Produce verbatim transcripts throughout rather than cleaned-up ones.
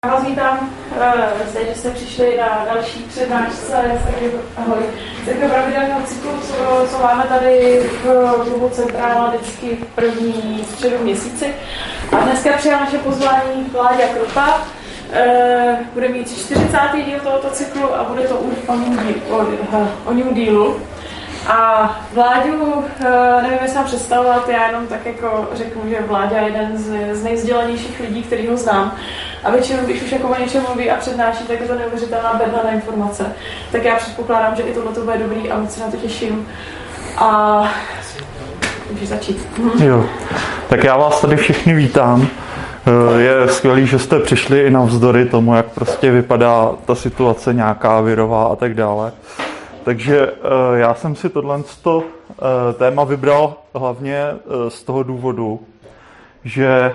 Já vás vítám, zde, že jste přišli na další přednášce z takového pravidelného cyklu, co, co máme tady v klubu Centrála vždycky v první středu měsíci. A dneska přijal naše pozvání Vláďa Krota. Bude mít čtyřicátý díl tohoto cyklu a bude to o o New Dealu. A Vláďu, nevím, jestli vám představovat, já jenom tak jako řeknu, že Vláďa je jeden z, z nejvzdělanějších lidí, který ho znám. A většinou, když už jako o něčem mluví a přednáší, tak je to neuvěřitelná bedna na informace. Tak já předpokládám, že i tohle to bude dobrý a moc se na to těším. A můžeš začít. Jo, tak já vás tady všichni vítám. Je skvělý, že jste přišli i navzdory tomu, jak prostě vypadá ta situace nějaká virová a tak dále. Takže já jsem si tohle téma vybral hlavně z toho důvodu, že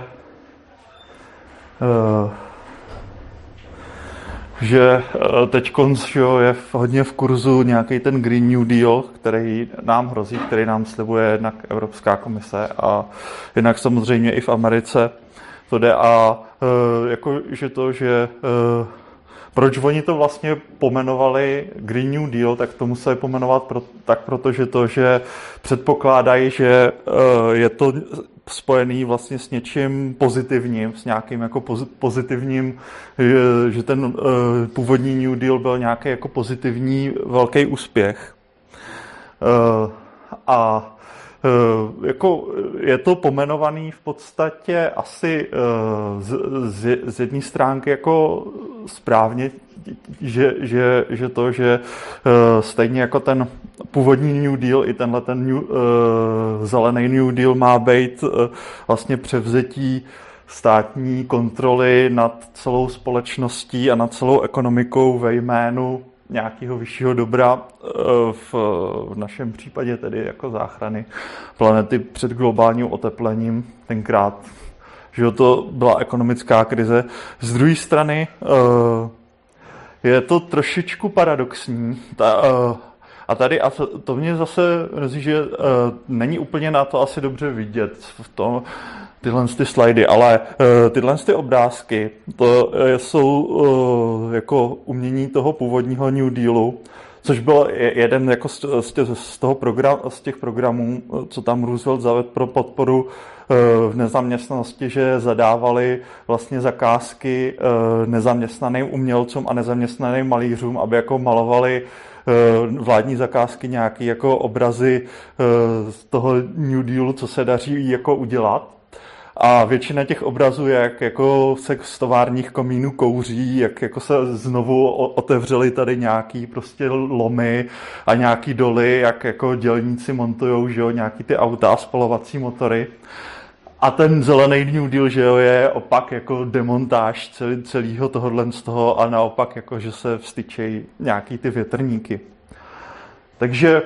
že teď je hodně v kurzu nějaký ten Green New Deal, který nám hrozí, který nám slibuje jednak Evropská komise a jednak samozřejmě i v Americe to jde a jako, že to, že proč oni to vlastně pomenovali Green New Deal, tak to museli pomenovat pro, tak protože to, že předpokládají, že je to spojený vlastně s něčím pozitivním, s nějakým jako pozitivním, že ten původní New Deal byl nějaký jako pozitivní velký úspěch. A jako je to pomenovaný v podstatě asi z, z, z jedné stránky jako správně, že, že, že to, že stejně jako ten původní New Deal i tenhle ten new, zelený New Deal má být vlastně převzetí státní kontroly nad celou společností a nad celou ekonomikou ve jménu nějakého vyššího dobra, v, v našem případě tedy jako záchrany planety před globálním oteplením. Tenkrát, že to byla ekonomická krize. Z druhé strany je to trošičku paradoxní. Ta, a tady, a to, to mě zase mrzí, že není úplně na to asi dobře vidět v tom, tyhle ty slajdy, ale uh, tyhle ty obrázky, to uh, jsou uh, jako umění toho původního New Dealu, což byl jeden jako z, z, těch, z, toho program, z těch programů, co tam Roosevelt zavedl pro podporu uh, v nezaměstnanosti, že zadávali vlastně zakázky uh, nezaměstnaným umělcům a nezaměstnaným malířům, aby jako malovali uh, vládní zakázky nějaké jako obrazy uh, z toho New Dealu, co se daří jako udělat. A většina těch obrazů, jak jako se z továrních komínů kouří, jak jako se znovu otevřely tady nějaký prostě lomy a nějaký doly, jak jako dělníci montujou, že jo, nějaký ty auta a spalovací motory. A ten zelený New Deal, že jo, je opak jako demontáž celý, celého tohohle z toho a naopak jako, že se vstyčejí nějaký ty větrníky. Takže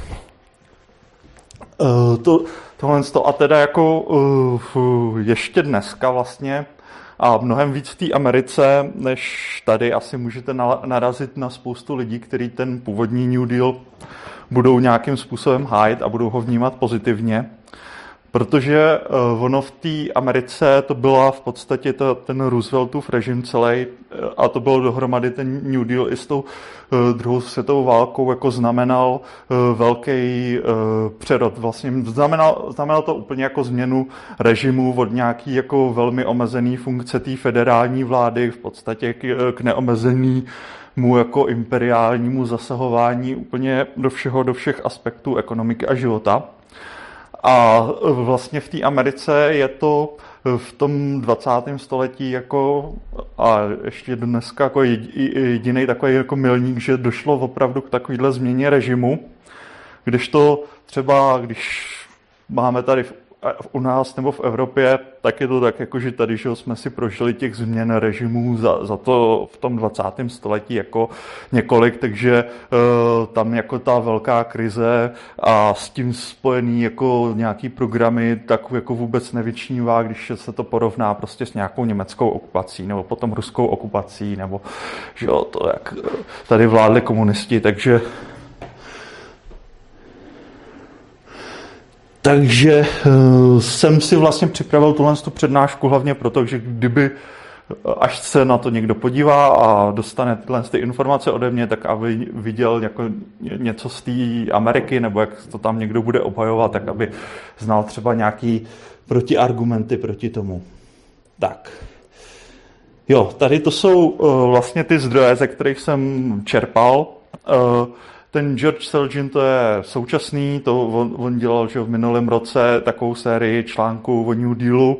uh, to... Tohle a teda jako uh, ještě dneska vlastně a mnohem víc v té Americe, než tady asi můžete narazit na spoustu lidí, kteří ten původní New Deal budou nějakým způsobem hájit a budou ho vnímat pozitivně. Protože uh, ono v té Americe to byla v podstatě to, ten Rooseveltův režim celý a to bylo dohromady ten New Deal i s tou uh, druhou světovou válkou jako znamenal uh, velký uh, přerod. Vlastně znamenal, znamenal to úplně jako změnu režimu od nějaký jako velmi omezený funkce té federální vlády v podstatě k, k neomezenému jako imperiálnímu zasahování úplně do všeho, do všech aspektů ekonomiky a života. A vlastně v té Americe je to v tom dvacátém století jako a ještě dneska jako jediný takový jako milník, že došlo opravdu k takovéhle změně režimu, kdežto třeba, když máme tady v, u nás nebo v Evropě, tak je to tak jako, že tady že jsme si prožili těch změn režimů za, za to v tom dvacátém století jako několik, takže uh, tam jako ta velká krize a s tím spojený jako nějaký programy tak jako vůbec nevyčnívá, když se to porovná prostě s nějakou německou okupací nebo potom ruskou okupací nebo že jo, to jak tady vládli komunisti, takže Takže uh, jsem si vlastně připravil tuhle přednášku hlavně proto, že kdyby až se na to někdo podívá a dostane tyhle ty informace ode mě, tak aby viděl jako něco z té Ameriky, nebo jak to tam někdo bude obhajovat, tak aby znal třeba nějaký protiargumenty proti tomu. Tak. Jo, tady to jsou uh, vlastně ty zdroje, ze kterých jsem čerpal. Uh, ten George Selgin, to je současný, to on, on dělal že v minulém roce takovou sérii článků o New Dealu.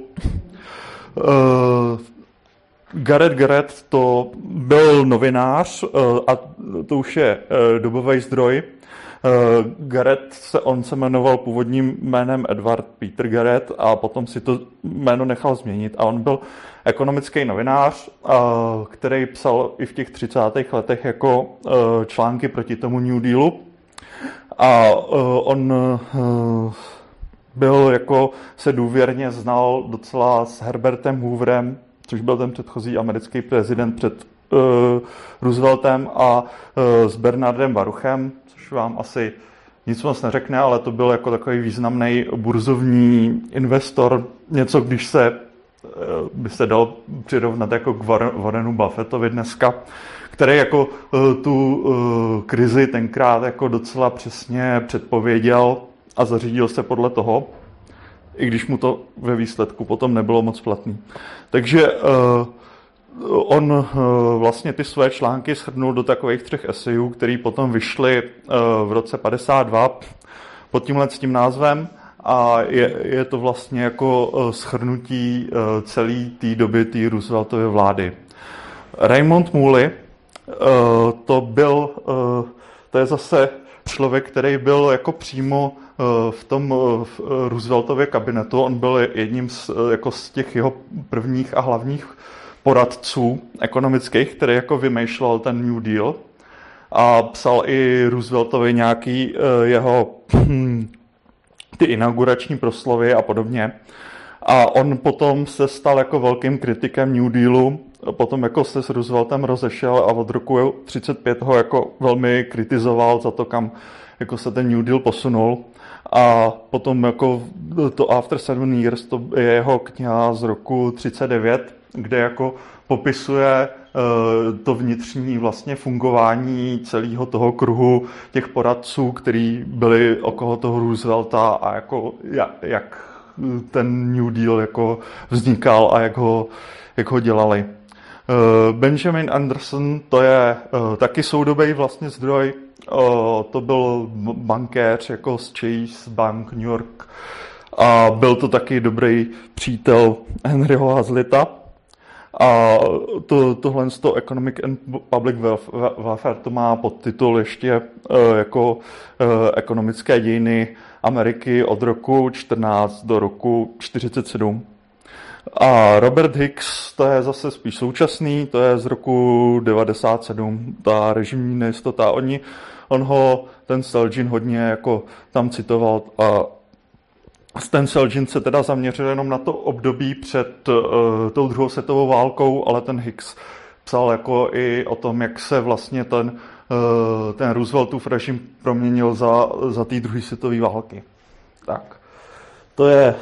Uh, Gareth Garrett to byl novinář uh, a to už je uh, dobový zdroj. Uh, Garrett se, on se jmenoval původním jménem Edward Peter Garrett a potom si to jméno nechal změnit a on byl ekonomický novinář, uh, který psal i v těch třicátých letech jako uh, články proti tomu New Dealu a uh, on uh, byl jako se důvěrně znal docela s Herbertem Hooverem, což byl ten předchozí americký prezident před uh, Rooseveltem a uh, s Bernardem Baruchem, což vám asi nic moc neřekne, ale to byl jako takový významný burzovní investor, něco, když se uh, by se dal přirovnat jako k Warrenu Buffettovi dneska, který jako uh, tu uh, krizi tenkrát jako docela přesně předpověděl a zařídil se podle toho, i když mu to ve výsledku potom nebylo moc platný. Takže uh, on uh, vlastně ty své články shrnul do takových třech esejů, které potom vyšly uh, v roce padesát dva pod tímhle s tím názvem a je, je to vlastně jako uh, shrnutí uh, celé té doby té Rooseveltovy vlády. Raymond Mooley, uh, to byl, uh, to je zase člověk, který byl jako přímo v tom v Rooseveltově kabinetu. On byl jedním z, jako z těch jeho prvních a hlavních poradců ekonomických, který jako vymýšlel ten New Deal a psal i Rooseveltovi nějaký jeho ty inaugurační proslovy a podobně. A on potom se stal jako velkým kritikem New Dealu, potom jako se s Rooseveltem rozešel a od roku třicet pět ho jako velmi kritizoval za to, kam jako se ten New Deal posunul. A potom jako to After Seven Years, to je jeho kniha z roku třicet devět, kde jako popisuje uh, to vnitřní vlastně fungování celého toho kruhu těch poradců, kteří byli okolo toho Roosevelta a jako jak, jak ten New Deal jako vznikal a jak ho, jak ho dělali. Uh, Benjamin Anderson, to je uh, taky soudobý vlastně zdroj. Uh, to byl bankéř jako z Chase Bank New York a byl to taky dobrý přítel Henryho Hazlitta. A to, tohle z toho Economic and Public Welfare to má podtitul ještě uh, jako uh, ekonomické dějiny Ameriky od roku čtrnáct do roku čtyřicet sedm. A Robert Hicks, to je zase spíš současný, to je z roku devadesát sedm, ta režimní nejistota. Oni, on ho, ten Selgin hodně jako tam citoval a ten Selgin se teda zaměřil jenom na to období před uh, tou druhou světovou válkou, ale ten Hicks psal jako i o tom, jak se vlastně ten, uh, ten Rooseveltův režim proměnil za, za té druhé světové války. Tak, to je...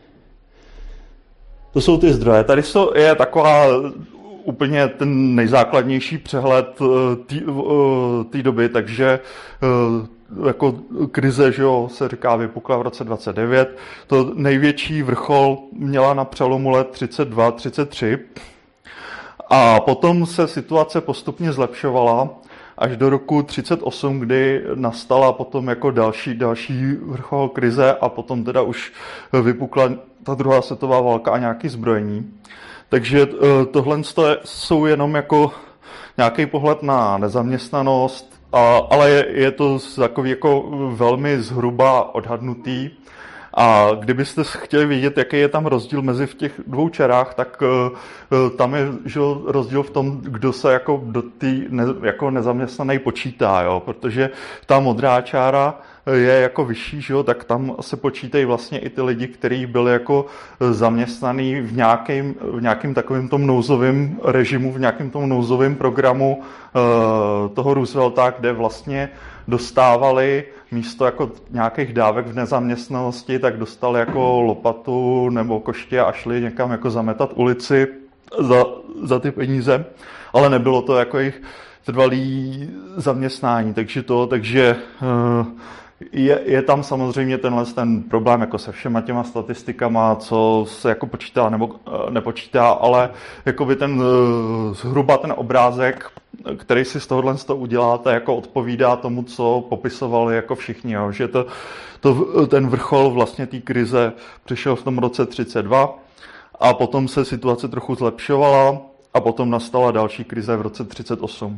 To jsou ty zdroje. Tady je taková úplně ten nejzákladnější přehled té doby, takže jako krize, že jo, se říká, vypukla v roce dvacet devět. To největší vrchol měla na přelomu let třicet dva třicet tři a potom se situace postupně zlepšovala až do roku třicet osm, kdy nastala potom jako další, další vrchol krize a potom teda už vypukla ta druhá světová válka a nějaké zbrojení. Takže tohle jsou jenom jako nějaký pohled na nezaměstnanost, a, ale je, je to takový jako velmi zhruba odhadnutý. A kdybyste chtěli vidět, jaký je tam rozdíl mezi v těch dvou čarách, tak uh, tam je že, rozdíl v tom, kdo se jako do té ne, jako nezaměstnaný počítá, jo? Protože ta modrá čára je jako vyšší, že jo? Tak tam se počítají vlastně i ty lidi, kteří byli jako zaměstnaný v nějakém, v nějakém takovém tom nouzovém režimu, v nějakém tom nouzovém programu uh, toho Roosevelta, kde vlastně dostávali místo jako nějakých dávek v nezaměstnanosti, tak dostali jako lopatu nebo koště a šli někam jako zametat ulici. za, za ty peníze, ale nebylo to jako jejich trvalý zaměstnání, takže to, takže je, je tam samozřejmě tenhle ten problém jako se všema těma statistikama, co se jako počítá nebo nepočítá, ale jakoby ten zhruba ten obrázek, který si z tohohle z toho uděláte, jako odpovídá tomu, co popisovali jako všichni, jo. Že to, to, ten vrchol vlastně té krize přišel v tom roce třicet dva a potom se situace trochu zlepšovala a potom nastala další krize v roce třicet osm.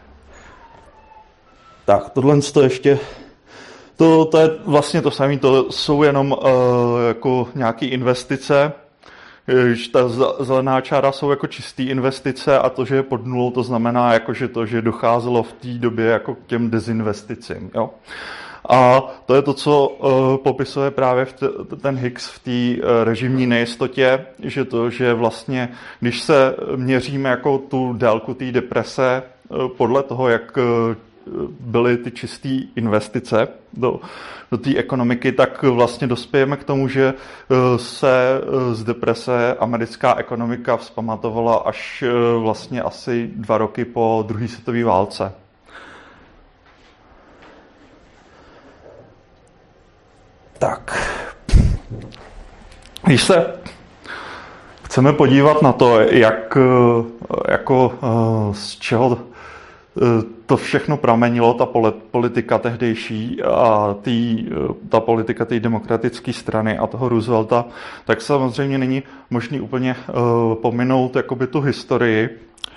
Tak, tohle to ještě, to, to je vlastně to samé, to jsou jenom uh, jako nějaké investice. Ta zelená čára jsou jako čisté investice a to, že je pod nulou, to znamená, jako, že to, že docházelo v té době jako k těm dezinvesticím. Jo? A to je to, co uh, popisuje právě v t- ten Hicks v té uh, režimní nejistotě, že to, že vlastně, když se měříme jako tu délku té deprese uh, podle toho, jak uh, byly ty čisté investice do, do té ekonomiky, tak vlastně dospějeme k tomu, že se z deprese americká ekonomika vzpamatovala až vlastně asi dva roky po druhé světové válce. Tak. Když se chceme podívat na to, jak, jako, z čeho to všechno pramenilo, ta politika tehdejší a tý, ta politika té demokratické strany a toho Roosevelta, tak samozřejmě není možný úplně uh, pominout jakoby tu historii.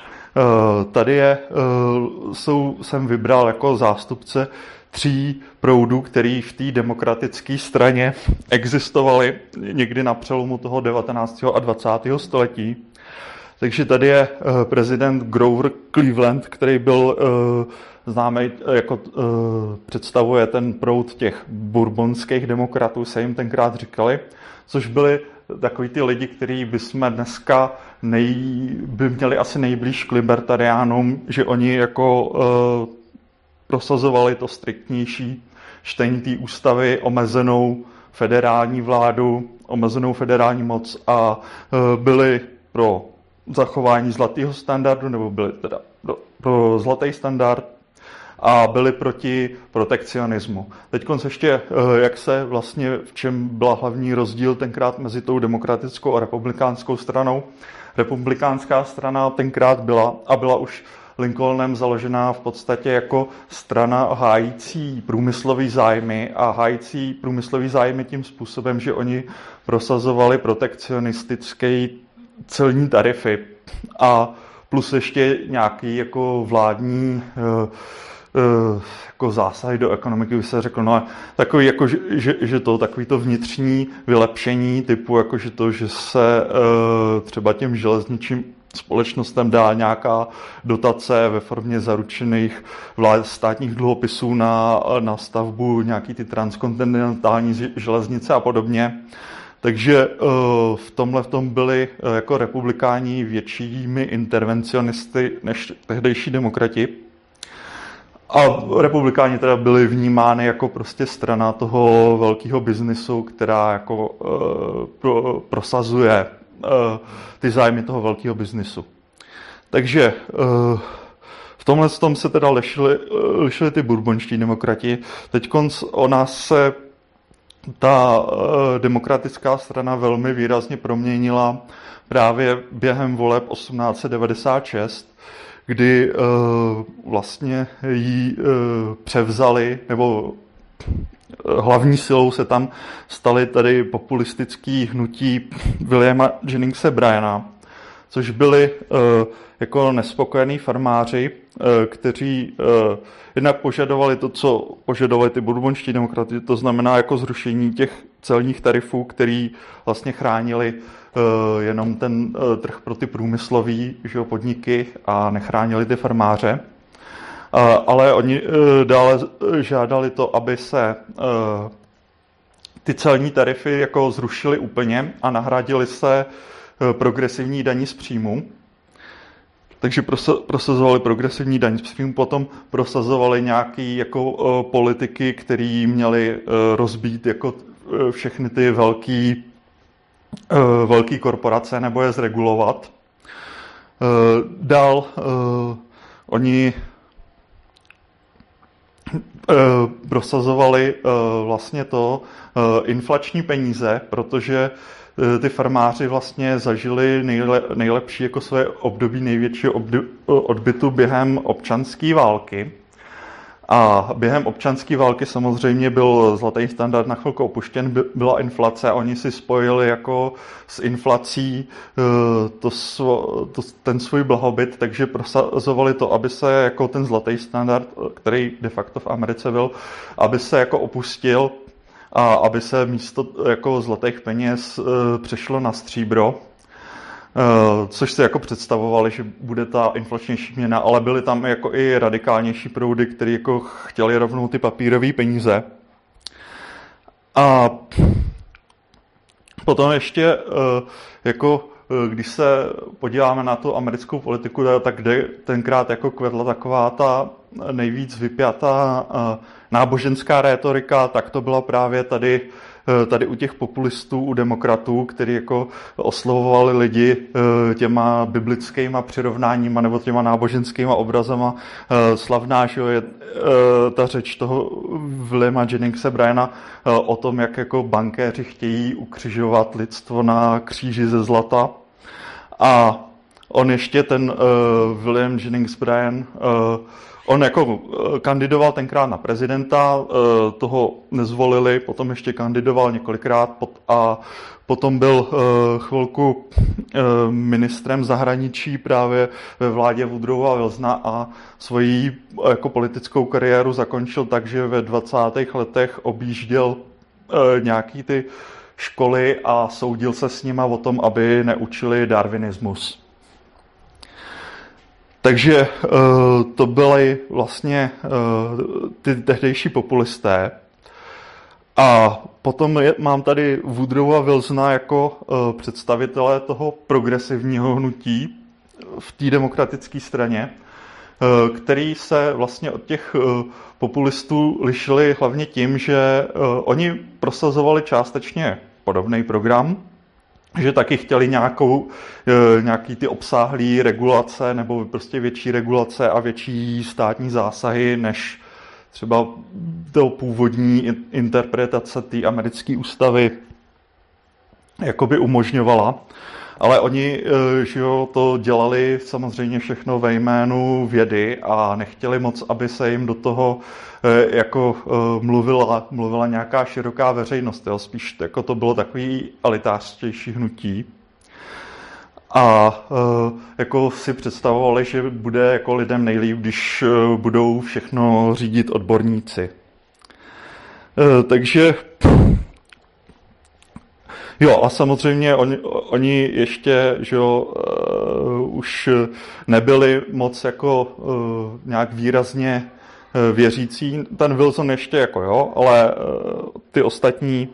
Uh, tady je, uh, jsou, jsem vybral jako zástupce tří proudů, který v té demokratické straně existovaly někdy na přelomu toho devatenáctého a dvacátého století. Takže tady je uh, prezident Grover Cleveland, který byl uh, známý, jako uh, představuje ten proud těch bourbonských demokratů, se jim tenkrát říkali, což byli takový ty lidi, kteří bychom dneska nej, by měli asi nejblíž k libertariánům, že oni jako uh, prosazovali to striktnější čtení té ústavy, omezenou federální vládu, omezenou federální moc a uh, byli pro zachování zlatého standardu, nebo byli teda pro, pro zlatý standard a byli proti protekcionismu. Teď ještě, jak se vlastně, v čem byla hlavní rozdíl tenkrát mezi tou demokratickou a republikánskou stranou. Republikánská strana tenkrát byla a byla už Lincolnem založená v podstatě jako strana hájící průmyslový zájmy a hájící průmyslový zájmy tím způsobem, že oni prosazovali protekcionistický celní tarify a plus ještě nějaký jako vládní uh, uh, jako zásahy do ekonomiky, by se řekl, no takový jako, že, že to takový to vnitřní vylepšení typu jako, že to, že se uh, třeba těm železničním společnostem dá nějaká dotace ve formě zaručených vlád, státních dluhopisů na, na stavbu nějaký ty transkontinentální železnice a podobně. Takže v tomhle v tom byli jako republikáni většími intervencionisty než tehdejší demokrati. A republikáni teda byli vnímány jako prostě strana toho velkého biznisu, která jako pro, prosazuje ty zájmy toho velkého biznisu. Takže v tomhle tom se teda lišili, lišili ty bourbonští demokrati. Teďkonc o nás se ta demokratická strana velmi výrazně proměnila právě během voleb osmnáct set devadesát šest, kdy vlastně ji převzali, nebo hlavní silou se tam staly tady populistický hnutí Williama Jenningse Bryana, což byli jako nespokojení farmáři, kteří jednak požadovali to, co požadovali ty bourbonští demokrati, to znamená jako zrušení těch celních tarifů, který vlastně chránili jenom ten trh pro ty průmyslové podniky a nechránili ty farmáře. Ale oni dále žádali to, aby se ty celní tarify jako zrušily úplně a nahradily se progresivní daní z příjmu. Takže prosazovali progresivní daň z příjmu, potom prosazovali nějaké jako politiky, které měly rozbít jako všechny ty velké velké korporace nebo je zregulovat. Dál oni prosazovali vlastně to inflační peníze, protože ty farmáři vlastně zažili nejle, nejlepší jako své období největšího odbytu během občanské války. A během občanské války samozřejmě byl zlatý standard na chvilku opuštěn, byla inflace a oni si spojili jako s inflací to, to, ten svůj blahobyt, takže prosazovali to, aby se jako ten zlatý standard, který de facto v Americe byl, aby se jako opustil a aby se místo jako zlatých peněz přešlo na stříbro. Což si jako představovali, že bude ta inflačnější měna, ale byly tam jako i radikálnější proudy, které jako chtěli rovnou ty papírové peníze. A potom ještě jako když se podíváme na tu americkou politiku, tak kde tenkrát jako kvedla taková ta nejvíc vypjatá náboženská rétorika, tak to byla právě tady tady u těch populistů, u demokratů, kteří jako oslovovali lidi těma biblickýma přirovnáníma nebo těma náboženskýma obrazama. Slavná, že je ta řeč toho Williama Jenningse Bryana o tom, jak jako bankéři chtějí ukřižovat lidstvo na kříži ze zlata. A on ještě ten William Jennings Bryan On jako kandidoval tenkrát na prezidenta, toho nezvolili, potom ještě kandidoval několikrát a potom byl chvilku ministrem zahraničí právě ve vládě Woodrowa Wilsona a svoji jako politickou kariéru zakončil tak, že ve dvacátých letech objížděl nějaký ty školy a soudil se s nima o tom, aby neučili darwinismus. Takže to byly vlastně ty tehdejší populisté. A potom je, mám tady Woodrowa Wilsona jako představitele toho progresivního hnutí v té demokratické straně, který se vlastně od těch populistů lišili hlavně tím, že oni prosazovali částečně podobný program, že taky chtěli nějakou, nějaký ty obsáhlý regulace nebo prostě větší regulace a větší státní zásahy, než třeba to původní interpretace té americké ústavy jakoby umožňovala. Ale oni že jo, to dělali samozřejmě všechno ve jménu vědy a nechtěli moc, aby se jim do toho jako mluvila, mluvila nějaká široká veřejnost. Jo. Spíš jako to bylo takový elitářtější hnutí. A jako si představovali, že bude jako lidem nejlíp, když budou všechno řídit odborníci. Takže jo, a samozřejmě oni, oni ještě, že jo, uh, už nebyli moc jako uh, nějak výrazně uh, věřící. Ten Wilson ještě jako jo, ale uh, ty ostatní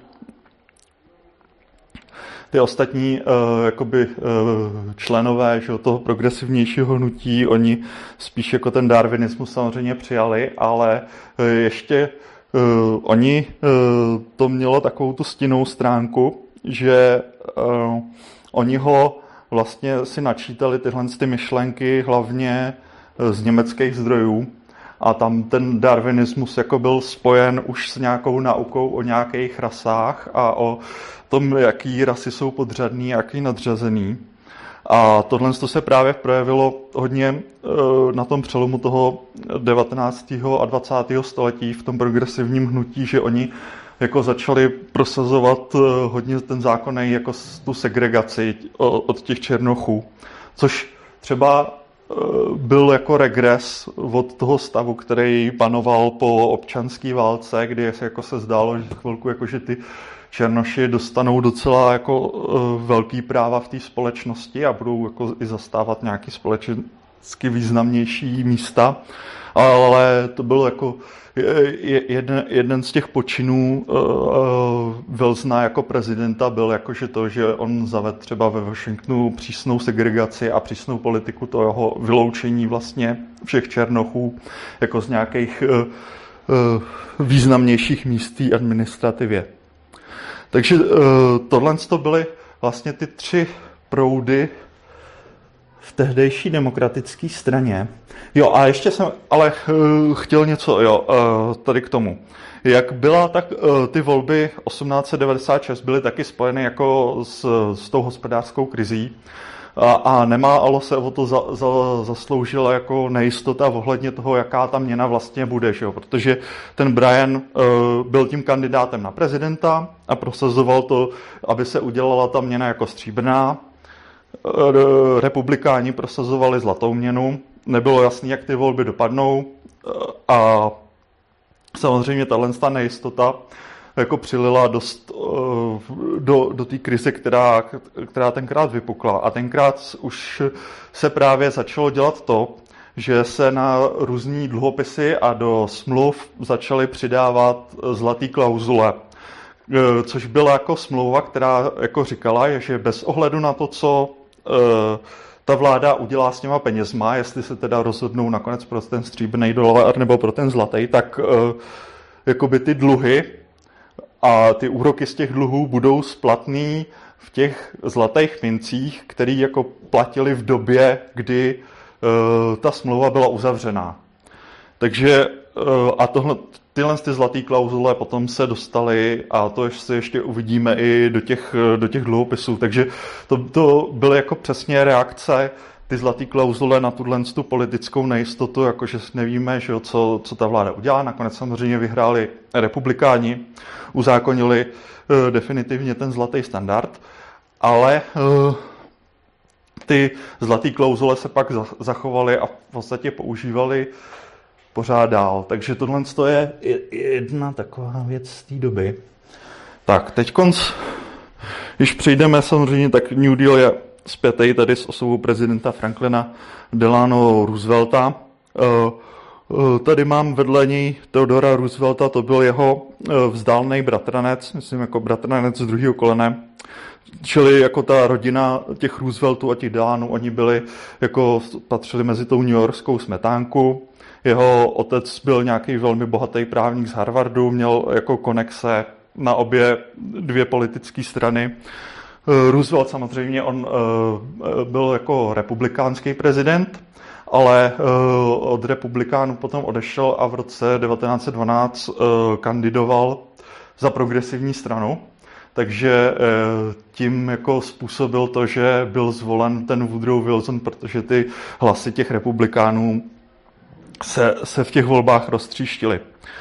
ty ostatní uh, jakoby uh, členové, že jo, toho progresivnějšího hnutí, oni spíš jako ten darwinismus samozřejmě přijali, ale uh, ještě uh, oni uh, to mělo takovou tu stinnou stránku, že uh, oni ho vlastně si načítali tyhle ty myšlenky hlavně z německých zdrojů a tam ten darwinismus jako byl spojen už s nějakou naukou o nějakých rasách a o tom, jaký rasy jsou podřadný, jaký nadřazený. A tohle se právě projevilo hodně uh, na tom přelomu toho devatenáctého a dvacátého století v tom progresivním hnutí, že oni jako začali prosazovat hodně ten zákonný jako tu segregaci od těch černochů, což třeba byl jako regres od toho stavu, který panoval po občanské válce, kdy se jako se zdálo, že chvilku jako, že ty černoši dostanou docela jako velký práva v té společnosti a budou jako i zastávat nějaký společensky významnější místa, ale to byl jako jeden, jeden z těch počinů uh, Wilsona jako prezidenta byl jakože to, že on zavedl třeba ve Washingtonu přísnou segregaci a přísnou politiku toho vyloučení vlastně všech černochů jako z nějakých uh, uh, významnějších míst té administrativě. Takže uh, tohle to byly vlastně ty tři proudy v tehdejší demokratické straně. Jo, a ještě jsem ale chtěl něco, jo, tady k tomu. Jak byla, tak ty volby osmnáct set devadesát šest byly taky spojeny jako s, s tou hospodářskou krizí a, a nemálo se o to za, za, zasloužila jako nejistota ohledně toho, jaká ta měna vlastně bude, že jo? Protože ten Bryan uh, byl tím kandidátem na prezidenta a prosazoval to, aby se udělala ta měna jako stříbrná. Republikáni prosazovali zlatou měnu, nebylo jasné, jak ty volby dopadnou a samozřejmě tato nejistota jako přilila dost do, do té krize, která, která tenkrát vypukla. A tenkrát už se právě začalo dělat to, že se na různý dluhopisy a do smluv začaly přidávat zlatý klauzule, což byla jako smlouva, která jako říkala, že bez ohledu na to, co ta vláda udělá s těma penězma, jestli se teda rozhodnou nakonec pro ten stříbrný dolar nebo pro ten zlatý, tak jakoby ty dluhy a ty úroky z těch dluhů budou splatný v těch zlatých mincích, které jako platili v době, kdy ta smlouva byla uzavřená. Takže a tohle, tyhle ty zlatý klauzule potom se dostaly a to se ještě uvidíme i do těch, do těch dluhopisů. Takže to, to byly jako přesně reakce ty zlatý klauzule na tuhle tu politickou nejistotu, jakože nevíme, že jo, co, co ta vláda udělá. Nakonec samozřejmě vyhráli republikáni, uzákonili uh, definitivně ten zlatý standard, ale uh, ty zlatý klauzule se pak za, zachovaly a v podstatě používali pořád dál. Takže tohle je jedna taková věc z té doby. Tak, teď konc, když přejdeme samozřejmě, tak New Deal je zpětej tady s osobou prezidenta Franklina Delano Roosevelta. Tady mám vedle něj Theodora Roosevelta, to byl jeho vzdálený bratranec, myslím jako bratranec z druhého kolene. Čili jako ta rodina těch Rooseveltů a těch Delanů, oni byli, jako patřili mezi tou newyorskou smetánku. Jeho otec byl nějaký velmi bohatý právník z Harvardu, měl jako konexe na obě dvě politické strany. Roosevelt samozřejmě, on byl jako republikánský prezident, ale od republikánů potom odešel a v roce devatenáct set dvanáct kandidoval za progresivní stranu. Takže tím jako způsobil to, že byl zvolen ten Woodrow Wilson, protože ty hlasy těch republikánů se, se v těch volbách roztříštily.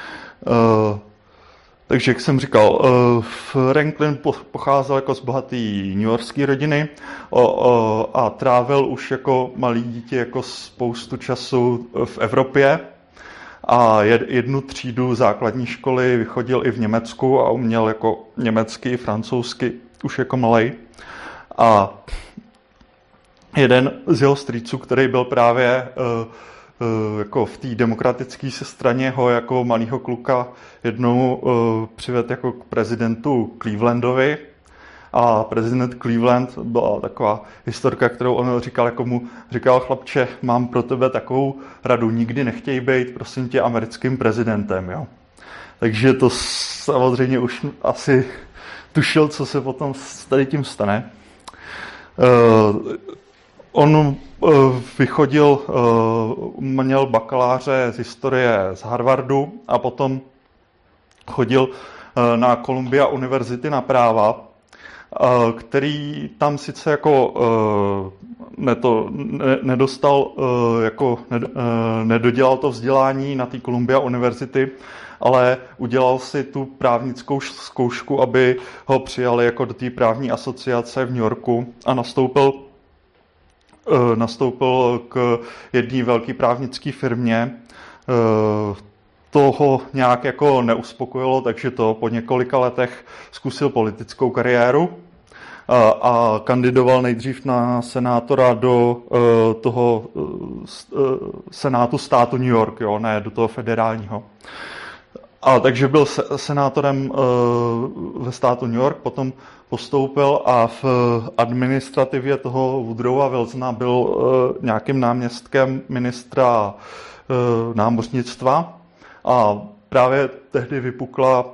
Takže, jak jsem říkal, Franklin pocházel jako z bohaté newyorské rodiny a trávil už jako malý dítě jako spoustu času v Evropě a jednu třídu základní školy vychodil i v Německu a uměl jako německy, francouzsky už jako malej. A jeden z jeho strýců, který byl právě jako v té demokratické straně, ho jako malýho kluka jednou uh, přived jako k prezidentu Clevelandovi. A prezident Cleveland byla taková historka, kterou on říkal, jako mu říkal: chlapče, mám pro tebe takovou radu, nikdy nechtěj být, prosím tě, americkým prezidentem. Jo? Takže to samozřejmě už asi tušil, co se potom s tady tím stane. Uh, on vychodil, měl bakaláře z historie z Harvardu a potom chodil na Columbia University na práva, který tam sice jako neto, ne, nedostal, jako nedodělal to vzdělání na té Columbia University, ale udělal si tu právnickou zkoušku, aby ho přijali jako do té právní asociace v New Yorku a nastoupil nastoupil k jedné velké právnické firmě. To ho nějak jako neuspokojilo, takže to po několika letech zkusil politickou kariéru a, a kandidoval nejdřív na senátora do toho senátu státu New York, jo, ne do toho federálního. A takže byl senátorem ve státu New York, potom postoupil a v administrativě toho Woodrowa Wilsona byl nějakým náměstkem ministra námořnictva a právě tehdy vypukla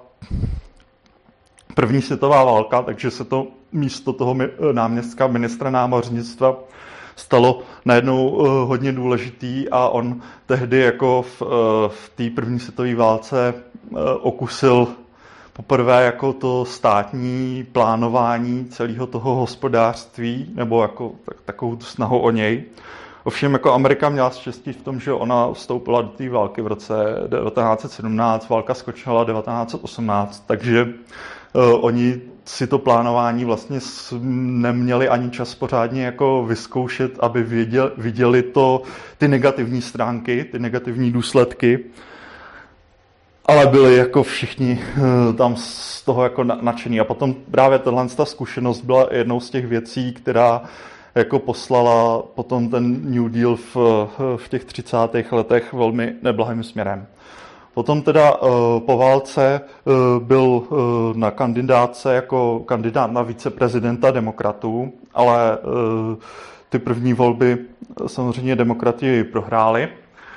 první světová válka, takže se to místo toho náměstka ministra námořnictva stalo najednou hodně důležitý a on tehdy jako v, v té první světové válce okusil poprvé jako to státní plánování celého toho hospodářství, nebo jako tak, takovou tu snahu o něj. Ovšem jako Amerika měla štěstí v tom, že ona vstoupila do té války v roce devatenáct set sedmnáct, válka skočila devatenáct set osmnáct, takže uh, oni si to plánování vlastně neměli ani čas pořádně jako vyzkoušet, aby viděli, viděli to, ty negativní stránky, ty negativní důsledky. Ale byli jako všichni uh, tam z toho jako nadšení. A potom právě tahle zkušenost byla jednou z těch věcí, která jako poslala potom ten New Deal v, v těch třicátých letech velmi neblahým směrem. Potom teda uh, po válce uh, byl uh, na kandidáce jako kandidát na viceprezidenta demokratů, ale uh, ty první volby samozřejmě demokrati prohráli.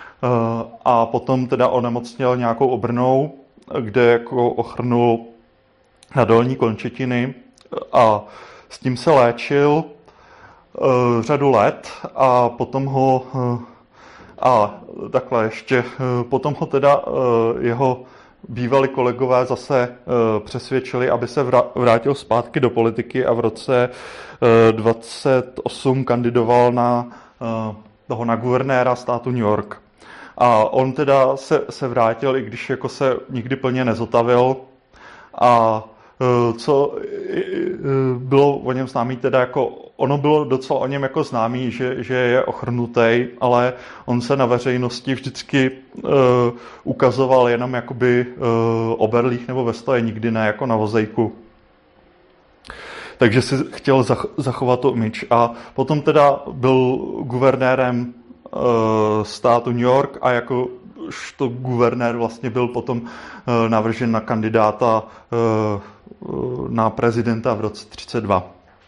A potom teda onemocněl nějakou obrnou, kde jako ochrnul na dolní končetiny a s tím se léčil uh, řadu let a potom ho uh, a takhle ještě uh, potom ho teda uh, jeho bývalí kolegové zase uh, přesvědčili, aby se vrátil zpátky do politiky a v roce uh, dvacet osm kandidoval na uh, toho na guvernéra státu New York. A on teda se, se vrátil, i když jako se nikdy plně nezotavil. A co bylo o něm známý, teda jako ono bylo docela o něm jako známý, že, že je ochrnutý, ale on se na veřejnosti vždycky uh, ukazoval jenom jakoby uh, oberlých nebo ve stoje, nikdy ne jako na vozejku. Takže si chtěl zach, zachovat to image. A potom teda byl guvernérem státu New York a jako to guvernér vlastně byl potom navržen na kandidáta na prezidenta v roce třicet dva.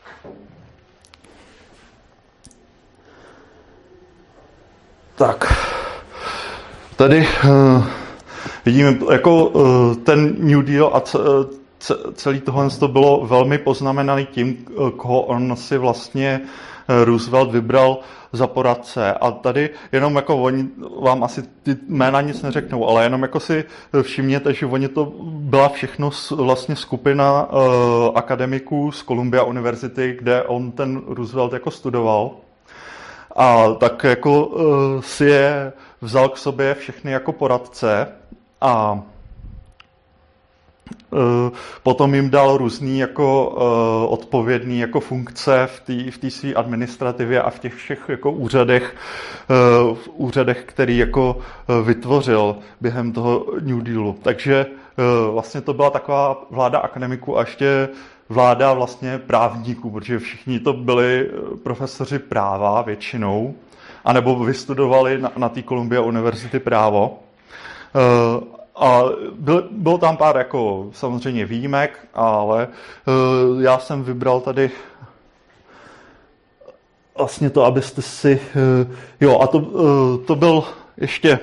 Tak, tady vidíme, jako ten New Deal a celý tohle to bylo velmi poznamenaný tím, koho on si vlastně Roosevelt vybral za poradce. A tady jenom jako oni vám asi ty jména nic neřeknou, ale jenom jako si všimněte, že oni to byla všechno vlastně skupina uh, akademiků z Columbia University, kde on ten Roosevelt jako studoval. A tak jako uh, si je vzal k sobě všechny jako poradce a potom jim dal různý jako uh, odpovědný jako funkce v té v té své administrativě a v těch všech jako úřadech, uh, v úřadech, který jako uh, vytvořil během toho New Dealu. Takže uh, vlastně to byla taková vláda akademiků a ještě vláda vlastně právníků, protože všichni to byli profesoři práva většinou, anebo vystudovali na, na té Columbia University právo. Uh, A byl, bylo tam pár jako samozřejmě výjimek, ale uh, já jsem vybral tady vlastně to, abyste si... Uh, jo, a to, uh, to byl ještě...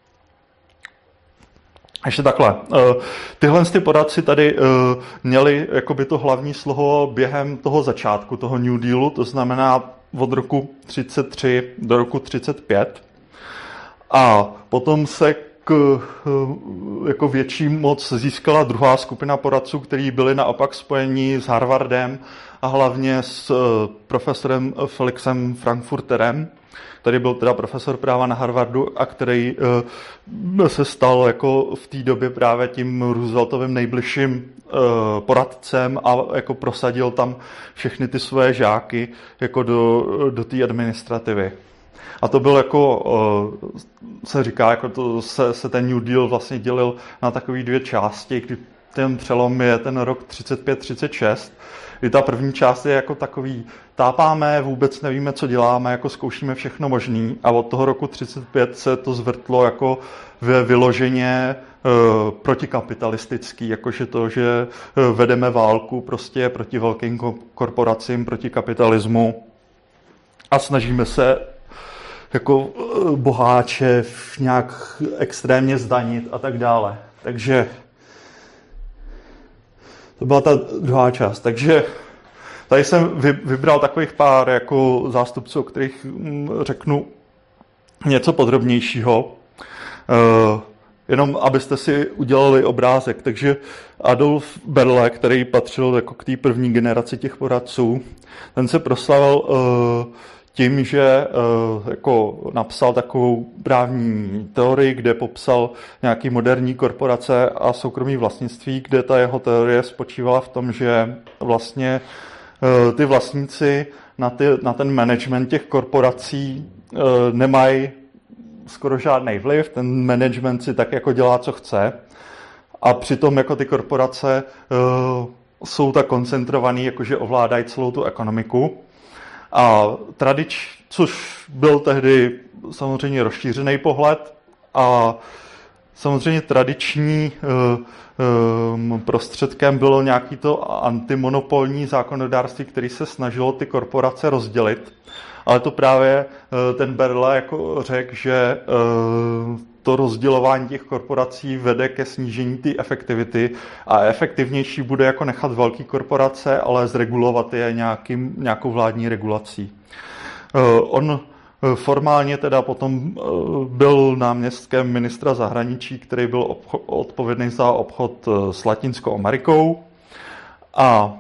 Ještě takhle. Uh, tyhle ty poradci tady uh, měli jakoby to hlavní slovo během toho začátku, toho New Dealu, to znamená od roku třicet tři do roku třicet pět. A potom se jako větší moc získala druhá skupina poradců, kteří byli naopak spojení s Harvardem a hlavně s profesorem Felixem Frankfurterem, který byl teda profesor práva na Harvardu a který se stal jako v té době právě tím Rooseveltovým nejbližším poradcem a jako prosadil tam všechny ty svoje žáky jako do, do té administrativy. A to byl jako, se říká, jako to se, se ten New Deal vlastně dělil na takové dvě části, kdy ten přelom je ten rok třicet pět třicet šest, kdy ta první část je jako takový, tápáme, vůbec nevíme, co děláme, jako zkoušíme všechno možný a od toho roku třicet pět se to zvrtlo jako ve vyloženě e, protikapitalistický, jakože to, že vedeme válku prostě proti velkým korporacím, proti kapitalismu a snažíme se jako boháče nějak extrémně zdanit a tak dále. Takže to byla ta druhá část. Takže Tady jsem vybral takových pár jako zástupců, o kterých řeknu něco podrobnějšího, jenom abyste si udělali obrázek. Takže Adolf Berle, který patřil jako k té první generaci těch poradců, ten se proslavil tím, že jako napsal takovou právní teorii, kde popsal nějaký moderní korporace a soukromý vlastnictví, kde ta jeho teorie spočívala v tom, že vlastně ty vlastníci na, ty, na ten management těch korporací nemají skoro žádný vliv, ten management si tak jako dělá, co chce. A přitom jako ty korporace jsou tak koncentrovaný, jakože ovládají celou tu ekonomiku. A tradič, což byl tehdy samozřejmě rozšířený pohled a samozřejmě tradiční prostředkem bylo nějaký to antimonopolní zákonodárství, který se snažilo ty korporace rozdělit. Ale to právě ten Berle jako řekl, že to rozdělování těch korporací vede ke snížení té efektivity a efektivnější bude jako nechat velké korporace, ale zregulovat je nějakým, nějakou vládní regulací. On formálně teda potom byl náměstkem ministra zahraničí, který byl obcho- odpovědný za obchod s Latinskou Amerikou. A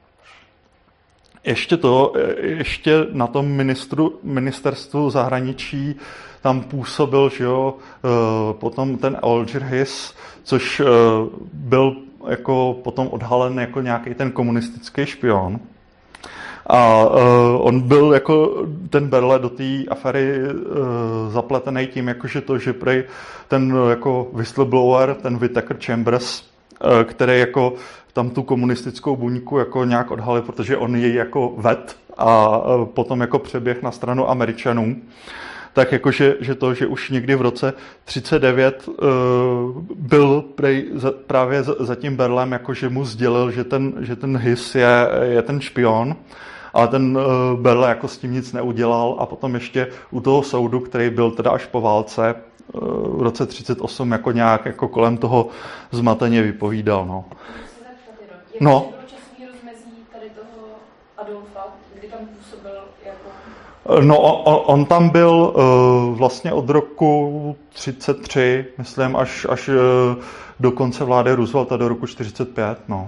ještě to, ještě na tom ministru, ministerstvu zahraničí tam působil, že jo, potom ten Alger Hiss, což byl jako potom odhalen jako nějaký ten komunistický špion. A on byl jako ten Berle do té aféry zapletený tím, jakože to, že prej ten jako whistleblower, ten Whittaker Chambers, který jako tam tu komunistickou buňku jako nějak odhalil, protože on jej jako ved a potom jako přeběh na stranu Američanů. Tak jakože že to, že už někdy v roce třicet devět uh, byl prej za, právě za, za tím Berlem, jakože mu sdělil, že ten, že ten Hiss je, je ten špion, ale ten uh, Berle jako s tím nic neudělal a potom ještě u toho soudu, který byl teda až po válce, uh, v roce třicet osm jako nějak jako kolem toho zmateně vypovídal. No. Jak no. Bylo časový rozmezí tady toho Adolfa, kdy tam působil jako... No, on, on tam byl uh, vlastně od roku třicet tři, myslím, až, až uh, do konce vlády Roosevelta do roku čtyřicet pět, no.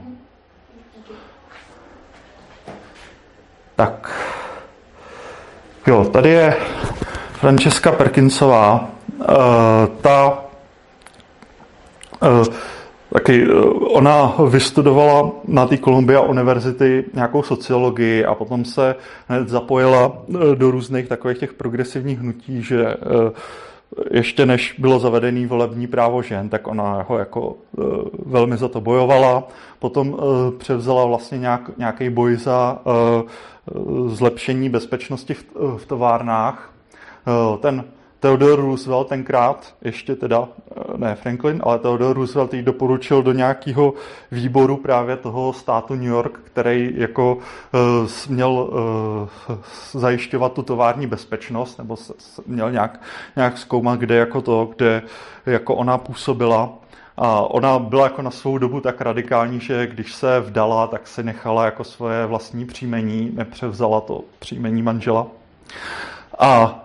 Tak. Jo, tady je Francesca Perkinsová. Uh, ta... Uh, Taky ona vystudovala na té Columbia University nějakou sociologii a potom se hned zapojila do různých takových těch progresivních hnutí, že ještě než bylo zavedený volební právo žen, tak ona ho jako velmi za to bojovala. Potom převzala vlastně nějak, nějaký boj za zlepšení bezpečnosti v, v továrnách. Ten Theodore Roosevelt tenkrát, ještě teda ne Franklin, ale Theodore Roosevelt jí doporučil do nějakého výboru právě toho státu New York, který jako uh, měl uh, zajišťovat tu tovární bezpečnost, nebo se, měl nějak, nějak zkoumat, kde jako to, kde jako ona působila. A ona byla jako na svou dobu tak radikální, že když se vdala, tak si nechala jako svoje vlastní příjmení, nepřevzala to příjmení manžela. A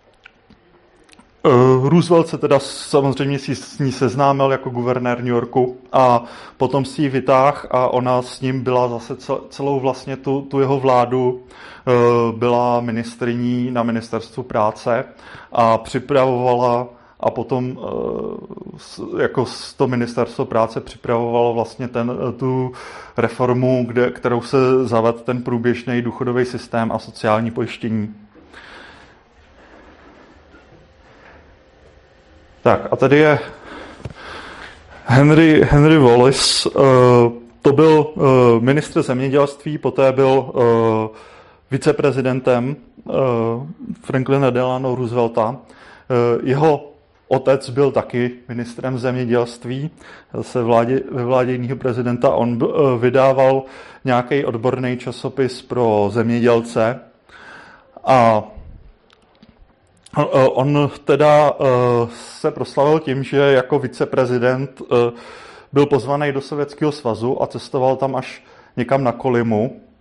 Roosevelt se teda samozřejmě si s ní seznámil jako guvernér New Yorku a potom si ji vytáhl a ona s ním byla zase celou vlastně tu, tu jeho vládu, byla ministryní na ministerstvu práce a připravovala a potom jako to ministerstvo práce připravovalo vlastně ten, tu reformu, kde, kterou se zavedl ten průběžný důchodový systém a sociální pojištění. Tak a tady je Henry, Henry Wallace, to byl ministr zemědělství, poté byl viceprezidentem Franklina Delano Roosevelta. Jeho otec byl taky ministrem zemědělství se vládě, ve vládě jiného prezidenta. On vydával nějaký odborný časopis pro zemědělce a on teda se proslavil tím, že jako viceprezident byl pozvaný do Sovětského svazu a cestoval tam až někam na Kolymu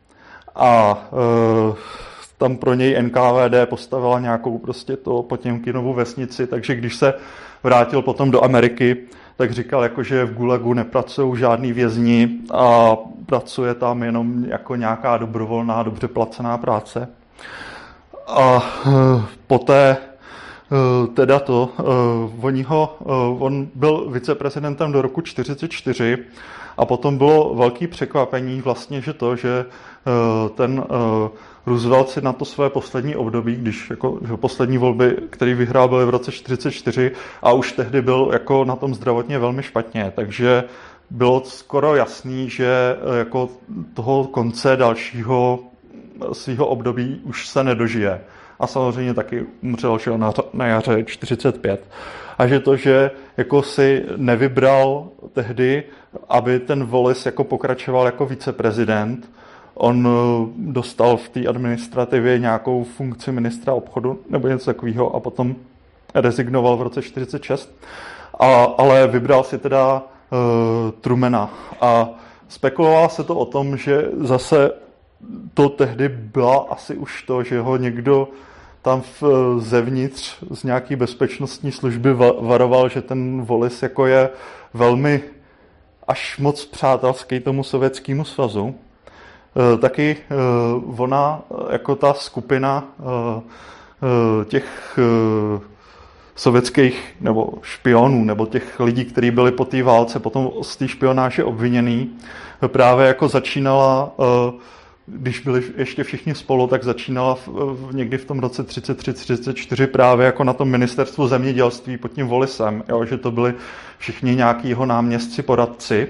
a uh, tam pro něj N K V D postavila nějakou prostě to Potěmkinovu vesnici, takže když se vrátil potom do Ameriky, tak říkal, jako, že v Gulagu nepracují žádný vězni a pracuje tam jenom jako nějaká dobrovolná, dobře placená práce. A uh, poté uh, teda to, uh, oni ho, uh, on byl viceprezidentem do roku čtyřicet čtyři a potom bylo velké překvapení vlastně, že to, že uh, ten uh, Roosevelt si na to své poslední období, když jako, že poslední volby, který vyhrál, byly v roce čtyřicet čtyři a už tehdy byl jako na tom zdravotně velmi špatně, takže bylo skoro jasný, že jako toho konce dalšího svého období už se nedožije. A samozřejmě taky umřel že na, na jaře čtyřicet pět. A že to, že jako si nevybral tehdy, aby ten Wallace jako pokračoval jako viceprezident, on dostal v té administrativě nějakou funkci ministra obchodu nebo něco takového a potom rezignoval v roce čtyřicet šest. A, ale vybral si teda uh, Trumana. A spekulovalo se to o tom, že zase to tehdy byla asi už to, že ho někdo tam v, zevnitř z nějaký bezpečnostní služby varoval, že ten Wallace jako je velmi až moc přátelský tomu Sovětskému svazu. E, taky e, ona, jako ta skupina e, těch e, sovětských nebo špionů, nebo těch lidí, kteří byli po té válce potom z té špionáže obviněný, právě jako začínala, když byli ještě všichni spolu, tak začínala v, v, někdy v tom roce třicet tři třicet čtyři právě jako na tom ministerstvu zemědělství pod tím Wallacem, jo, že to byli všichni nějaký jeho náměstci, poradci.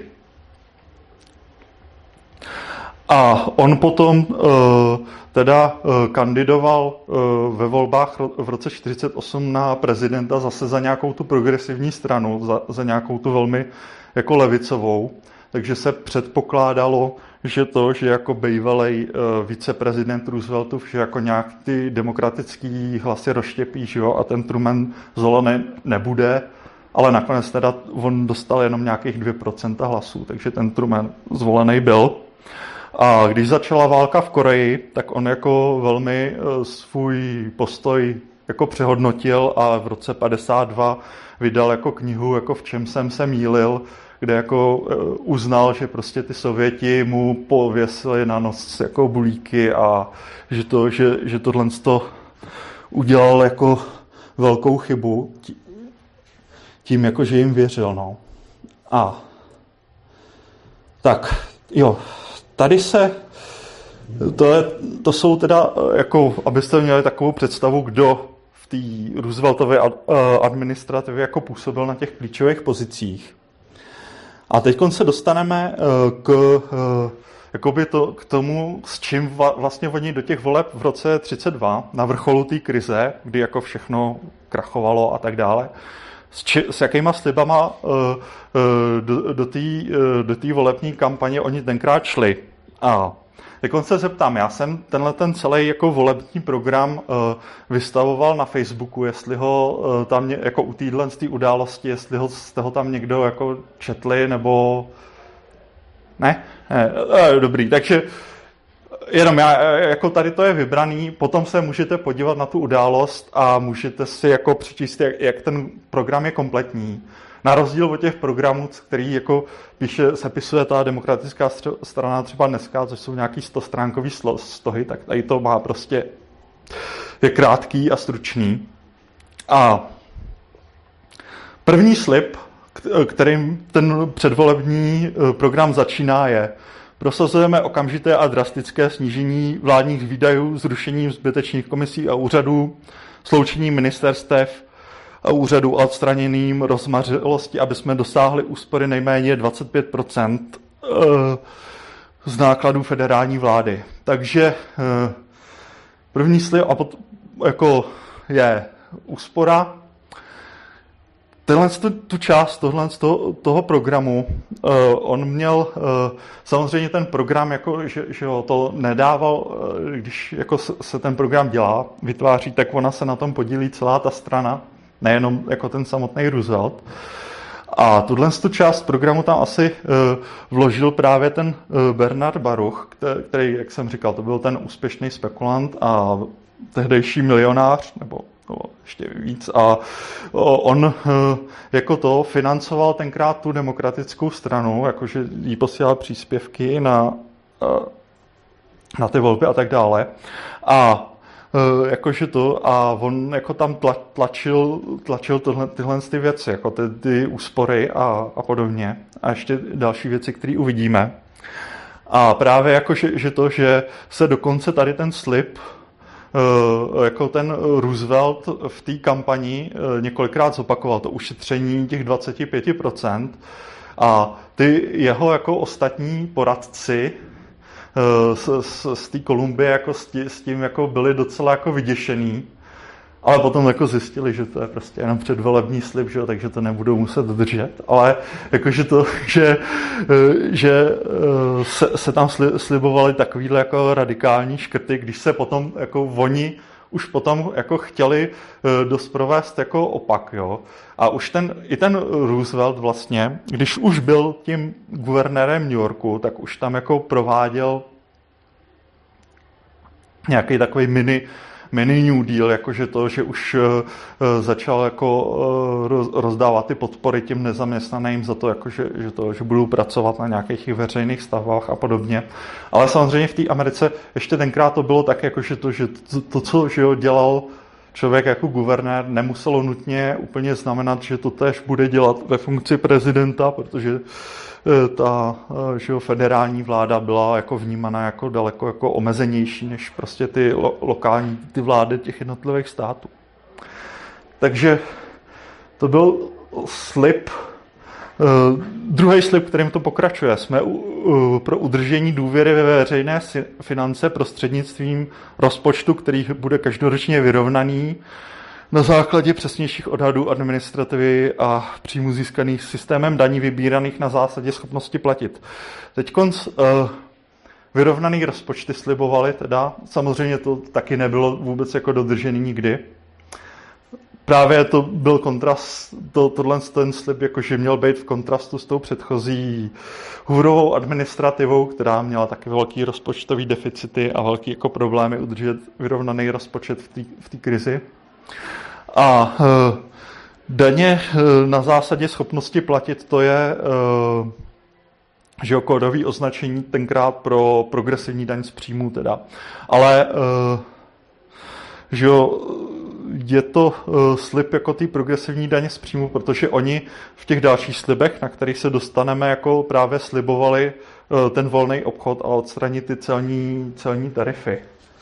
A on potom uh, teda uh, kandidoval uh, ve volbách v roce čtyřicet osm na prezidenta zase za nějakou tu progresivní stranu, za, za nějakou tu velmi jako levicovou. Takže se předpokládalo, že to, že jako bývalej uh, viceprezident Rooseveltův, že jako nějak ty demokratický hlasy rozštěpí, že jo, a ten Truman zvolený nebude, ale nakonec teda on dostal jenom nějakých dvě procenta hlasů, takže ten Truman zvolený byl. A když začala válka v Koreji, tak on jako velmi svůj postoj jako přehodnotil a v roce padesát dva vydal jako knihu jako V čem jsem se mýlil, kde jako uznal, že prostě ty Sověti mu pověsili na nos jako bulíky a že, to, že, že tohle to udělal jako velkou chybu tím, jako že jim věřil. No. A tak, jo. Tady se, to, je, to jsou teda, jako, abyste měli takovou představu, kdo v té Rooseveltově administrativě jako působil na těch klíčových pozicích. A teď se dostaneme k, jakoby to, k tomu, s čím vlastně oni do těch voleb v roce třicet dva, na vrcholu té krize, kdy jako všechno krachovalo a tak dále, S, či, s jakýma slibama uh, uh, do, do té uh, do té volební kampaně oni tenkrát šli. A teď se zeptám, já jsem tenhle ten celý jako volební program uh, vystavoval na Facebooku, jestli ho uh, tam ně, jako u téhle z té události, jestli ho, jste ho tam někdo jako četli, nebo ne? ne? E, dobrý, takže jenom já, jako tady to je vybraný, potom se můžete podívat na tu událost a můžete si jako přečíst, jak, jak ten program je kompletní. Na rozdíl od těch programů, který jako píše, sepisuje ta demokratická strana třeba dneska, což jsou nějaký stostránkový stohy, tak tady to má prostě, je krátký a stručný. A první slib, kterým ten předvolební program začíná, je: prosazujeme okamžité a drastické snížení vládních výdajů, zrušením zbytečných komisí a úřadů, sloučením ministerstev a úřadů a odstraněním rozmařilosti, aby jsme dosáhli úspory nejméně dvacet pět procent z nákladů federální vlády. Takže první slib a pot, jako je úspora. Tenhle tu část tohle, toho, toho programu, uh, on měl uh, samozřejmě ten program, jako, že, že ho to nedával, uh, když jako se ten program dělá, vytváří, tak ona se na tom podílí celá ta strana, nejenom jako ten samotný Roosevelt. A tuhle část programu tam asi uh, vložil právě ten uh, Bernard Baruch, který, který, jak jsem říkal, to byl ten úspěšný spekulant a tehdejší milionář, nebo no, ještě víc. A on uh, jako to financoval tenkrát tu demokratickou stranu, jakože jí posílal příspěvky na, uh, na ty volby a tak dále. A Uh, jakože to, a on jako tam tla, tlačil, tlačil tohle, tyhle ty věci, jako ty, ty úspory a, a podobně. A ještě další věci, které uvidíme. A právě jakože že to, že se dokonce tady ten slib, uh, jako ten Roosevelt v té kampani uh, několikrát zopakoval, to ušetření těch dvacet pět procent a ty jeho jako ostatní poradci z, z, z té Kolumbie jako s, tí, s tím jako byli docela jako vyděšený, ale potom jako zjistili, že to je prostě jenom předvolební slib, že, takže to nebudou muset dodržet, ale jakože to, že, že se, se tam slibovali takovýhle jako radikální škrty, když se potom jako oni už potom jako chtěli dost provést jako opak, jo. A už ten, i ten Roosevelt vlastně, když už byl tím guvernérem New Yorku, tak už tam jako prováděl nějaký takový mini, mini New Deal, jakože to, že už začal jako rozdávat ty podpory těm nezaměstnaným za to, jakože, že to, že budou pracovat na nějakých veřejných stavbách a podobně. Ale samozřejmě v té Americe ještě tenkrát to bylo tak, jakože to, že to, to co že jo, dělal člověk jako guvernér, nemuselo nutně úplně znamenat, že to též bude dělat ve funkci prezidenta, protože ta že jo, federální vláda byla jako vnímaná jako daleko jako omezenější než prostě ty lo, lokální ty vlády těch jednotlivých států. Takže to byl slib. Uh, druhý slib, kterým to pokračuje. Jsme u, uh, pro udržení důvěry ve veřejné finance prostřednictvím rozpočtu, který bude každoročně vyrovnaný na základě přesnějších odhadů administrativy a příjmů získaných systémem daní vybíraných na zásadě schopnosti platit. Teď konc uh, vyrovnaný rozpočty slibovali teda, samozřejmě to taky nebylo vůbec jako dodržený nikdy. Právě to byl kontrast, to, tohle ten slib jakože měl být v kontrastu s tou předchozí Hooverovou administrativou, která měla taky velký rozpočtový deficity a velký jako problémy udržet vyrovnaný rozpočet v té krizi. A e, daně e, na zásadě schopnosti platit, to je e, že jo, kódový označení tenkrát pro progresivní daň z příjmů teda. Ale e, že jo, je to uh, slib jako ty progresivní daně z příjmu, protože oni v těch dalších slibech, na kterých se dostaneme, jako právě slibovali uh, ten volný obchod a odstranit ty celní, celní tarify.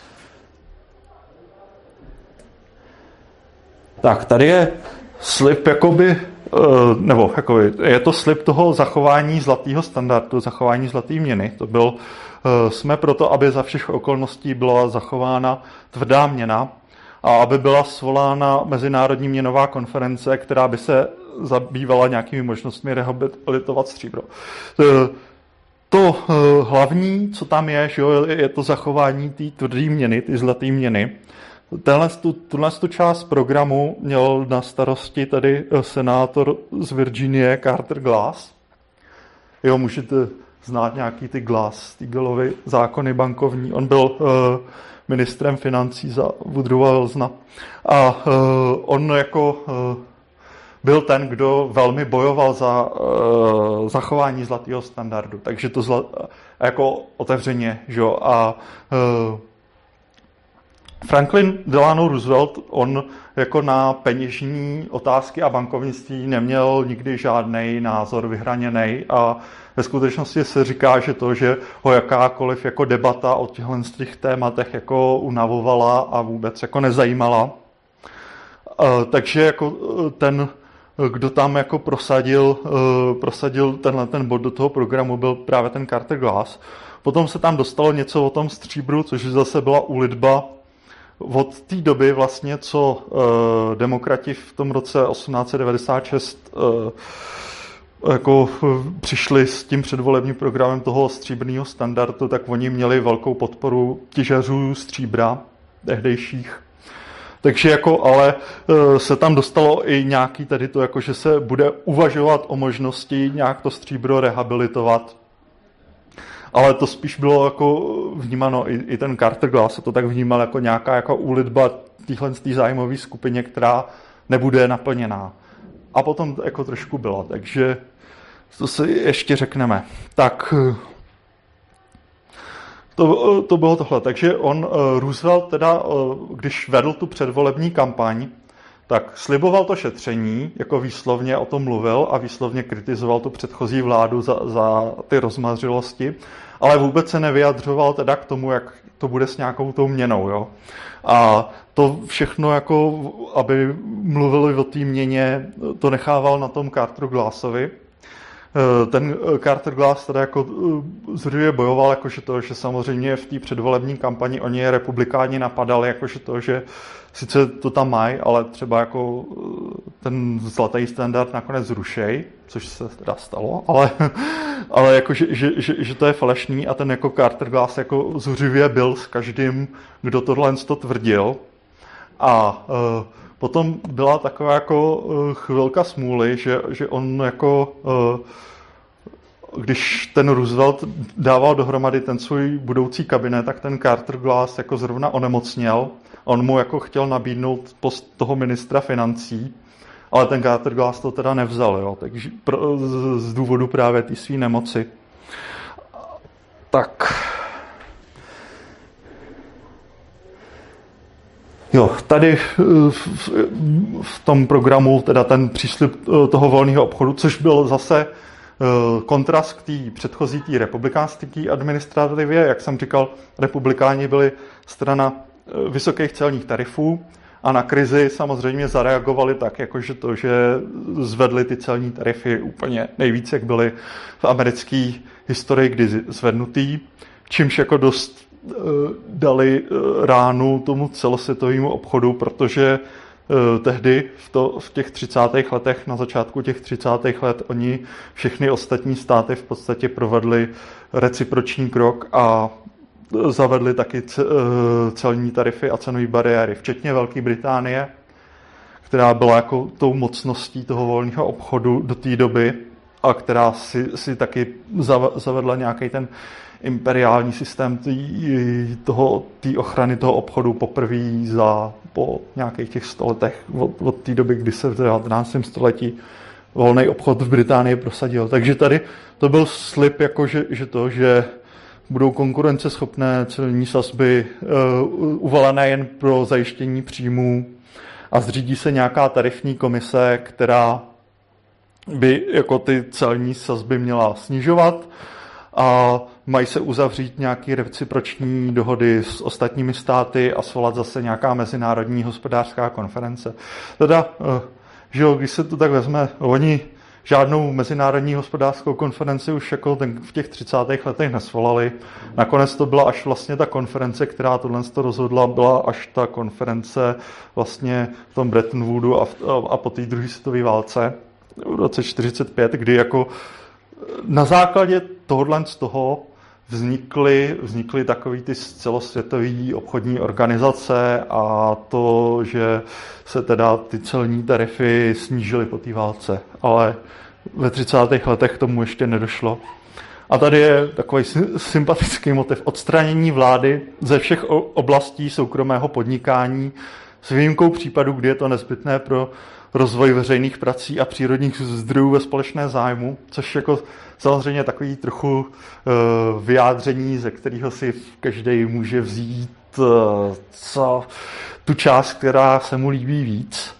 Tak, tady je slib jakoby, uh, nebo jakoby, je to slib toho zachování zlatého standardu, zachování zlaté měny. To byl, uh, jsme proto, aby za všech okolností byla zachována tvrdá měna, a aby byla svolána mezinárodní měnová konference, která by se zabývala nějakými možnostmi rehabilitovat stříbro. To hlavní, co tam je, že je to zachování té tvrdé měny, ty zlaté měny. Tuhle tu část programu měl na starosti tady senátor z Virginie Carter Glass. Jo, můžete znát nějaký ty Glass-Steagalovy zákony bankovní. On byl ministrem financí za Woodrowa Wilsona. A uh, on jako uh, byl ten, kdo velmi bojoval za uh, zachování zlatého standardu. Takže to zla, jako otevřeně, že jo. A uh, Franklin Delano Roosevelt, on jako na peněžní otázky a bankovnictví neměl nikdy žádný názor vyhraněný a ve skutečnosti se říká, že to, že ho jakákoliv jako debata o těchto těch tématech jako unavovala a vůbec jako nezajímala. Takže jako ten, kdo tam jako prosadil, prosadil tenhle ten bod do toho programu, byl právě ten Carter Glass. Potom se tam dostalo něco o tom stříbru, což zase byla úlitba od té doby vlastně, co uh, demokrati v tom roce osmnáct set devadesát šest uh, jako uh, přišli s tím předvolebním programem toho stříbrného standardu, tak oni měli velkou podporu těžařů stříbra tehdejších. Takže jako, ale se tam dostalo i nějaký tady to, jako že se bude uvažovat o možnosti nějak to stříbro rehabilitovat. Ale to spíš bylo jako vnímáno, i, i ten Carter Glass se to tak vnímal jako nějaká jako úlitba téhle zájmové skupině, která nebude naplněná. A potom jako trošku byla, takže to si ještě řekneme. Tak to, to bylo tohle. Takže on, Roosevelt teda, když vedl tu předvolební kampaň, tak sliboval to šetření, jako výslovně o tom mluvil a výslovně kritizoval tu předchozí vládu za, za ty rozmařilosti, ale vůbec se nevyjadřoval teda k tomu, jak to bude s nějakou tou měnou. Jo? A to všechno, jako, aby mluvili o té měně, to nechával na tom Carteru Glassovi. Ten Carter Glass teda jako zřejmě bojoval, jakože to, že samozřejmě v té předvolební kampani oni republikáni napadali, jakože to, že sice to tam mají, ale třeba jako ten zlatý standard nakonec zrušej, což se teda stalo, ale, ale jako, že, že, že, že to je falešný a ten jako Carter Glass jako zuřivě byl s každým, kdo tohle to tvrdil. A uh, potom byla taková jako uh, chvilka smůly, že, že on jako, uh, když ten Roosevelt dával dohromady ten svůj budoucí kabinet, tak ten Carter Glass jako zrovna onemocněl. On mu jako chtěl nabídnout post toho ministra financí, ale ten Carter Glass to teda nevzal, jo, takže pro, z, z důvodu právě té své nemoci. Tak... Jo, tady v, v tom programu teda ten příslib toho volného obchodu, což byl zase kontrast k té předchozí té republikánské administrativě. Jak jsem říkal, republikáni byli strana vysokých celních tarifů a na krizi samozřejmě zareagovali tak, jakože to, že zvedli ty celní tarify úplně nejvíc, jak byly v americké historii kdy zvednutý, čímž jako dost dali ránu tomu celosvětovému obchodu, protože tehdy v, to, v těch třicátých letech, na začátku těch třicátých let, oni všechny ostatní státy v podstatě provedli reciproční krok a zavedli taky celní tarify a cenové bariéry, včetně Velké Británie, která byla jako tou mocností toho volného obchodu do té doby a která si, si taky zavedla nějaký ten imperiální systém té ochrany toho obchodu poprvé za po nějakých těch sto letech od, od té doby, kdy se v devatenáctém století volný obchod v Británii prosadil. Takže tady to byl slib, jako že, že to, že budou konkurenceschopné celní sazby uh, uvalené jen pro zajištění příjmů a zřídí se nějaká tarifní komise, která by jako ty celní sazby měla snižovat a mají se uzavřít nějaké reciproční dohody s ostatními státy a svolat zase nějaká mezinárodní hospodářská konference. Teda, že jo, když se to tak vezme, oni žádnou mezinárodní hospodářskou konferenci už jako ten v těch třicátých letech nesvolali. Nakonec to byla až vlastně ta konference, která tohle to rozhodla, byla až ta konference vlastně v tom Bretton Woodu a, v, a po té druhé světové válce v roce čtyřicet pět, kdy jako na základě tohohle z toho vznikly, vznikly takový ty celosvětové obchodní organizace a to, že se teda ty celní tarify snížily po té válce. Ale ve třicátých letech k tomu ještě nedošlo. A tady je takový sympatický motiv odstranění vlády ze všech oblastí soukromého podnikání s výjimkou případů, kdy je to nezbytné pro rozvoj veřejných prací a přírodních zdrojů ve společné zájmu, což jako samozřejmě takový trochu uh, vyjádření, ze kterého si každý může vzít uh, co, tu část, která se mu líbí víc.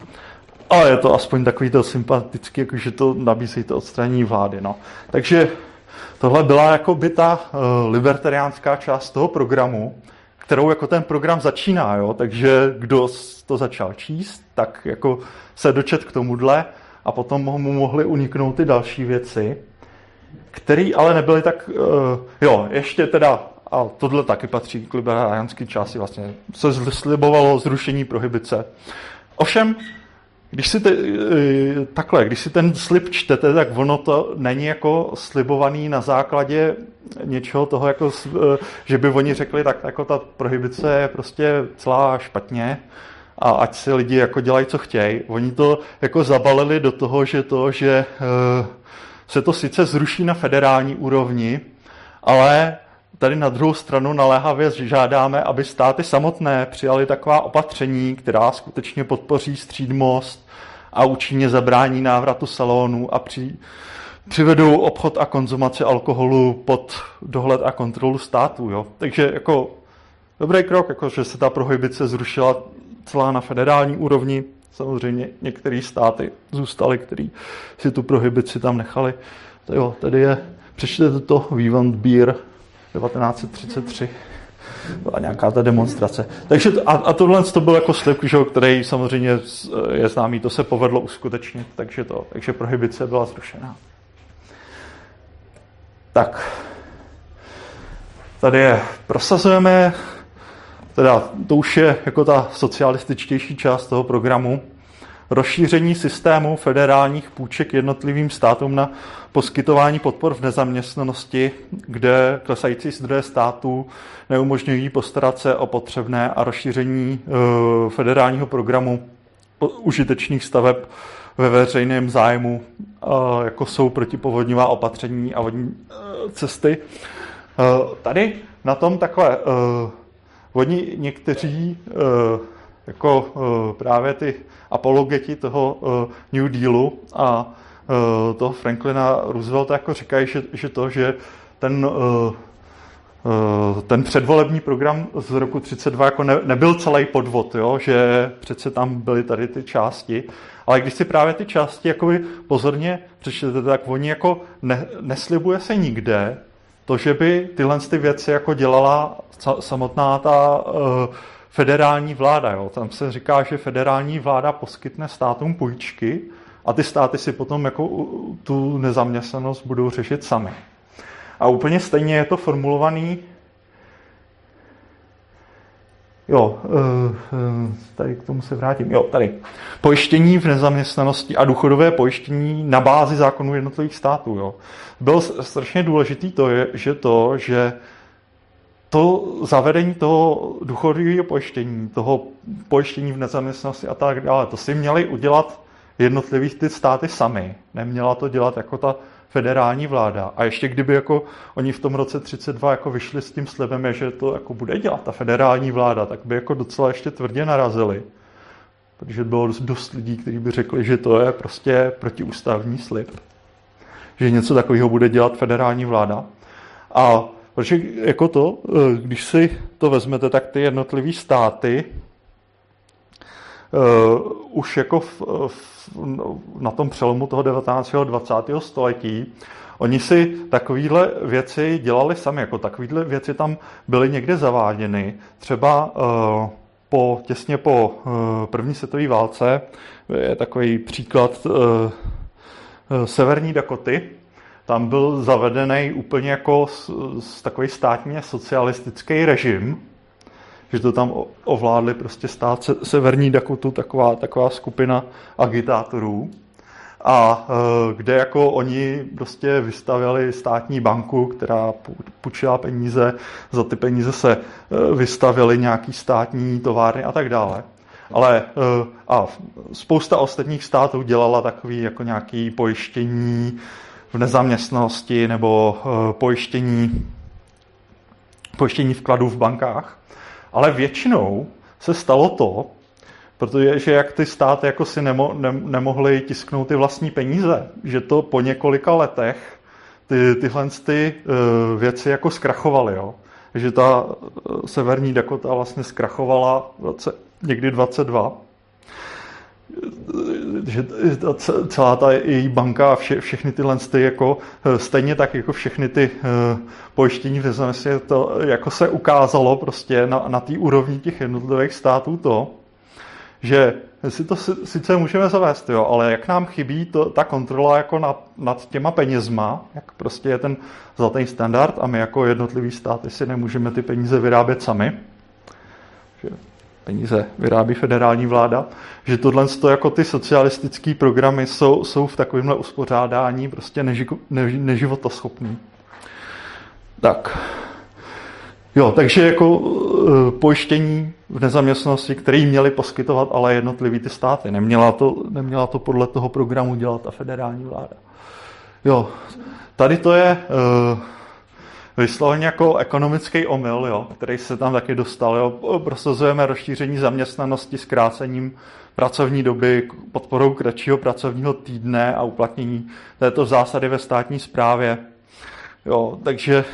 Ale je to aspoň takový to sympatický, jako že to nabízí to odstranění vlády. No. Takže tohle byla jako by ta uh, libertariánská část toho programu, kterou jako ten program začíná, jo? Takže kdo to začal číst, tak jako se dočet k tomuhle a potom mu mohly uniknout ty další věci, které ale nebyly tak, uh, jo, ještě teda, a tohle taky patří k libertariánské části, vlastně se slibovalo zrušení prohibice. Ovšem, když si te, takhle, když si ten slib čtete, tak ono to není jako slibovaný na základě něčeho toho, jako, že by oni řekli, tak jako ta prohibice je prostě celá špatně a ať si lidi jako dělají, co chtějí. Oni to jako zabalili do toho, že to, že uh, se to sice zruší na federální úrovni, ale tady na druhou stranu naléhavě žádáme, aby státy samotné přijaly taková opatření, která skutečně podpoří střídmost a účinně zabrání návratu salonů a při, přivedou obchod a konzumaci alkoholu pod dohled a kontrolu států. Jo? Takže jako dobrý krok, jako, že se ta prohibice zrušila celá na federální úrovni. Samozřejmě některé státy zůstaly, který si tu prohibici tam nechali. To jo, tady je, přečtěte to, We Want Beer devatenáct set třicet tři. Byla nějaká ta demonstrace. Takže a, a tohle to byl jako slib, který samozřejmě je známý, to se povedlo uskutečnit, takže, to, takže prohibice byla zrušená. Tak, tady je prosazujeme, teda to už je jako ta socialističtější část toho programu, rozšíření systému federálních půjček jednotlivým státům na poskytování podpor v nezaměstnanosti, kde klesající zdroje států neumožňují postarat se o potřebné, a rozšíření uh, federálního programu užitečných staveb ve veřejném zájmu, uh, jako jsou protipovodňová opatření a vodní uh, cesty. Uh, tady na tom takhle uh, oni někteří uh, jako uh, právě ty apologeti toho uh, New Dealu a uh, toho Franklina Roosevelta jako říkají, že, že to, že ten, uh, uh, ten předvolební program z roku třicet dva jako ne, nebyl celý podvod, jo? Že přece tam byly tady ty části, ale když si právě ty části jakoby pozorně přečtete, tak oni jako ne, neslibuje se nikde to, že by tyhle ty věci jako dělala samotná ta uh, federální vláda. Jo. Tam se říká, že federální vláda poskytne státům půjčky a ty státy si potom jako tu nezaměstnanost budou řešit sami. A úplně stejně je to formulovaný. Jo, tady k tomu se vrátím. Jo, tady. Pojištění v nezaměstnanosti a důchodové pojištění na bázi zákonů jednotlivých států. Jo. Bylo strašně důležitý to, je, že to, že to zavedení toho důchodového pojištění, toho pojištění v nezaměstnanosti a tak dále, to si měli udělat jednotlivých ty státy sami. Neměla to dělat jako ta federální vláda. A ještě kdyby jako oni v tom roce třicet dva jako vyšli s tím slibem, že to jako bude dělat ta federální vláda, tak by jako docela ještě tvrdě narazili. Protože bylo dost lidí, kteří by řekli, že to je prostě protiústavní slib. Že něco takového bude dělat federální vláda. A protože jako to, když si to vezmete, tak ty jednotlivé státy uh, už jako v, v, na tom přelomu toho devatenáctého a dvacátého století, oni si takovéhle věci dělali sami, jako takovéhle věci tam byly někde zaváděny. Třeba uh, po, těsně po uh, první světové válce je takový příklad uh, uh, Severní Dakoty. Tam byl zavedený úplně jako takový státně socialistický režim, že to tam ovládli prostě stát se, Severní Dakotu, taková, taková skupina agitátorů. A e, kde jako oni prostě vystavěli státní banku, která půjčila peníze, za ty peníze se e, vystavěly nějaký státní továrny a tak dále. Ale e, a spousta ostatních států dělala takový jako nějaký pojištění v nezaměstnanosti nebo uh, pojištění, pojištění vkladů v bankách. Ale většinou se stalo to, protože že jak ty státy jako si nemo, ne, nemohly tisknout ty vlastní peníze, že to po několika letech ty, tyhle ty, uh, věci jako zkrachovaly. Jo? Že ta uh, Severní Dakota vlastně zkrachovala v roce někdy dvacet dva. Že celá ta její banka a vše, všechny tyhle ty jako stejně tak jako všechny ty uh, pojištění v nezaměstnanosti, to jako se ukázalo prostě na, na té úrovni těch jednotlivých států to, že si to sice můžeme zavést, jo, ale jak nám chybí to, ta kontrola jako nad, nad těma penězma, jak prostě je ten zlatý standard a my jako jednotlivý státy si nemůžeme ty peníze vyrábět sami, že peníze vyrábí federální vláda, že tohle jako ty socialistické programy jsou, jsou v takovémhle uspořádání prostě neži, neži, neživotoschopný. Tak. Jo, takže jako pojištění v nezaměstnanosti, který měli poskytovat ale jednotlivý ty státy. Neměla to, neměla to podle toho programu dělat ta federální vláda. Jo, tady to je uh, vysloveně jako ekonomický omyl, jo, který se tam taky dostal. Jo. Prosazujeme rozšíření zaměstnanosti zkrácením pracovní doby, podporou kratšího pracovního týdne a uplatnění této zásady ve státní správě. Jo, takže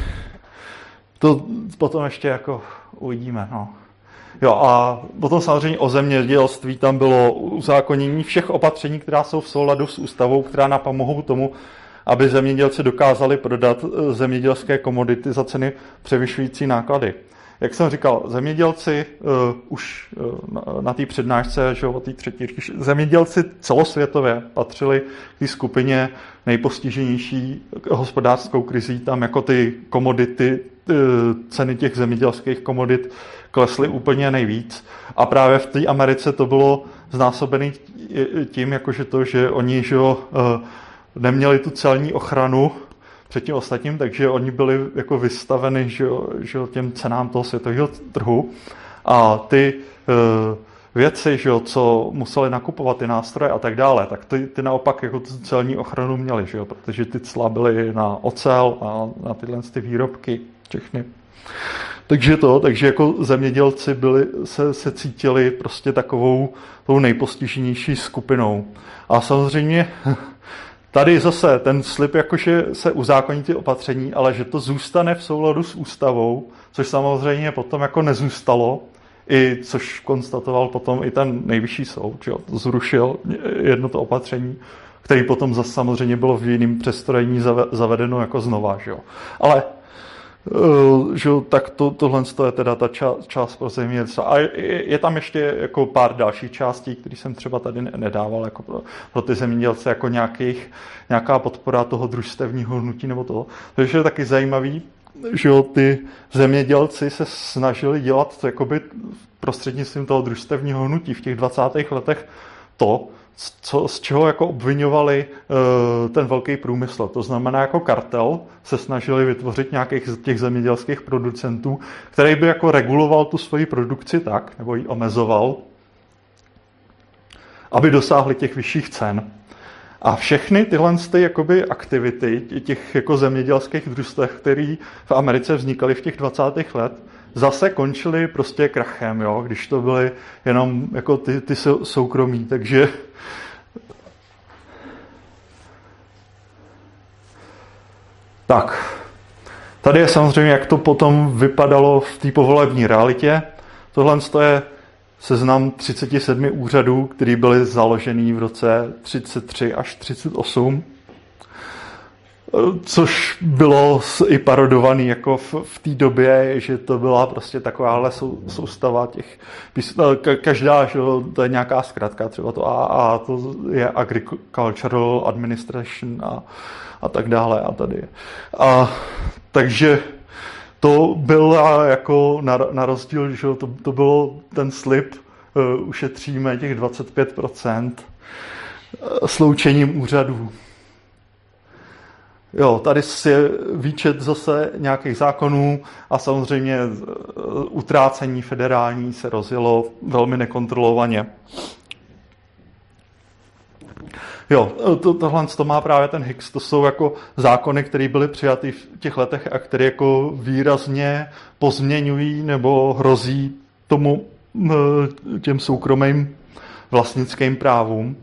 to potom ještě jako uvidíme. No. Jo, a potom samozřejmě o zemědělství tam bylo uzákonění všech opatření, která jsou v souladu s ústavou, která napomohou tomu, aby zemědělci dokázali prodat zemědělské komodity za ceny převyšující náklady. Jak jsem říkal, zemědělci uh, už uh, na, na té přednášce, že o té třetí říši, zemědělci celosvětově patřili k té skupině nejpostiženější hospodářskou krizí. Tam jako ty komodity, uh, ceny těch zemědělských komodit klesly úplně nejvíc. A právě v té Americe to bylo znásobené tím, jakože to, že oni že, uh, neměli tu celní ochranu před tím ostatním, takže oni byli jako vystaveni že, že, těm cenám toho světového trhu a ty e, věci, že, co museli nakupovat, ty nástroje a tak dále, tak ty, ty naopak jako tu celní ochranu měli, že, protože ty cla byly na ocel a na tyhle ty výrobky všechny. Takže to, takže jako zemědělci byli, se, se cítili prostě takovou tou nejpostiženější skupinou. A samozřejmě tady zase ten slib, jakože se uzákoní ty opatření, ale že to zůstane v souladu s ústavou, což samozřejmě potom jako nezůstalo, i což konstatoval potom i ten nejvyšší soud, že to zrušil jedno to opatření, který potom zase samozřejmě bylo v jiném přestrojení zavedeno jako znova, že jo. Ale že tak to, tohle je teda ta část, část pro zemědělce. A je, je tam ještě jako pár dalších částí, které jsem třeba tady nedával jako pro, pro ty zemědělce, jako nějakých, nějaká podpora toho družstevního hnutí nebo toho. Takže je taky zajímavý, že ty zemědělci se snažili dělat to jakoby prostřednictvím toho družstevního hnutí v těch dvacátých letech to, Co, z čeho jako obviňovali uh, ten velký průmysl. To znamená, jako kartel se snažili vytvořit nějakých těch zemědělských producentů, který by jako reguloval tu svoji produkci tak, nebo ji omezoval, aby dosáhli těch vyšších cen. A všechny tyhle ty, jakoby, aktivity těch jako zemědělských družstev, které v Americe vznikaly v těch dvacátých let, zase končily prostě krachem, jo? Když to byly jenom jako ty, ty soukromí. Takže tak, tady je samozřejmě, jak to potom vypadalo v té povolební realitě. Tohle je seznam třicet sedm úřadů, které byly založený v roce třicet tři až třicet osm, což bylo i parodovaný jako v, v té době, že to byla prostě takováhle sou, soustava těch každá, že to je nějaká zkratka, třeba to A A, to je Agricultural Administration a, a tak dále a tady. A takže to bylo jako na, na rozdíl, že to, to bylo ten slib, uh, ušetříme těch dvacet pět procent sloučením úřadů. Jo, tady je výčet zase nějakých zákonů a samozřejmě utrácení federální se rozjelo velmi nekontrolovaně. Jo, to, tohle to má právě ten Hicks, to jsou jako zákony, které byly přijaty v těch letech a které jako výrazně pozměňují nebo hrozí tomu těm soukromým vlastnickým právům.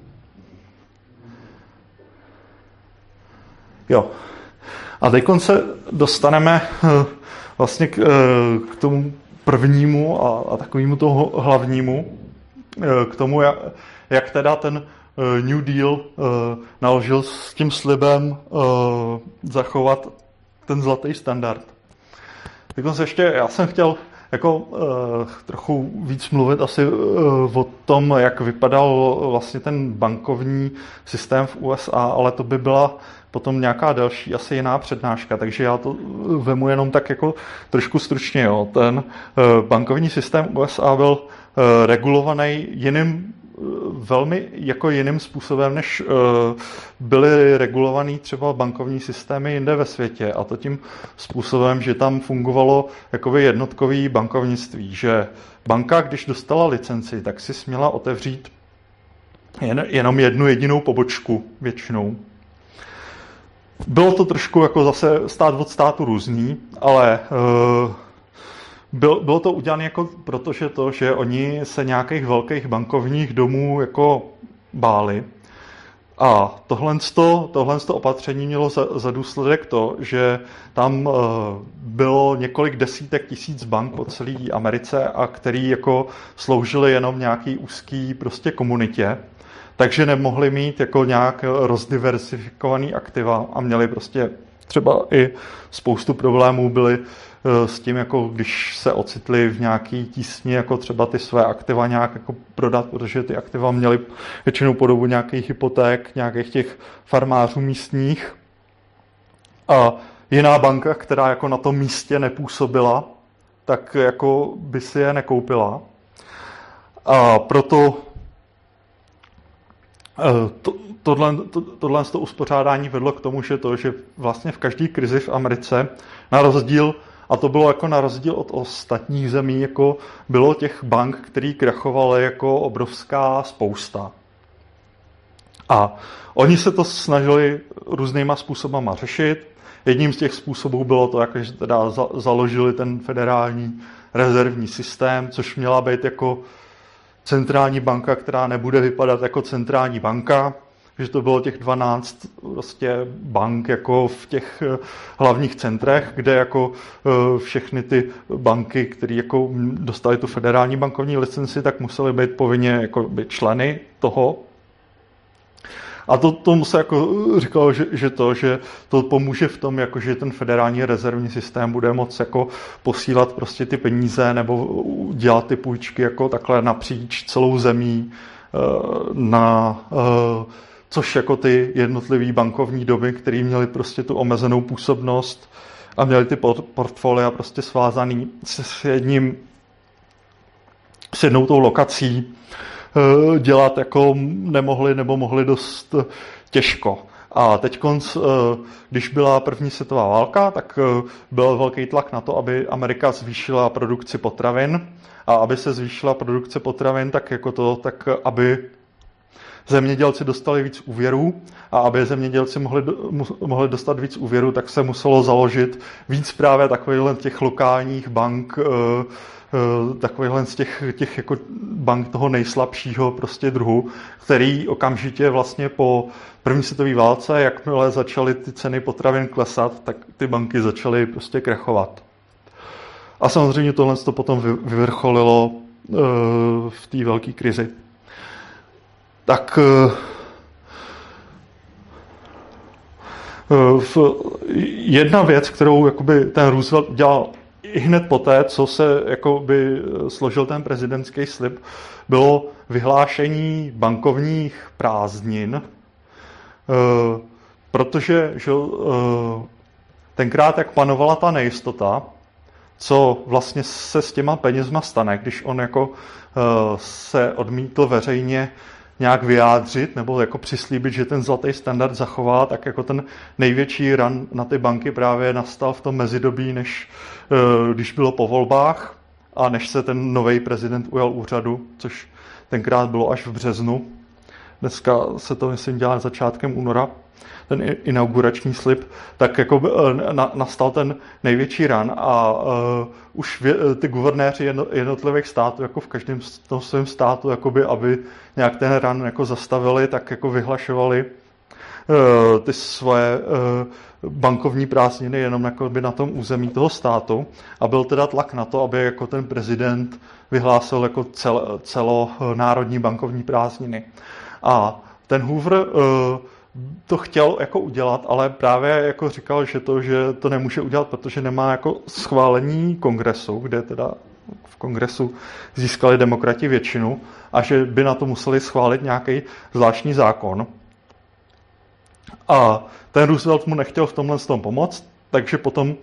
Jo. A teď se dostaneme vlastně k, k tomu prvnímu a, a takovému toho hlavnímu, k tomu, jak, jak teda ten New Deal naložil s tím slibem zachovat ten zlatý standard. Teď se ještě, já jsem chtěl jako uh, trochu víc mluvit asi uh, o tom, jak vypadal vlastně ten bankovní systém v U S A, ale to by byla potom nějaká další, asi jiná přednáška, takže já to vemu jenom tak jako trošku stručně. Jo. Ten uh, bankovní systém U S A byl uh, regulovaný jiným velmi jako jiným způsobem, než byly regulovaný třeba bankovní systémy jinde ve světě, a to tím způsobem, že tam fungovalo jakoby jednotkový bankovnictví, že banka, když dostala licenci, tak si směla otevřít jen, jenom jednu jedinou pobočku většinou. Bylo to trošku jako zase stát od státu různý, ale uh, bylo, bylo to udělané jako protože to, že oni se nějakých velkých bankovních domů jako báli. A tohle, tohle opatření mělo za, za důsledek to, že tam uh, bylo několik desítek tisíc bank po celé Americe, a který jako sloužily jenom nějaký úzký prostě komunitě. Takže nemohli mít jako nějak rozdiversifikovaný aktiva a měli prostě třeba i spoustu problémů byly s tím, jako když se ocitli v nějaký tísni, jako třeba ty své aktiva nějak jako prodat, protože ty aktiva měly většinou podobu nějakých hypoték, nějakých těch farmářů místních. A jiná banka, která jako na tom místě nepůsobila, tak jako by si je nekoupila. A proto To, tohle, to, tohle to uspořádání vedlo k tomu, že to, že vlastně v každé krizi v Americe, na rozdíl, a to bylo jako na rozdíl od ostatních zemí, jako bylo těch bank, které krachovaly jako obrovská spousta. A oni se to snažili různýma způsobama řešit. Jedním z těch způsobů bylo to, jako, že teda za, založili ten federální rezervní systém, což měla být jako centrální banka, která nebude vypadat jako centrální banka, že to bylo těch dvanáct prostě bank jako v těch hlavních centrech, kde jako všechny ty banky, které jako dostaly tu federální bankovní licenci, tak musely být povinně jako být členy toho. A to tomu se jako říkalo, že, že to, že to pomůže v tom, jako že ten federální rezervní systém bude moct jako posílat prostě ty peníze nebo dělat ty půjčky jako takhle napříč celou zemí, na, což jako ty jednotlivý bankovní domy, které měly prostě tu omezenou působnost a měly ty portfolia prostě svázaný s jedním, s jednou tou lokací, dělat jako nemohli nebo mohli dost těžko. A teď, když byla první světová válka, tak byl velký tlak na to, aby Amerika zvýšila produkci potravin. A aby se zvýšila produkce potravin, tak jako to, tak aby zemědělci dostali víc úvěrů, a aby zemědělci mohli, mohli dostat víc úvěrů, tak se muselo založit víc právě takovýchhle těch lokálních bank, takovýhle z těch, těch jako bank toho nejslabšího prostě druhu, který okamžitě vlastně po první světové válce, jakmile začaly ty ceny potravin klesat, tak ty banky začaly prostě krachovat. A samozřejmě tohle to potom vyvrcholilo v té velké krizi. Tak jedna věc, kterou jakoby ten Roosevelt dělal i hned poté, co se jakoby složil ten prezidentský slib, bylo vyhlášení bankovních prázdnin, protože že, tenkrát, jak panovala ta nejistota, co vlastně se s těma penězma stane, když on jako se odmítl veřejně nějak vyjádřit nebo jako přislíbit, že ten zlatý standard zachová, tak jako ten největší run na ty banky právě nastal v tom mezidobí, než když bylo po volbách a než se ten nový prezident ujal úřadu, což tenkrát bylo až v březnu. Dneska se to, myslím, dělá začátkem února, ten inaugurační slib, tak jako na, nastal ten největší run a uh, už vě, ty guvernéři jednotlivých států, jako v každém tom svém státu, jakoby, aby nějak ten run jako zastavili, tak jako vyhlašovali uh, ty svoje uh, bankovní prázdniny jenom jakoby na tom území toho státu, a byl teda tlak na to, aby jako ten prezident vyhlásil jako cel, celonárodní bankovní prázdniny. A ten Hoover uh, to chtěl jako udělat, ale právě jako říkal, že to, že to nemůže udělat, protože nemá jako schválení kongresu, kde teda v kongresu získali demokrati většinu, a že by na to museli schválit nějaký zvláštní zákon. A ten Roosevelt mu nechtěl v tomhle tom pomoct, takže potom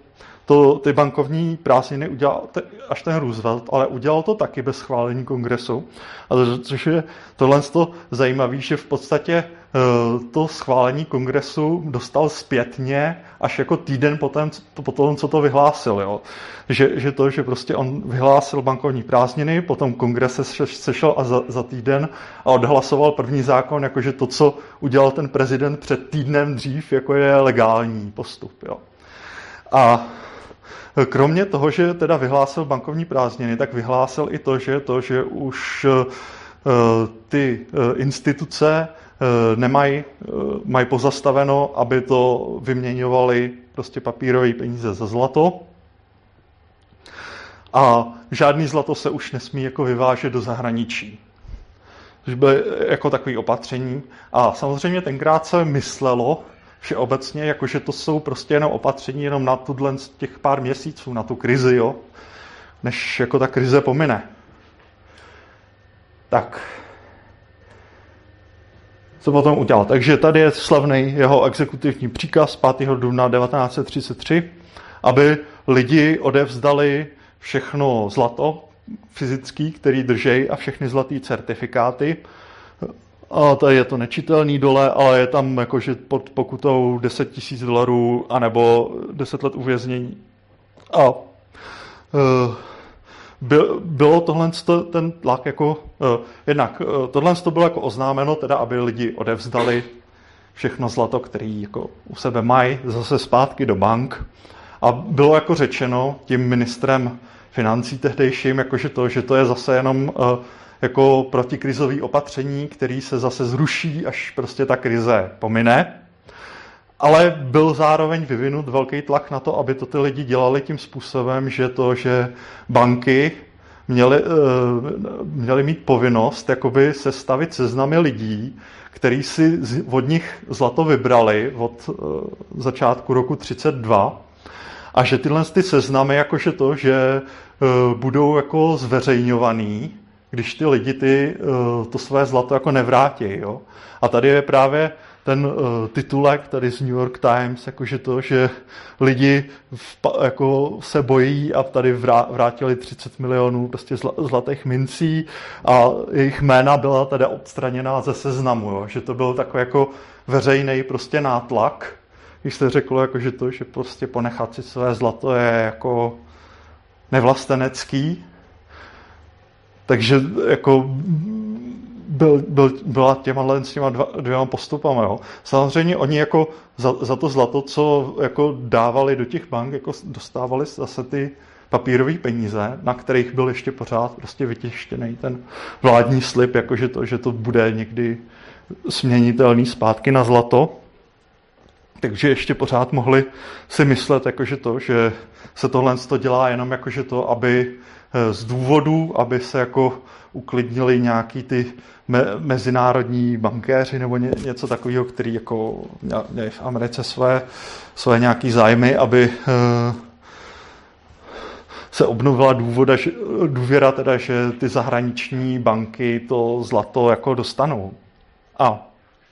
to, ty bankovní prázdniny udělal až ten Roosevelt, ale udělal to taky bez schválení kongresu. A to, což je tohle to zajímavé, že v podstatě to schválení kongresu dostal zpětně až jako týden potom, potom co to vyhlásil. Jo. Že, že to, že prostě on vyhlásil bankovní prázdniny, potom kongres se sešel a za, za týden a odhlasoval první zákon, jakože to, co udělal ten prezident před týdnem dřív, jako je legální postup. Jo. A kromě toho, že teda vyhlásil bankovní prázdniny, tak vyhlásil i to, že to, že už ty instituce nemají mají pozastaveno, aby to vyměňovali prostě papírové peníze za zlato. A žádný zlato se už nesmí jako vyvážet do zahraničí. Což byly jako takové opatření. A samozřejmě tenkrát se myslelo všeobecně, jako že to jsou prostě jenom opatření jenom na tuhle těch pár měsíců, na tu krizi, jo, než jako ta krize pomine. Tak. Co potom udělal? Takže tady je slavný jeho exekutivní příkaz pátého dubna devatenáct set třicet tři, aby lidi odevzdali všechno zlato fyzický, který držej, a všechny zlatý certifikáty. A tady je to nečitelný dole, ale je tam jakože pod pokutou deset tisíc dolarů anebo deset let uvěznění. A uh, bylo tohle ten tlak jako, jednak tohle to bylo jako oznámeno, teda aby lidi odevzdali všechno zlato, který jako u sebe mají, zase zpátky do bank. A bylo jako řečeno tím ministrem financí tehdejším, jakože to, že to je zase jenom jako protikrizový opatření, který se zase zruší, až prostě ta krize pomine. Ale byl zároveň vyvinut velký tlak na to, aby to ty lidi dělali tím způsobem, že to, že banky měly, měly mít povinnost jakoby sestavit seznamy lidí, kteří si od nich zlato vybrali od začátku roku třicet dva, a že tyhle ty seznamy, jakože to, že budou jako zveřejňovaný, když ty lidi ty, to své zlato jako nevrátí. Jo? A tady je právě ten uh, titulek tady z New York Times, jakože to, že lidi v, jako se bojí a tady vrá, vrátili třicet milionů prostě zla, zlatých mincí a jejich jména byla teda odstraněná ze seznamu, jo? Že to byl takový jako veřejný prostě nátlak, když se řeklo, jako, že to, že prostě ponechat si své zlato je jako nevlastenecký. Takže jako byl, byl, byla těma, s těma dva, dvěma postupama. Jo. Samozřejmě oni jako za, za to zlato, co jako dávali do těch bank, jako dostávali zase ty papírové peníze, na kterých byl ještě pořád prostě vytištěný ten vládní slib, jako že to, že to bude někdy směnitelný zpátky na zlato. Takže ještě pořád mohli si myslet, jakože to, že se tohle dělá jenom jakože to, aby z důvodu, aby se jako uklidnili nějaký ty me- mezinárodní bankéři nebo ně- něco takového, který jako měli v Americe své, své nějaký zájmy, aby uh, se obnovila důvoda, že, důvěra, teda, že ty zahraniční banky to zlato jako dostanou. A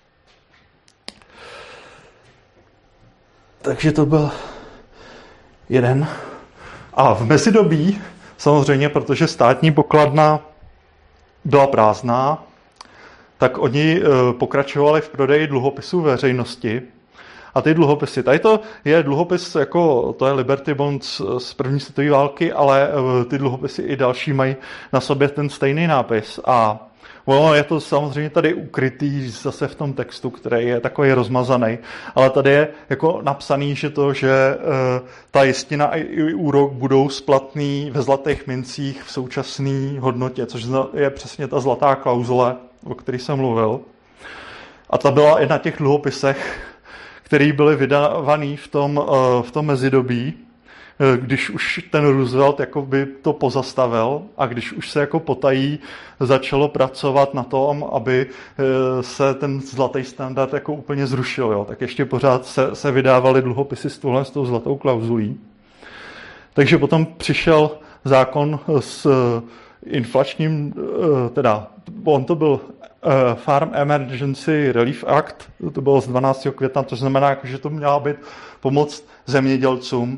takže to byl jeden. A v mezidobí samozřejmě, protože státní pokladna byla prázdná, tak oni pokračovali v prodeji dluhopisů veřejnosti. A ty dluhopisy, tady to je dluhopis, jako to je Liberty Bonds z první světové války, ale ty dluhopisy i další mají na sobě ten stejný nápis. A ono je to samozřejmě tady ukrytý zase v tom textu, který je takový rozmazaný, ale tady je jako napsaný, že to, že e, ta jistina i úrok budou splatný ve zlatých mincích v současné hodnotě, což je přesně ta zlatá klauzule, o které jsem mluvil. A ta byla i na těch dluhopisech, které byly vydávaný v tom, e, v tom mezidobí, když už ten Roosevelt jakoby to pozastavil a když už se jako potají začalo pracovat na tom, aby se ten zlatý standard jako úplně zrušil, jo, tak ještě pořád se, se vydávaly dluhopisy s touhle s tou zlatou klauzulí. Takže potom přišel zákon s inflačním, teda on to byl Farm Emergency Relief Act, to bylo z dvanáctého května, to znamená, že to měla být pomoc zemědělcům.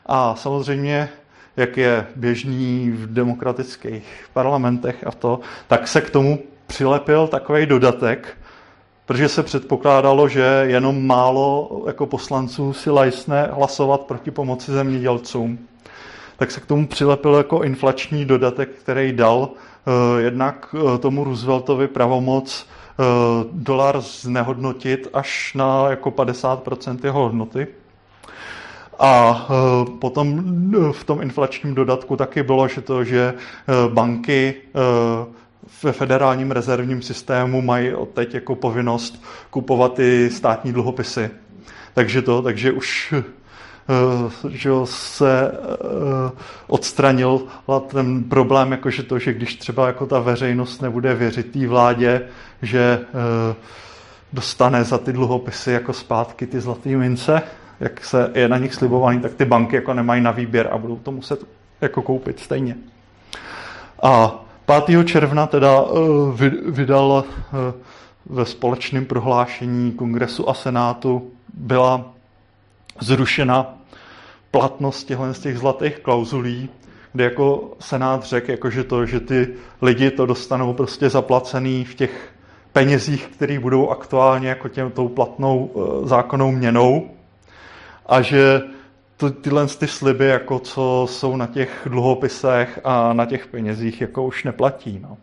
A samozřejmě, jak je běžný v demokratických parlamentech a to, tak se k tomu přilepil takový dodatek, protože se předpokládalo, že jenom málo jako poslanců si lajsne hlasovat proti pomoci zemědělcům. Tak se k tomu přilepil jako inflační dodatek, který dal uh, jednak uh, tomu Rooseveltovi pravomoc uh, dolar znehodnotit až na jako padesát procent jeho hodnoty. A uh, potom v tom inflačním dodatku taky bylo, že to, že uh, banky uh, ve federálním rezervním systému mají odteď jako povinnost kupovat ty státní dluhopisy. Takže to, takže už že se odstranil ten problém, jakože to, že když třeba jako ta veřejnost nebude věřit té vládě, že dostane za ty dluhopisy jako zpátky ty zlaté mince, jak se je na nich slibovaný, tak ty banky jako nemají na výběr a budou to muset jako koupit stejně. A pátého června teda vydal ve společném prohlášení Kongresu a Senátu byla zrušena platnost těchto z těch zlatých klauzulí, kde jako Senát řekl, jako že to, že ty lidi to dostanou prostě zaplacený v těch penězích, které budou aktuálně jako těm, tou platnou zákonnou měnou a že to, tyhle ty sliby, jako co jsou na těch dluhopisech a na těch penězích, jako už neplatí. No.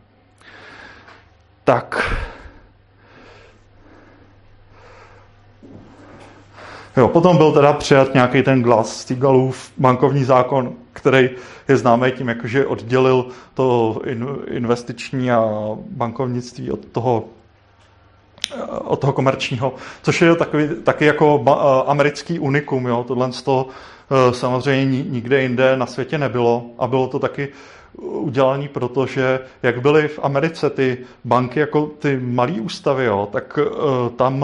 Tak. Jo, potom byl teda přijat nějaký ten Glass-Steagallův bankovní zákon, který je známý tím, jakože oddělil to investiční a bankovnictví od toho, od toho komerčního, což je takový, taky jako americký unikum. Jo. Tohle z toho samozřejmě nikde jinde na světě nebylo a bylo to taky udělané proto, že jak byly v Americe ty banky jako ty malé ústavy, jo, tak tam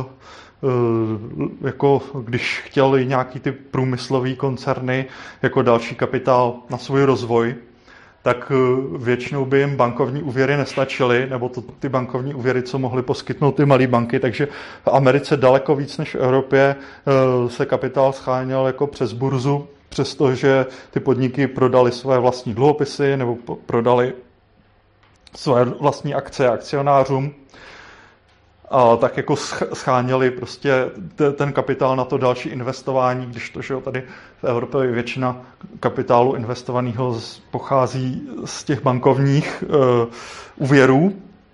jako když chtěli nějaký ty průmyslový koncerny jako další kapitál na svůj rozvoj, tak většinou by jim bankovní úvěry nestačily, nebo to, ty bankovní úvěry, co mohly poskytnout ty malé banky, takže v Americe daleko víc než v Evropě se kapitál scháněl jako přes burzu, přestože ty podniky prodali své vlastní dluhopisy nebo prodali své vlastní akcie akcionářům. A tak jako scháněli prostě ten kapitál na to další investování, když to, že tady v Evropě většina kapitálu investovaného pochází z těch bankovních uh, úvěrů.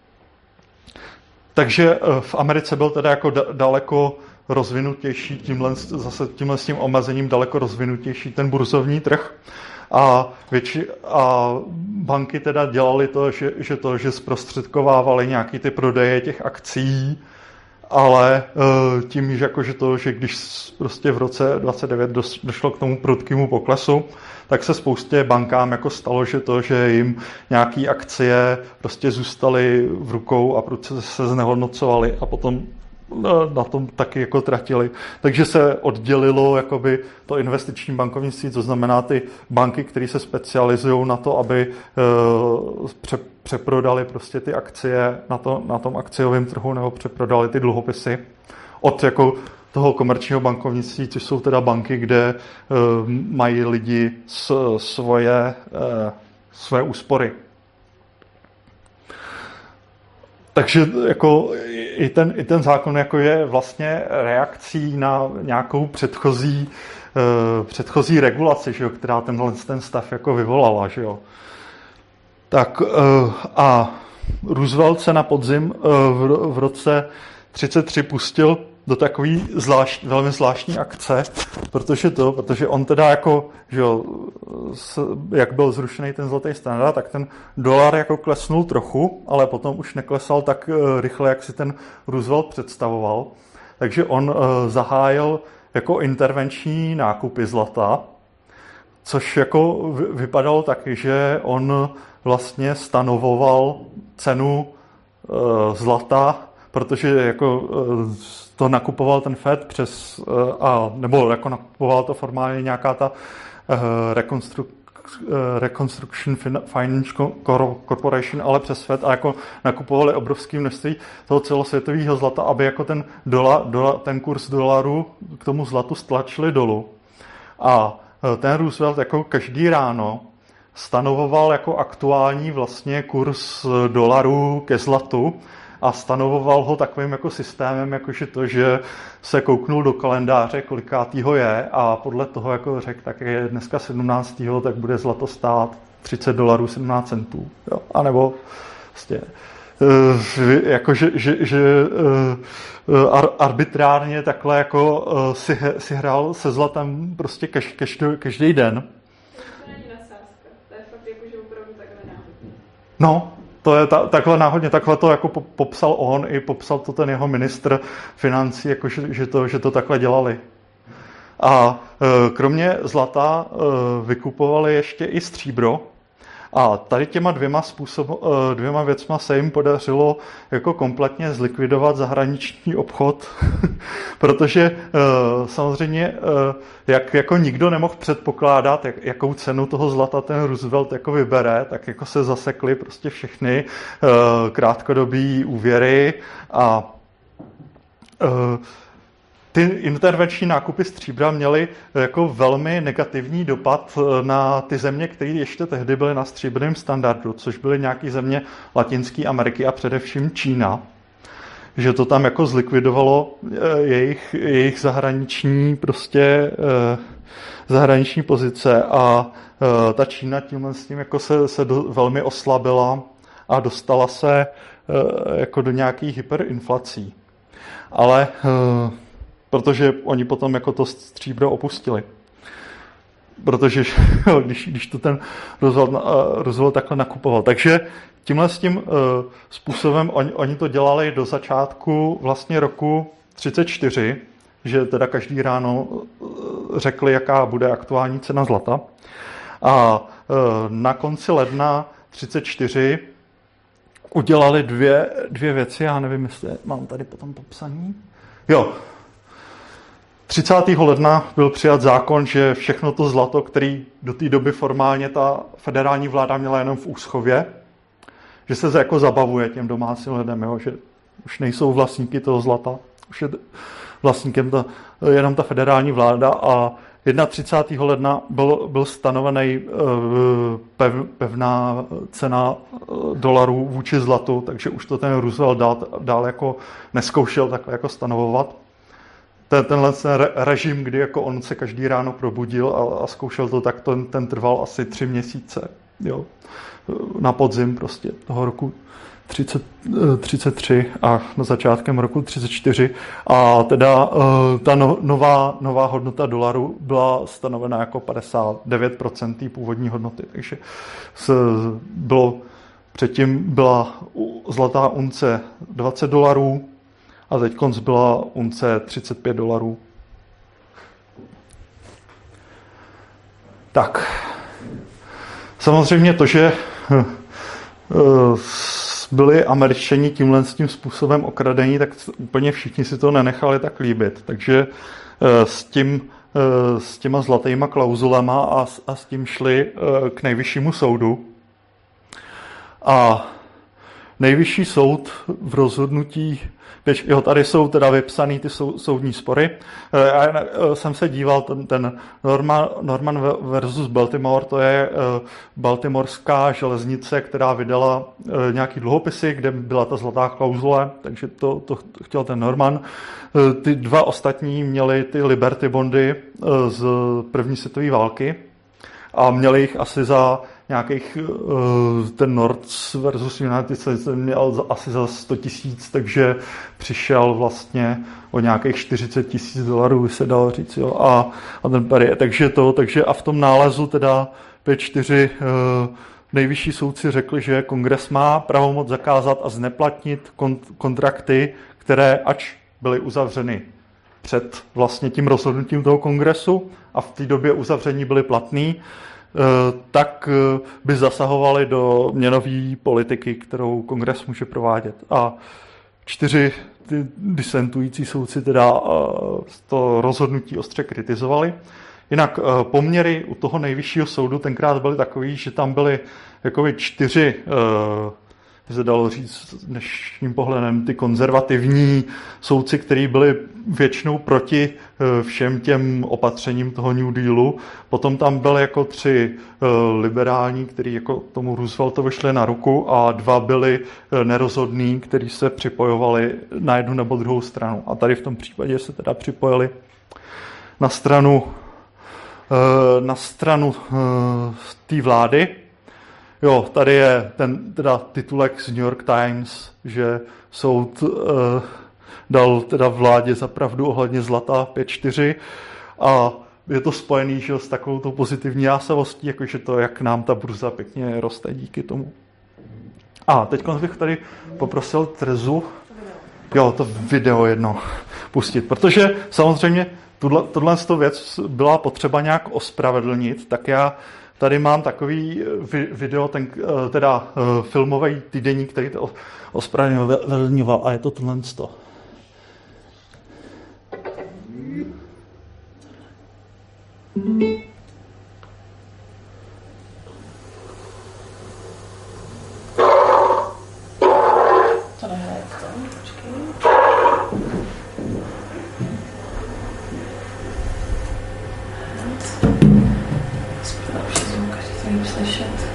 Takže uh, v Americe byl teda jako da- daleko rozvinutější, tímhle, zase tímhle s tím omezením daleko rozvinutější ten burzovní trh. A, větši, a banky teda dělali to, že, že to, že zprostředkovávaly nějaký ty prodeje těch akcií, ale e, tím, že, jako, že to, že když prostě v roce dvacet devět došlo k tomu prudkému poklesu, tak se spoustě bankám jako stalo, že to, že jim nějaké akcie prostě zůstaly v rukou a prostě se znehodnocovaly a potom na tom taky jako tratili. Takže se oddělilo jakoby to investiční bankovnictví, to znamená ty banky, které se specializují na to, aby uh, pře- přeprodali prostě ty akcie na, to, na tom akciovém trhu nebo přeprodali ty dluhopisy od jako toho komerčního bankovnictví, což jsou teda banky, kde uh, mají lidi s, svoje, uh, své úspory. Takže jako i ten, i ten zákon jako je vlastně reakcí na nějakou předchozí, uh, předchozí regulaci, že jo, která tenhle ten stav jako vyvolala. Že jo. Tak uh, a Roosevelt se na podzim uh, v, v roce třicet tři pustil do takový zvlášť, velmi zvláštní akce, protože to, protože on teda jako, že jo, jak byl zrušený ten zlatý standard, tak ten dolar jako klesnul trochu, ale potom už neklesal tak rychle, jak si ten Roosevelt představoval. Takže on zahájil jako intervenční nákupy zlata, což jako vypadalo taky, že on vlastně stanovoval cenu zlata, protože jako to nakupoval ten Fed přes, a, nebo jako nakupoval to formálně nějaká ta Reconstru, Reconstruction Finance Corporation, ale přes Fed a jako nakupovali obrovské množství toho celosvětového zlata, aby jako ten, dola, dola, ten kurz dolaru k tomu zlatu stlačili dolů. A ten Roosevelt jako každý ráno stanovoval jako aktuální vlastně kurz dolaru ke zlatu a stanovoval ho takovým jako systémem, jakože to, že se kouknul do kalendáře, kolikátýho je a podle toho jako řekl, tak je dneska sedmnáctého tak bude zlato stát třicet dolarů sedmnáct centů. Jo? A nebo vlastně, uh, jako, že, že, že uh, ar, arbitrárně takhle jako uh, si, si hrál se zlatem prostě kaž, každý, každý den. To není nadsázka, to je fakt jako, že opravdu takhle náhodně. No, to je ta, takhle náhodně, takhle to jako popsal on i popsal to ten jeho ministr financí, jako že, že, to, že to takhle dělali. A e, kromě zlata e, vykupovali ještě i stříbro. A tady těma dvěma, způsob, e, dvěma věcma se jim podařilo jako kompletně zlikvidovat zahraniční obchod, protože e, samozřejmě e, jak jako nikdo nemohl předpokládat, jak, jakou cenu toho zlata ten Roosevelt jako vybere, tak jako se zasekly prostě všechny e, krátkodobý úvěry a e, ty intervenční nákupy stříbra měly jako velmi negativní dopad na ty země, které ještě tehdy byly na stříbrném standardu, což byly nějaké země Latinské Ameriky a především Čína. Že to tam jako zlikvidovalo jejich, jejich zahraniční prostě zahraniční pozice a ta Čína tímhle s tím jako se, se do, velmi oslabila a dostala se jako do nějakých hyperinflací. Ale protože oni potom jako to stříbro opustili. Protože když, když to ten Roosevelt, Roosevelt takhle nakupoval. Takže tímhle s tím uh, způsobem oni, oni to dělali do začátku vlastně roku třicet čtyři, že teda každý ráno řekli, jaká bude aktuální cena zlata. A uh, na konci ledna třicet čtyři udělali dvě, dvě věci, já nevím, jestli mám tady potom popsaný. Jo, třicátého ledna byl přijat zákon, že všechno to zlato, který do té doby formálně ta federální vláda měla jenom v úschově, že se jako zabavuje těm domácím lidem, jo, že už nejsou vlastníky toho zlata, už je vlastníkem ta, jenom ta federální vláda a třicátého prvního ledna byl, byl stanovený pev, pevná cena dolarů vůči zlatu, takže už to ten Roosevelt dál, dál jako neskoušel takhle jako stanovovat. Ten, tenhle ten režim, kdy jako on se každý ráno probudil a, a zkoušel to, tak ten, ten trval asi tři měsíce. Jo. Na podzim prostě toho roku třicet, třicet tři a na začátkem roku třicet čtyři. A teda ta no, nová, nová hodnota dolaru byla stanovena jako padesát devět procent té původní hodnoty. Takže se bylo, předtím byla zlatá unce dvacet dolarů, a teď konc byla unce třicet pět dolarů. Tak. Samozřejmě to, že byli Američani tímhle s tím způsobem okradení, tak úplně všichni si to nenechali tak líbit. Takže s, tím, s těma zlatýma klauzulema a, a s tím šli k nejvyššímu soudu. A nejvyšší soud v rozhodnutí, jo, tady jsou teda vypsaný ty sou, soudní spory. Já jsem se díval, ten, ten Norman, Norman versus Baltimore, to je baltimorská železnice, která vydala nějaký dluhopisy, kde byla ta zlatá klauzule, takže to, to chtěl ten Norman. Ty dva ostatní měli ty Liberty bondy z první světové války a měli jich asi za nějakých, ten North versus United se měl asi za sto tisíc, takže přišel vlastně o nějakých čtyřicet tisíc dolarů, by se dalo říct, jo, a, a ten pari, takže to, takže a v tom nálezu teda pět čtyři nejvyšší soudci řekli, že kongres má pravomoc zakázat a zneplatnit kont- kontrakty, které ač byly uzavřeny před vlastně tím rozhodnutím toho kongresu a v té době uzavření byly platný, tak by zasahovali do měnové politiky, kterou kongres může provádět. A čtyři ty disentující soudci teda to rozhodnutí ostře kritizovali. Jinak poměry u toho nejvyššího soudu tenkrát byly takový, že tam byly jakoby čtyři by se dalo říct dnešním pohledem, ty konzervativní soudci, kteří byli většinou proti všem těm opatřením toho New Dealu. Potom tam byly jako tři liberální, kteří jako tomu Rooseveltovi šli na ruku a dva byli nerozhodní, kteří se připojovali na jednu nebo druhou stranu. A tady v tom případě se teda připojili na stranu na stranu té vlády. Jo, tady je ten teda titulek z New York Times, že soud eh, dal teda vládě za pravdu ohledně zlata pět čtyři a je to spojený, že, s takovou tou pozitivní jásavostí, jakože to, jak nám ta burza pěkně roste díky tomu. A teď bych tady poprosil Terezu, jo, to video jedno pustit, protože samozřejmě tuhle, tohle věc byla potřeba nějak ospravedlnit, tak já tady mám takový video, ten, teda filmový týdeník, který to ospravedlňoval a je to tohle. To nehraje to, počkej. Lepší zvuk, každý to líp slyšet.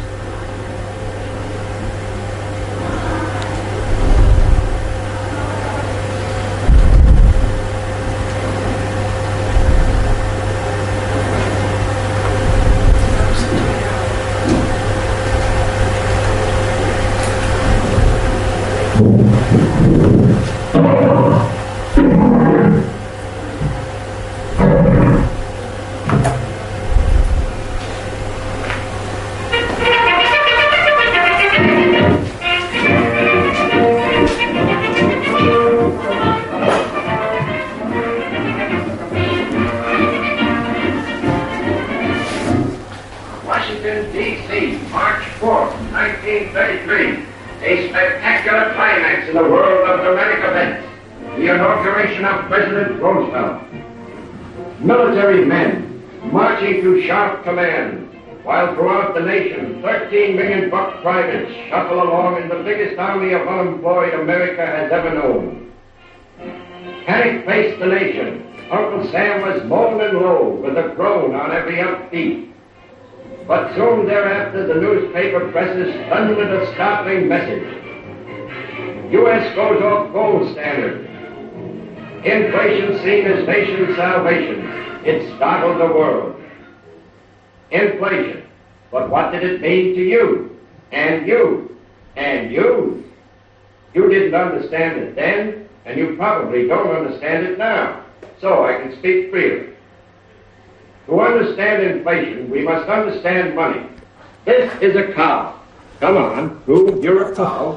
Military men marching to sharp command, while throughout the nation, thirteen million buck privates shuffle along in the biggest army of unemployed America has ever known. Panic faced the nation. Uncle Sam was moaning low with a groan on every upbeat. But soon thereafter, the newspaper presses thundered a startling message. U S goes off gold standard. Inflation seen as nation's salvation. It startled the world. Inflation. But what did it mean to you? And you? And you? You didn't understand it then, and you probably don't understand it now. So I can speak freely. To understand inflation, we must understand money. This is a cow. Come on, prove you're a cow.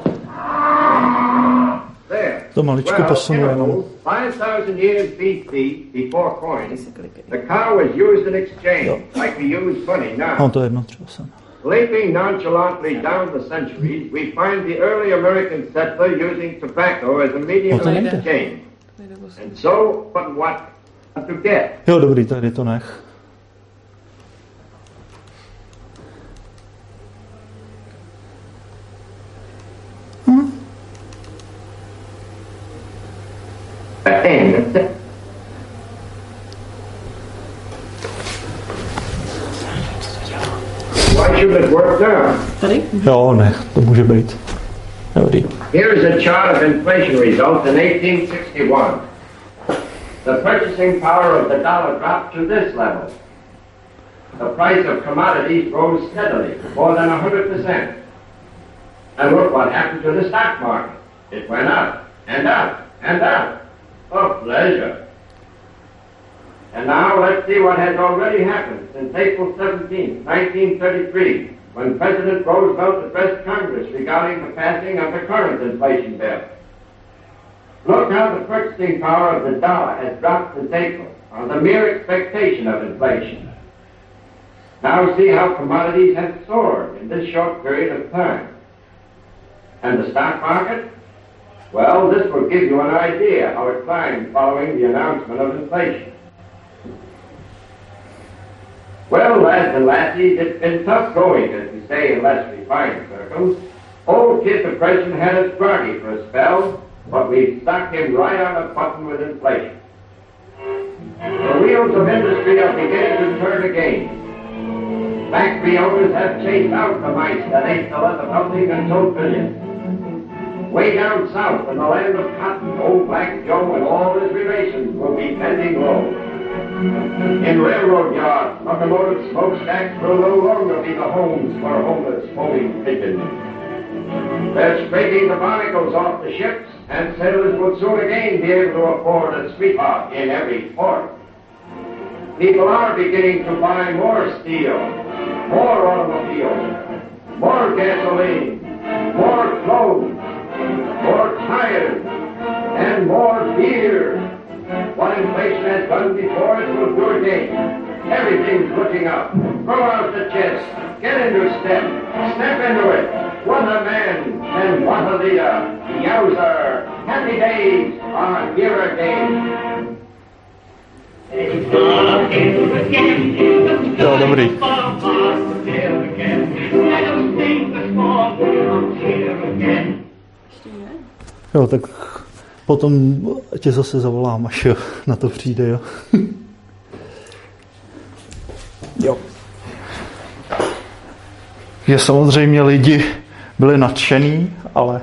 There. To maličko posunu jenom. five thousand years B C, before coin, the cow was used in exchange, like we use money now. No, to jedno třeba jsem. Leaping nonchalantly down the centuries, we find the early American settler using tobacco as a medium of exchange. And so, but what to get? Jo, dobrý, tady to nech. Hm? Why should it work now? Tady? Jo, ne, to může být. Dobrý. Here is a chart of inflation results in eighteen sixty-one. The purchasing power of the dollar dropped to this level. The price of commodities rose steadily, more than one hundred percent. And look what happened to the stock market. It went up, and up, and up. Oh, pleasure. And now let's see what has already happened since April seventeenth, nineteen thirty-three, when President Roosevelt addressed Congress regarding the passing of the current inflation bill. Look how the purchasing power of the dollar has dropped since April on the mere expectation of inflation. Now see how commodities have soared in this short period of time. And the stock market? Well, this will give you an idea how it climbed following the announcement of inflation. Well, lads and lassies, it's been tough going, as we say in less refined circles. Old Kit the President had us groggy for a spell, but we stuck him right on the button with inflation. The wheels of industry are beginning to turn again. Factory owners have chased out the mice that ate the leather melting and sold billions. Way down south in the land of cotton, old Black Joe and all his relations will be bending low. In railroad yards, locomotive smokestacks will no longer be the homes for homeless, foaming pigeons. They're scraping the barnacles off the ships, and sailors will soon again be able to afford a sweetheart in every port. People are beginning to buy more steel, more automobiles, more gasoline, more clothes, more tires, and more beer. What inflation has done before, it will do again. Everything's looking up. Throw out the chest. Get into step. Step into it. What a man and what a leader. Yowzer. Happy days are here again. Jo, dobrý. Jo, tak potom tě zase zavolám, až jo, na to přijde, jo. Jo. Že samozřejmě lidi byli nadšený, ale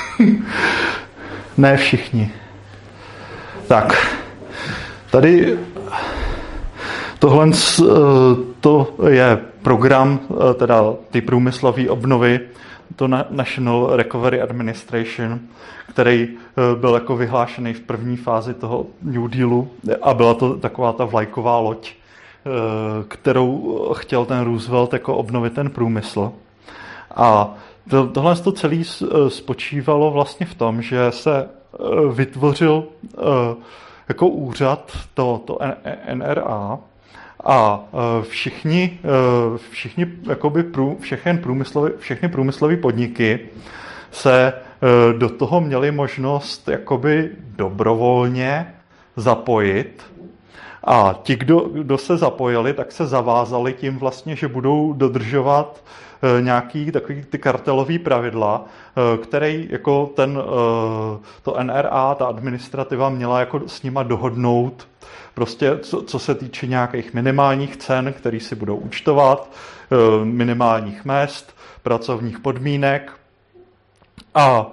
ne všichni. Tak, tady tohle to je program, teda ty průmyslové obnovy, to National Recovery Administration, který byl jako vyhlášený v první fázi toho New Dealu a byla to taková ta vlajková loď, kterou chtěl ten Roosevelt jako obnovit ten průmysl. A to, tohle to celé spočívalo vlastně v tom, že se vytvořil jako úřad to, to N R A a všichni, všichni jakoby prů, všechny průmyslové, všechny průmyslové podniky se do toho měli možnost jakoby dobrovolně zapojit. A ti, kdo, kdo se zapojili, tak se zavázali tím vlastně, že budou dodržovat nějaký takový ty kartelový pravidla, který jako ten, to N R A, ta administrativa měla jako s nima dohodnout, prostě co, co se týče nějakých minimálních cen, které si budou účtovat, minimálních mezd, pracovních podmínek. A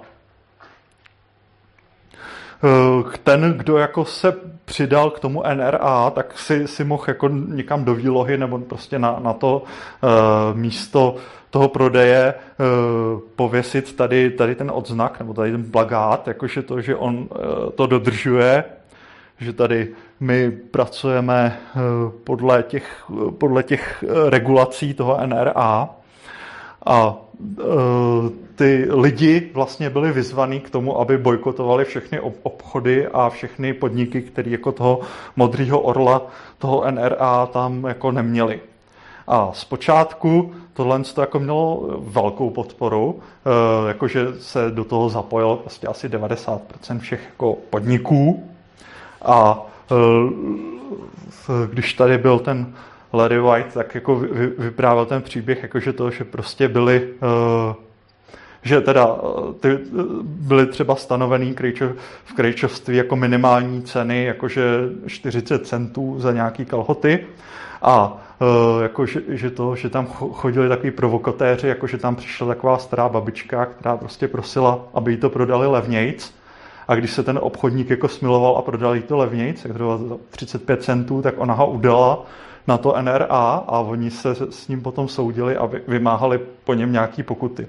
ten, kdo jako se přidal k tomu N R A, tak si, si mohl jako někam do výlohy nebo prostě na, na to uh, místo toho prodeje uh, pověsit tady, tady ten odznak nebo tady ten plakát, jakože to, že on uh, to dodržuje, že tady my pracujeme uh, podle těch, podle těch regulací toho N R A a ty lidi vlastně byli vyzvaní k tomu, aby bojkotovali všechny obchody a všechny podniky, které jako toho modrýho orla, toho N R A tam jako neměli. A zpočátku tohle to jako mělo velkou podporu, jakože se do toho zapojilo prostě asi devadesát procent všech jako podniků. A když tady byl ten Larry White, tak jako vyprávěl ten příběh, jakože to, že prostě byli, že teda ty byly třeba stanovený v krejčovství jako minimální ceny, jakože čtyřicet centů za nějaký kalhoty a jakože, že to, že tam chodili takový provokatéři, jakože tam přišla taková stará babička, která prostě prosila, aby jí to prodali levnějc. A když se ten obchodník jako smiloval a prodal jí to levnějc, jak to bylo za třicet pět centů, tak ona ho udala na to N R A a oni se s ním potom soudili a vymáhali po něm nějaký pokuty.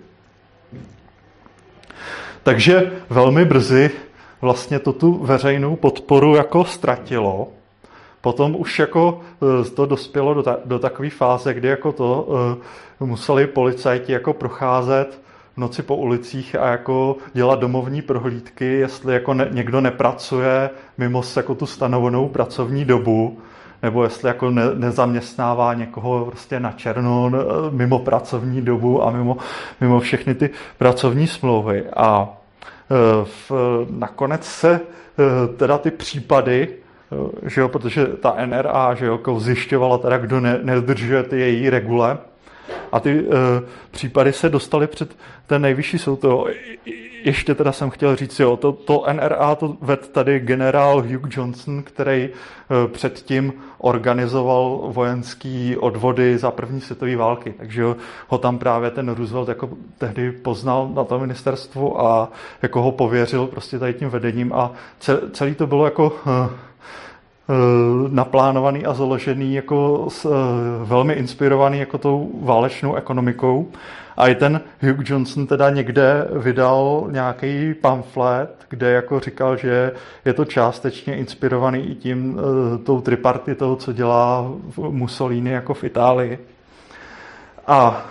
Takže velmi brzy vlastně to tu veřejnou podporu jako ztratilo. Potom už jako to dospělo do, ta, do takové fáze, kdy jako to uh, museli policajti jako procházet v noci po ulicích a jako dělat domovní prohlídky, jestli jako ne, někdo nepracuje mimo jako tu stanovenou pracovní dobu, nebo jestli jako ne, nezaměstnává někoho prostě na černo mimo pracovní dobu a mimo, mimo všechny ty pracovní smlouvy. A v, nakonec se teda ty případy, že jo, protože ta N R A, že jo, zjišťovala teda, kdo ne, nedržuje ty její regule, A ty uh, případy se dostaly před ten nejvyšší soud. To, ještě teda jsem chtěl říct, jo, to, to N R A to vedl tady generál Hugh Johnson, který uh, předtím organizoval vojenský odvody za první světové války. Takže ho tam právě ten Roosevelt jako tehdy poznal na tom ministerstvu a jako ho pověřil prostě tady tím vedením a celý to bylo jako uh, naplánovaný a založený jako s, velmi inspirovaný jako tou válečnou ekonomikou. A i ten Hugh Johnson teda někde vydal nějaký pamflet, kde jako říkal, že je to částečně inspirovaný i tím tou tripartitou, co dělá Mussolini jako v Itálii. A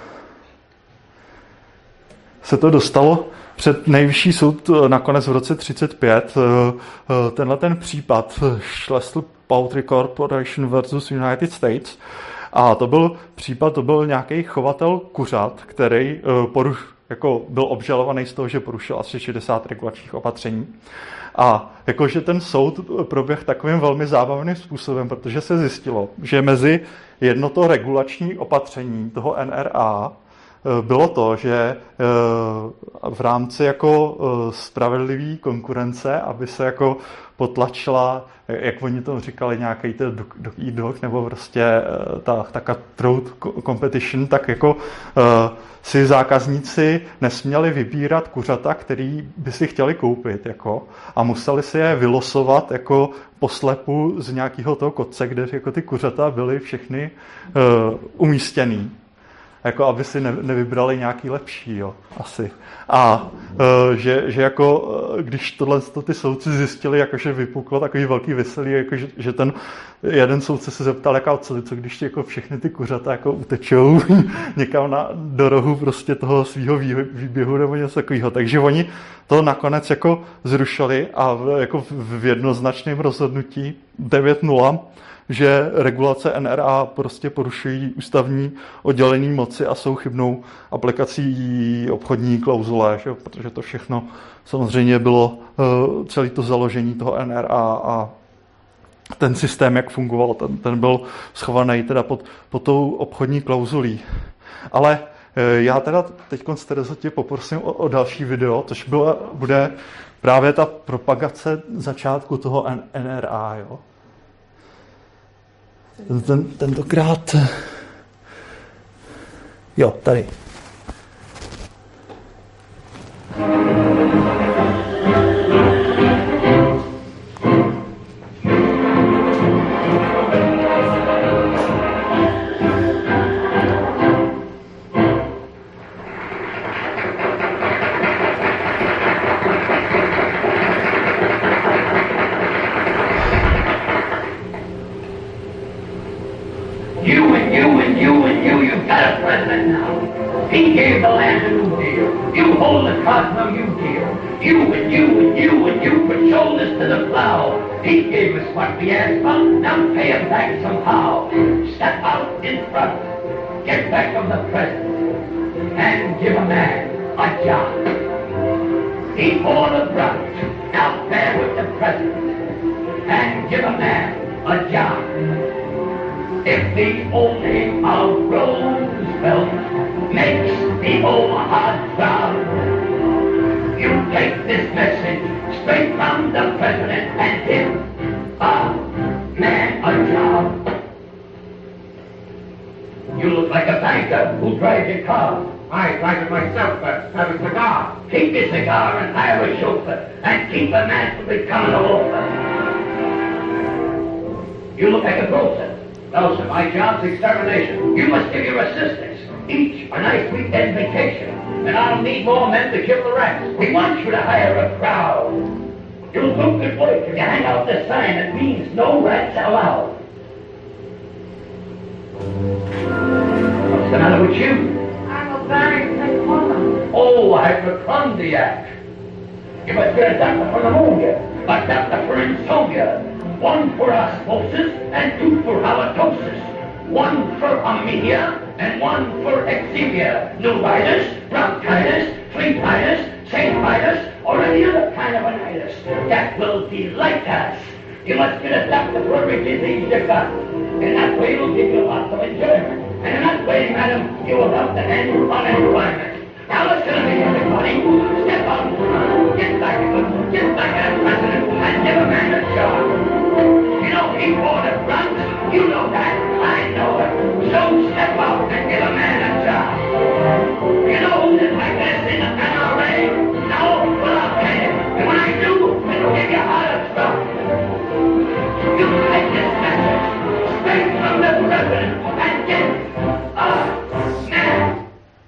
se to dostalo před nejvyšší soud nakonec v roce třicet pět. Tenhle ten případ Schlesel Poultry Corporation versus United States. A to byl případ, to byl nějaký chovatel kuřat, který poruš, jako byl obžalovaný z toho, že porušil asi šedesát regulačních opatření. A jakože ten soud proběh takovým velmi zábavným způsobem, protože se zjistilo, že mezi jedno to regulační opatření toho N R A bylo to, že v rámci jako spravedlivý konkurence, aby se jako potlačila, jak oni to říkali, nějaký ten dog dog, nebo prostě ta, ta cutthroat competition, tak jako si zákazníci nesměli vybírat kuřata, který by si chtěli koupit, jako, a museli si je vylosovat jako poslepu z nějakého toho kotce, kde jako ty kuřata byly všechny uh, umístěný. Jako aby si ne, nevybrali nějaký lepší, jo, asi. A e, že, že jako, když tohle ty soudci zjistili, jako, že vypuklo takový velký veselý, jako, že, že ten jeden soudce se zeptal, jaká co, co když jako všechny ty kuřata jako utečou někam na, do rohu prostě toho svého výběhu nebo něco takového. Takže oni to nakonec jako zrušili a v, jako v jednoznačném rozhodnutí devět nula, že regulace N R A prostě porušují ústavní oddělení moci a jsou chybnou aplikací obchodní klauzule, že? Protože to všechno samozřejmě bylo celé to založení toho N R A a ten systém, jak fungoval, ten, ten byl schovaný teda pod, pod tou obchodní klauzulí. Ale já teda teď tě poprosím o, o další video, což byla, bude právě ta propagace začátku toho N R A, jo. Ten, tentokrát... Jo, tady. He gave the land a new deal. You hold the cotton, no you deal. You and you and you and you put shoulders to the plow. He gave us what we asked for, now pay him back somehow. Step out in front, get back of the present, and give a man a job. He bought a brush, now bear with the present, and give a man a job. If the old name of Roosevelt makes the Omaha proud, you take this message straight from the president and give a man a job. You look like a banker who drives a car. I drive it myself, but have a cigar. Keep your cigar and hire a chauffeur, and keep a man from becoming a loafer. You look like a grocer. No, sir, my job's extermination. You must give your assistants each a nice weekend vacation, and I'll need more men to kill the rats. We want you to hire a crowd. You'll do good work if you hang out this sign that means no rats allowed. What's the matter with you? I'm a very sick woman. Oh, hypochondriac. You must get a doctor for pneumonia, a doctor for insomnia, one for osmosis and two for halitosis, one for anemia and one for eczema, neuritis, bronchitis, phlebitis, Saint-itis, or any other kind of an itis that will delight us. You must get a doctor for every disease you got. In that way it'll give you lots of enjoyment. And in that way, madam, you will help the end unemployment. Now listen to me, everybody. Step out in front, get like a good, get like a president, and give a man a job. You know he wore the front. You know that. I know it. So step out and give a man a job. You know that like this in the N R A? No, well I'll tell you. And when I do, it'll give you heart of stuff. You take this message straight from the president and get a man.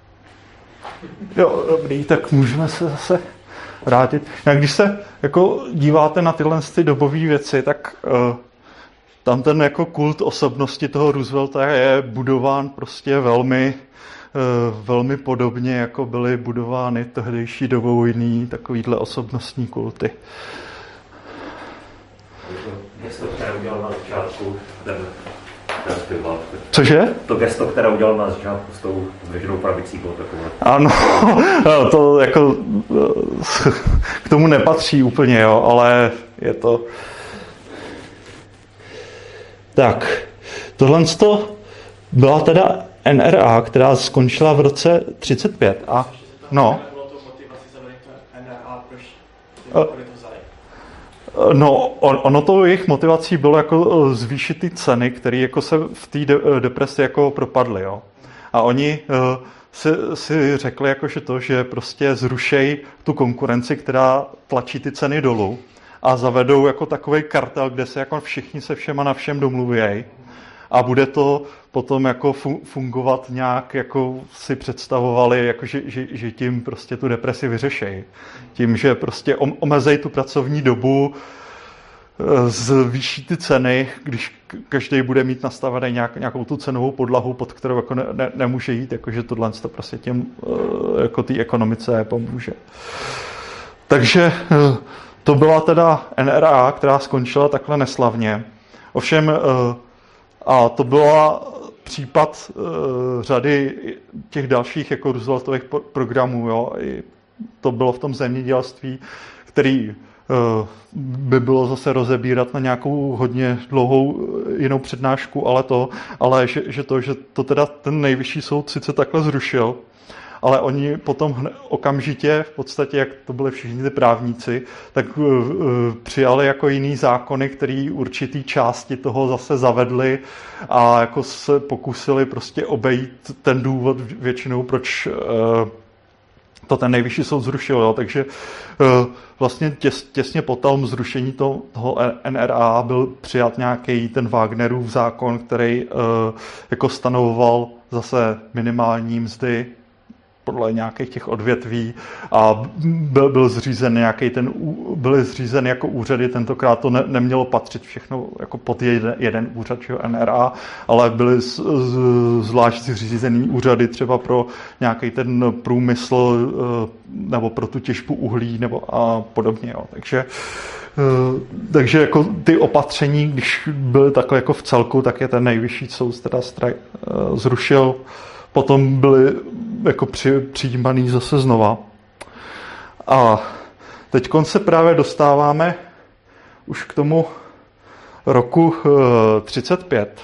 Jo, dobrý, tak můžeme se zase vrátit. Jak když se jako díváte na tyhle ty dobové věci, tak uh, tam ten jako kult osobnosti toho Roosevelta je budován prostě velmi, uh, velmi podobně, jako byly budovány tehdejší dobou jiný takovýhle osobnostní kulty. Gesto, které udělal na začátku, ten, ten zpěval. Cože? To gesto, které udělal na začátku s tou zvěženou pravicí, bylo takové. Ano, to jako k tomu nepatří úplně, jo, ale je to... Tak, tohle byla teda N R A, která skončila v roce třicet pět a no... No, ono to jejich motivací bylo jako zvýšit ty ceny, které jako se v té de- depresi jako propadly, jo. A oni uh, si, si řekli jako, že to, že prostě zrušejí tu konkurenci, která tlačí ty ceny dolů a zavedou jako takovej kartel, kde se jako všichni se všema na všem domluvějí a bude to potom jako fungovat nějak, jako si představovali, jako že, že, že tím prostě tu depresi vyřešejí. Tím, že prostě omezejí tu pracovní dobu, zvýší ty ceny, když každý bude mít nastavený nějak, nějakou tu cenovou podlahu, pod kterou jako ne, ne, nemůže jít, jakože tohle to prostě těm, jako té ekonomice pomůže. Takže to byla teda N R A, která skončila takhle neslavně. Ovšem a to byla případ uh, řady těch dalších jako Rooseveltových programů. Jo. I to bylo v tom zemědělství, který uh, by bylo zase rozebírat na nějakou hodně dlouhou jinou přednášku, ale to, ale že, že to, že to teda ten nejvyšší soud sice takhle zrušil, ale oni potom okamžitě, v podstatě, jak to byli všichni ty právníci, tak uh, uh, přijali jako jiný zákony, který určitý části toho zase zavedli a jako se pokusili prostě obejít ten důvod většinou, proč uh, to ten nejvyšší soud zrušil. Jo. Takže uh, vlastně těs, těsně po tom zrušení toho, toho N R A byl přijat nějaký ten Wagnerův zákon, který uh, jako stanovoval zase minimální mzdy podle nějakých těch odvětví a byl, byl zřízen nějaký ten, byly zřízen jako úřady, tentokrát to ne, nemělo patřit všechno jako pod jeden, jeden úřad, či N R A, ale byly z, z, zvlášť zřízený úřady třeba pro nějaký ten průmysl nebo pro tu těžbu uhlí nebo a podobně. Jo. Takže takže jako ty opatření, když byly takhle jako v celku, tak je ten nejvyšší soud teda straj, zrušil. Potom byly jako při, přijímaný zase znova. A teď se právě dostáváme už k tomu roku třicet pět.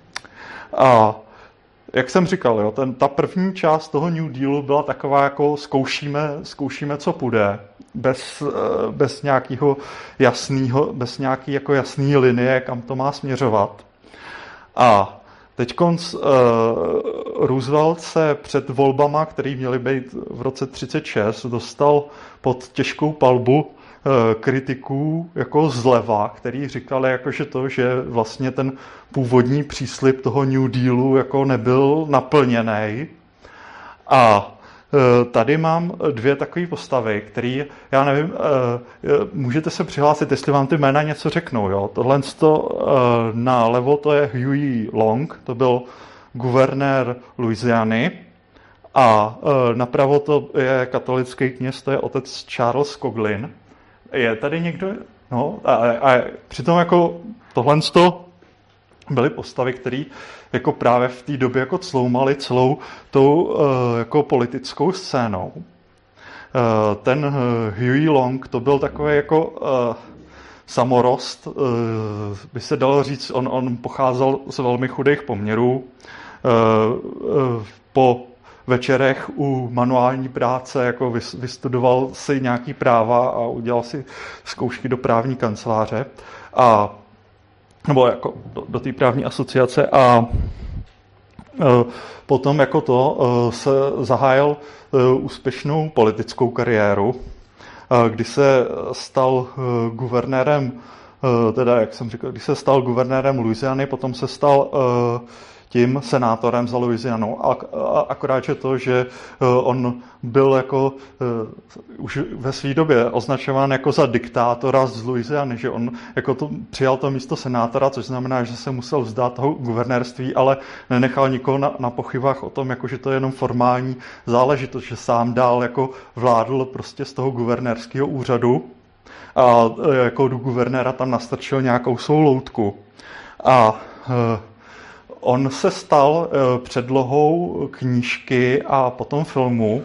A jak jsem říkal, jo, ten, ta první část toho New Dealu byla taková, jako zkoušíme, zkoušíme co půjde, bez, bez nějakého jasného, bez nějaký jako jasný linie, kam to má směřovat. A teď konc, uh, Roosevelt se před volbama, které měly být v roce třicet šest, dostal pod těžkou palbu uh, kritiků jako zleva, který říkali, jako, že to, že vlastně ten původní příslib toho New Dealu jako nebyl naplněný. A uh, tady mám dvě takové postavy, které, já nevím, uh, můžete se přihlásit, jestli vám ty jména něco řeknou. Jo? Tohle uh, na levo to je Huey Long, to byl guvernér Louisiany, a uh, napravo to je katolický kněz, to je otec Charles Coughlin. Je tady někdo? No, a, a přitom jako tohle byly postavy, které jako právě v té době jako cloumaly celou tou uh, jako politickou scénou. Uh, ten uh, Huey Long, to byl takový jako uh, samorost, by se dalo říct, on, on pocházel z velmi chudých poměrů. Po večerech u manuální práce jako vystudoval si nějaký práva a udělal si zkoušky do právní kanceláře a nebo jako do, do té právní asociace a potom jako to se zahájil úspěšnou politickou kariéru, kdy se stal guvernérem, teda jak jsem říkal, když se stal guvernérem Louisiany, potom se stal tím senátorem za Louisianu. A, a akorát, že to, že on byl jako už ve své době označován jako za diktátora z Louisiany, že on jako to, přijal to místo senátora, což znamená, že se musel vzdát toho guvernérství, ale nenechal nikoho na, na pochybách o tom, jako, že to je jenom formální záležitost, že sám dál jako vládl prostě z toho guvernérského úřadu a jako do guvernéra tam nastrčil nějakou svou loutku. A on se stal předlohou knížky a potom filmu.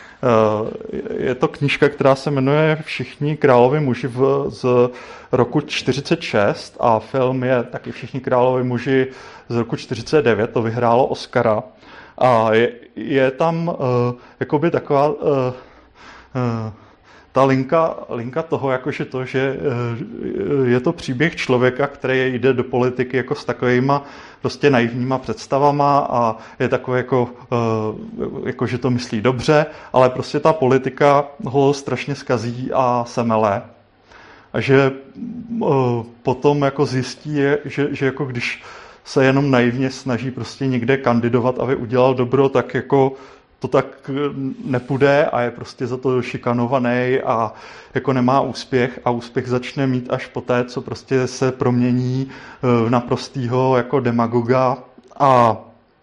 Je to knížka, která se jmenuje Všichni královi muži v, z roku čtyřicet šest a film je taky Všichni královi muži z roku čtyřicet devět, to vyhrálo Oscara. A je, je tam uh, jakoby taková uh, uh, ta linka, linka toho, jakože to, že je to příběh člověka, který jde do politiky jako s takovýma prostě naivníma představama a je takový jako, jako, že to myslí dobře, ale prostě ta politika ho strašně zkazí a semele. A že potom jako zjistí, že, že jako když se jenom naivně snaží prostě někde kandidovat, aby udělal dobro, tak jako to tak nepůjde a je prostě za to šikanovaný a jako nemá úspěch a úspěch začne mít až poté, co prostě se promění v naprostýho jako demagoga a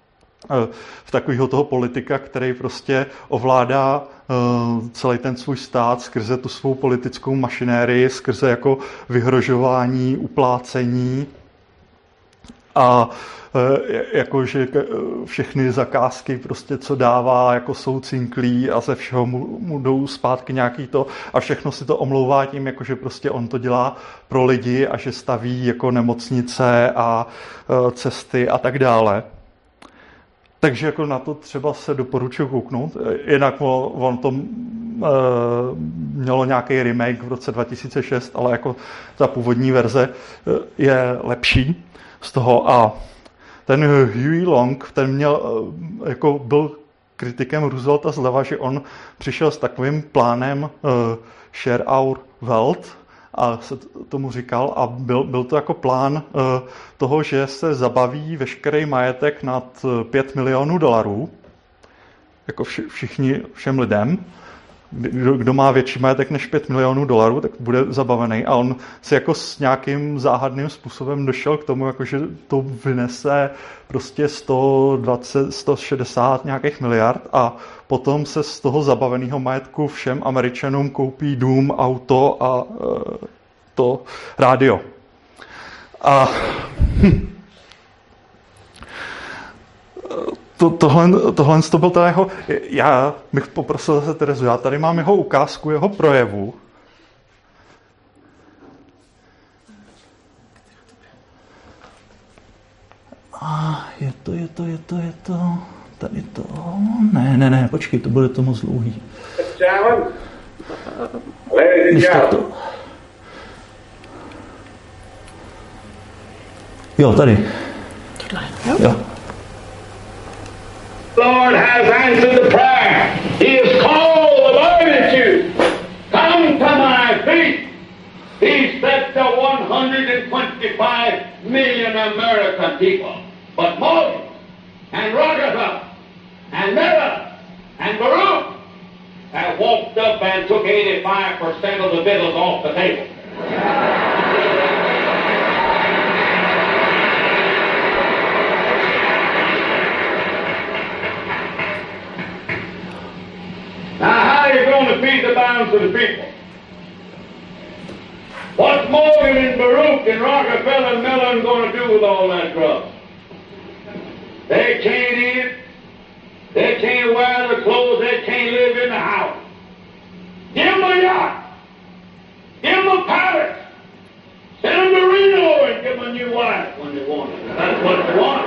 v takového toho politika, který prostě ovládá celý ten svůj stát skrze tu svou politickou mašinérii, skrze jako vyhrožování, uplácení a jakože všechny zakázky prostě co dává, jako jsou cinklí a ze všeho mu, mu jdou zpátky nějaký to a všechno si to omlouvá tím, jakože prostě on to dělá pro lidi a že staví jako nemocnice a cesty a tak dále. Takže jako na to třeba se doporučuji kouknout. Jinak on to mělo nějaký remake v roce dva tisíce šest, ale jako ta původní verze je lepší z toho a ten Huey Long, ten měl, jako byl kritikem Roosevelta zleva, že on přišel s takovým plánem uh, Share Our Wealth a se tomu říkal a byl, byl to jako plán uh, toho, že se zabaví veškerý majetek nad pět milionů dolarů, jako vši, všichni, všem lidem. Kdo, kdo má větší majetek než pět milionů dolarů, tak bude zabavený. A on si jako s nějakým záhadným způsobem došel k tomu, jako že to vynese prostě sto dvacet, sto šedesát nějakých miliard a potom se z toho zabaveného majetku všem Američanům koupí dům, auto a e, to rádio. A hm. To, tohle, tohle to byl teda jeho, já bych poprosil zase Terezu, já tady mám jeho ukázku, jeho projevu. A je to, je to, je to, je to, tady to, ne, ne, ne, počkej, to bude to moc dlouhý. Když tak to... Jo, tady. Jo. Lord has answered the prayer. He has called the multitude. Come to my feet. He said to one hundred twenty-five million American people. But Moses and Rockefeller and Miller and Baruch have walked up and took eighty-five percent of the bills off the table. Now, how are you going to feed the balance of the people? What's Morgan and Baruch and Rockefeller and Mellon going to do with all that grub? They can't eat, they can't wear the clothes, they can't live in the house. Give them a yacht. Give them a palace. when they want it. That's what they want.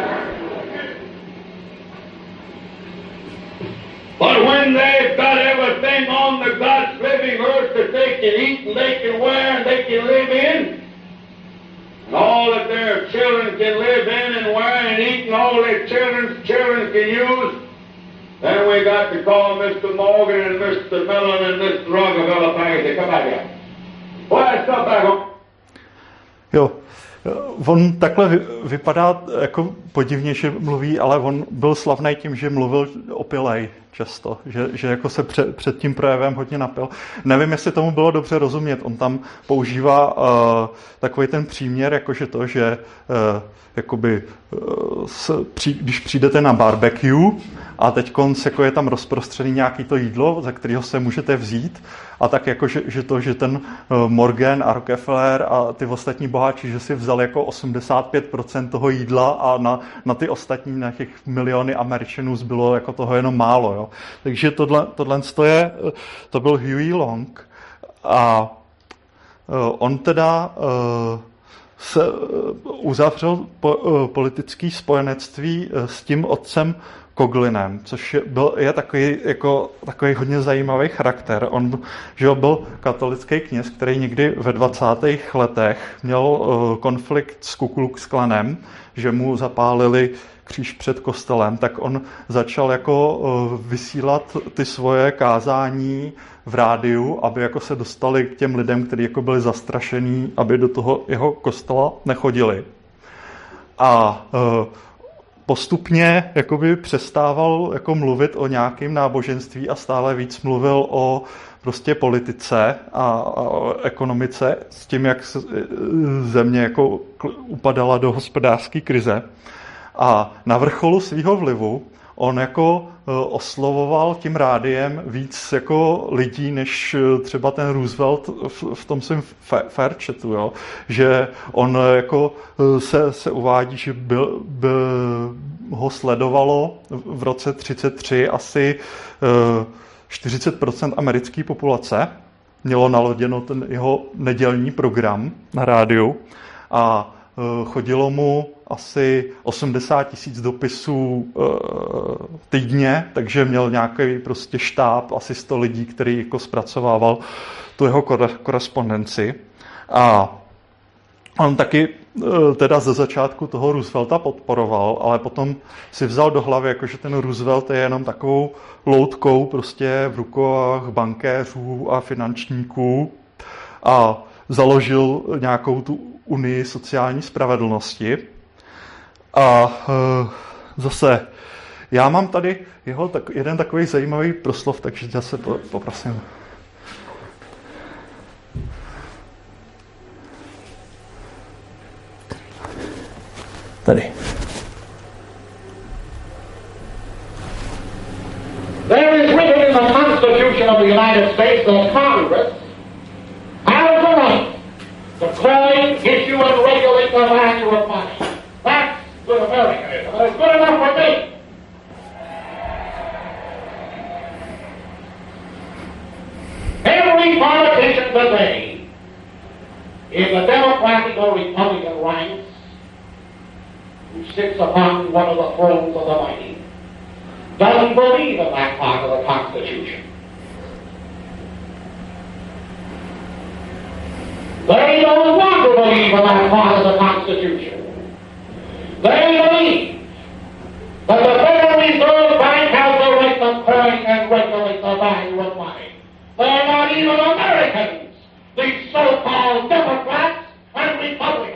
But when they've got everything on the God's living earth that they can eat and they can wear and they can live in, and all that their children can live in and wear and eat and all their children's children can use, then we got to call Mister Morgan and Mister Mellon and Mister Rockefeller back and say, come back here. Put that stuff back on. Jo, on takhle vy, vypadá jako podivně, že mluví, ale on byl slavný tím, že mluvil opilej často, že, že jako se před, před tím projevem hodně napil. Nevím, jestli tomu bylo dobře rozumět. On tam používá uh, takový ten příměr, jakože to, že uh, jakoby, uh, s, při, když přijdete na barbecue a teď jako je tam rozprostřený nějaký to jídlo, za kterého se můžete vzít, a tak jako, že, že to, že ten Morgan a Rockefeller a ty ostatní boháči, že si vzali jako osmdesát pět procent toho jídla a na, na ty ostatní, na těch miliony Američanů zbylo jako toho jenom málo. Jo. Takže tohle, tohle je, to byl Huey Long a on teda se uzavřel po, politické spojenectví s tím otcem Coughlinem, což je, byl, je takový, jako, takový hodně zajímavý charakter. On že byl katolický kněz, který někdy ve dvacátých letech měl uh, konflikt s Ku Klux Klanem, že mu zapálili kříž před kostelem, tak on začal jako uh, vysílat ty svoje kázání v rádiu, aby jako se dostali k těm lidem, kteří jako byli zastrašení, aby do toho jeho kostela nechodili. A uh, postupně jakoby přestával jako mluvit o nějakém náboženství a stále víc mluvil o prostě politice a, a ekonomice s tím, jak země jako upadala do hospodářské krize. A na vrcholu svého vlivu on jako oslovoval tím rádiem víc jako lidí, než třeba ten Roosevelt v tom svém fair chatu, jo? Že on jako se, se uvádí, že byl, byl, ho sledovalo v roce třicet tři asi čtyřicet procent americké populace, mělo naladěno ten jeho nedělní program na rádiu a chodilo mu asi osmdesát tisíc dopisů e, týdně, takže měl nějaký prostě štáb, asi sto lidí, který jako zpracovával tu jeho korespondenci. A on taky e, teda ze začátku toho Roosevelta podporoval, ale potom si vzal do hlavy, jakože ten Roosevelt je jenom takovou loutkou prostě v rukách bankéřů a finančníků a založil nějakou tu unii sociální spravedlnosti. A e, zase, já mám tady jeho tak, jeden takový zajímavý proslov, takže zase po, poprosím. Tady. There is written in the Constitution of the United States that Congress has the right to coin, issue, and regulate the value of money. That's good Americanism. It's good enough for me. Every politician today in the Democratic or Republican ranks who sits upon one of the thrones of the mighty doesn't believe in that part of the Constitution. They don't want to believe in that part of the Constitution. They believe that the Federal Reserve Bank has the right to coin and regulate the value of money. They're not even Americans, these so-called Democrats and Republicans.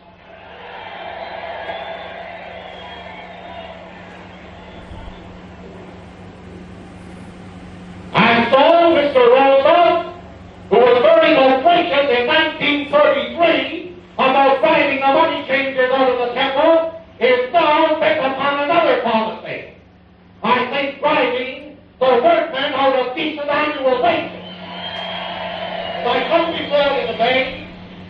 And so Mister Roosevelt, who was very loquacious in nineteen thirty-three about driving the money changers out of the temple, is now bent upon another policy. I think driving the workmen out of decent annual wages. As I come before you today,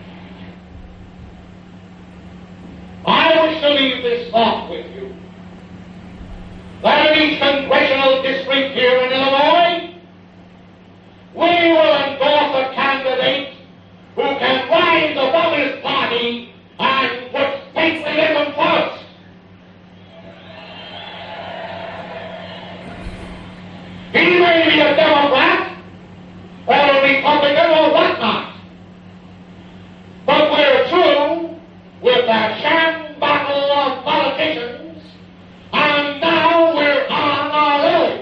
I wish to leave this thought with you. That in each congressional district here in Illinois, we will endorse a candidate who can rise above his party and put state a Democrat or a Republican or whatnot. But we're through with that sham battle of politicians, and now we're on our own.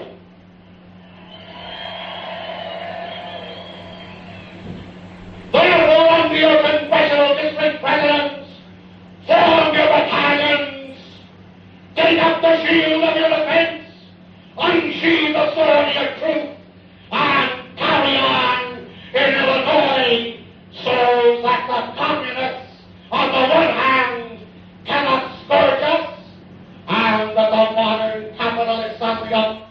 Therefore, under your congressional district presidents, form your battalions, take up the shield of your defense, unsheathe the sword of your truth, and carry on in Illinois, so that the communists on the one hand cannot scourge us, and that the modern capitalists on the other.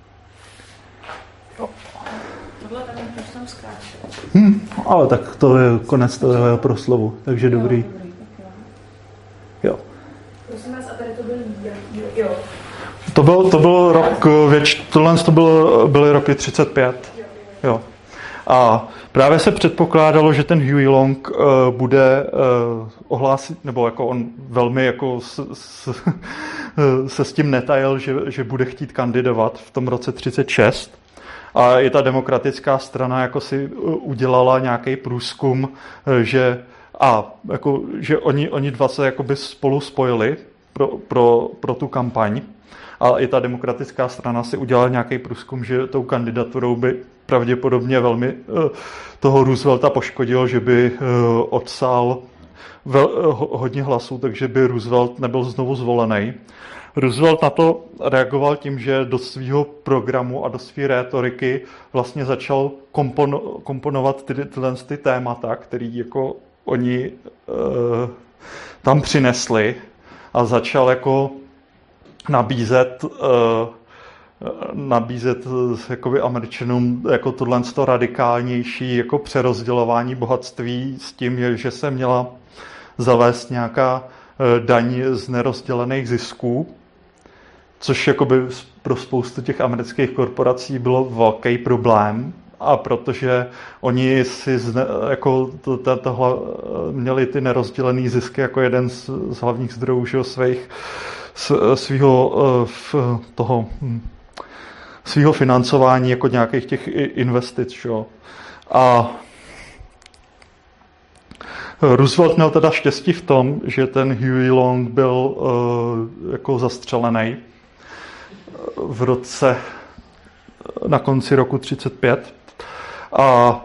Tohle tam je proč tam skáče. Hm, ale tak to je konec toho jeho proslovu, takže dobrý. Jo, dobrý, tak jo. Jo. Prosím vás, a tady to byl jo. To byl, to byl rok, věč, tohle to bylo, byly roky třicet pět. Jo. A právě se předpokládalo, že ten Huey Long uh, bude uh, ohlásit, nebo jako on velmi jako s, s, se s tím netajil, že, že bude chtít kandidovat v tom roce třicet šest. A i ta demokratická strana jako si udělala nějaký průzkum, že, a, jako, že oni, oni dva se jakoby spolu spojili pro, pro, pro tu kampaň. A i ta demokratická strana si udělala nějaký průzkum, že tou kandidaturou by pravděpodobně velmi toho Roosevelta poškodil, že by odsál vel, hodně hlasů, takže by Roosevelt nebyl znovu zvolený. Roosevelt na to reagoval tím, že do svého programu a do své rétoriky vlastně začal kompon, komponovat ty, tyhle ty témata, které jako oni uh, tam přinesli, a začal jako nabízet uh, nabízet jakoby Američanům jako tohle radikálnější jako přerozdělování bohatství s tím, že se měla zavést nějaká daň z nerozdělených zisků, což jakoby pro spoustu těch amerických korporací bylo velký problém, a protože oni si zne, jako to, to, tohle, měli ty nerozdělený zisky jako jeden z, z hlavních zdrojů že, svých, svýho, toho, svýho financování jako nějakých těch investic. Že. A Roosevelt měl teda štěstí v tom, že ten Huey Long byl uh, jako zastřelený v roce na konci roku třicet pět. A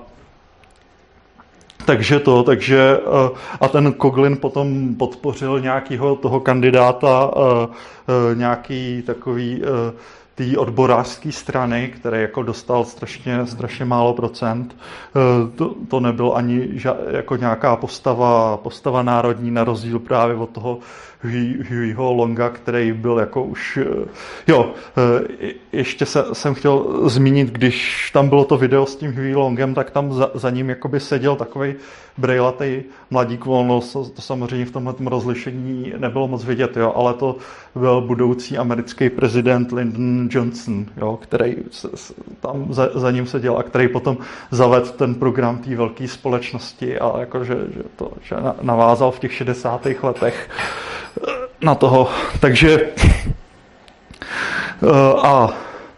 takže to, takže uh, a ten Coughlin potom podpořil nějakého toho kandidáta, uh, uh, nějaký takový uh, té odborářské strany, který jako dostal strašně, strašně málo procent. To, to nebyl ani ža, jako nějaká postava, postava národní, na rozdíl právě od toho Hueyho Longa, který byl jako už... Jo, ještě se, jsem chtěl zmínit, když tam bylo to video s tím Huey Longem, tak tam za, za ním jakoby seděl takovej brejlatej mladík, volno, to samozřejmě v tomhle rozlišení nebylo moc vidět, jo, ale to byl budoucí americký prezident Lyndon Johnson, jo, který tam za, za ním seděl a který potom zavedl ten program té velké společnosti a jakože, že to že navázal v těch šedesátých letech na toho. Takže a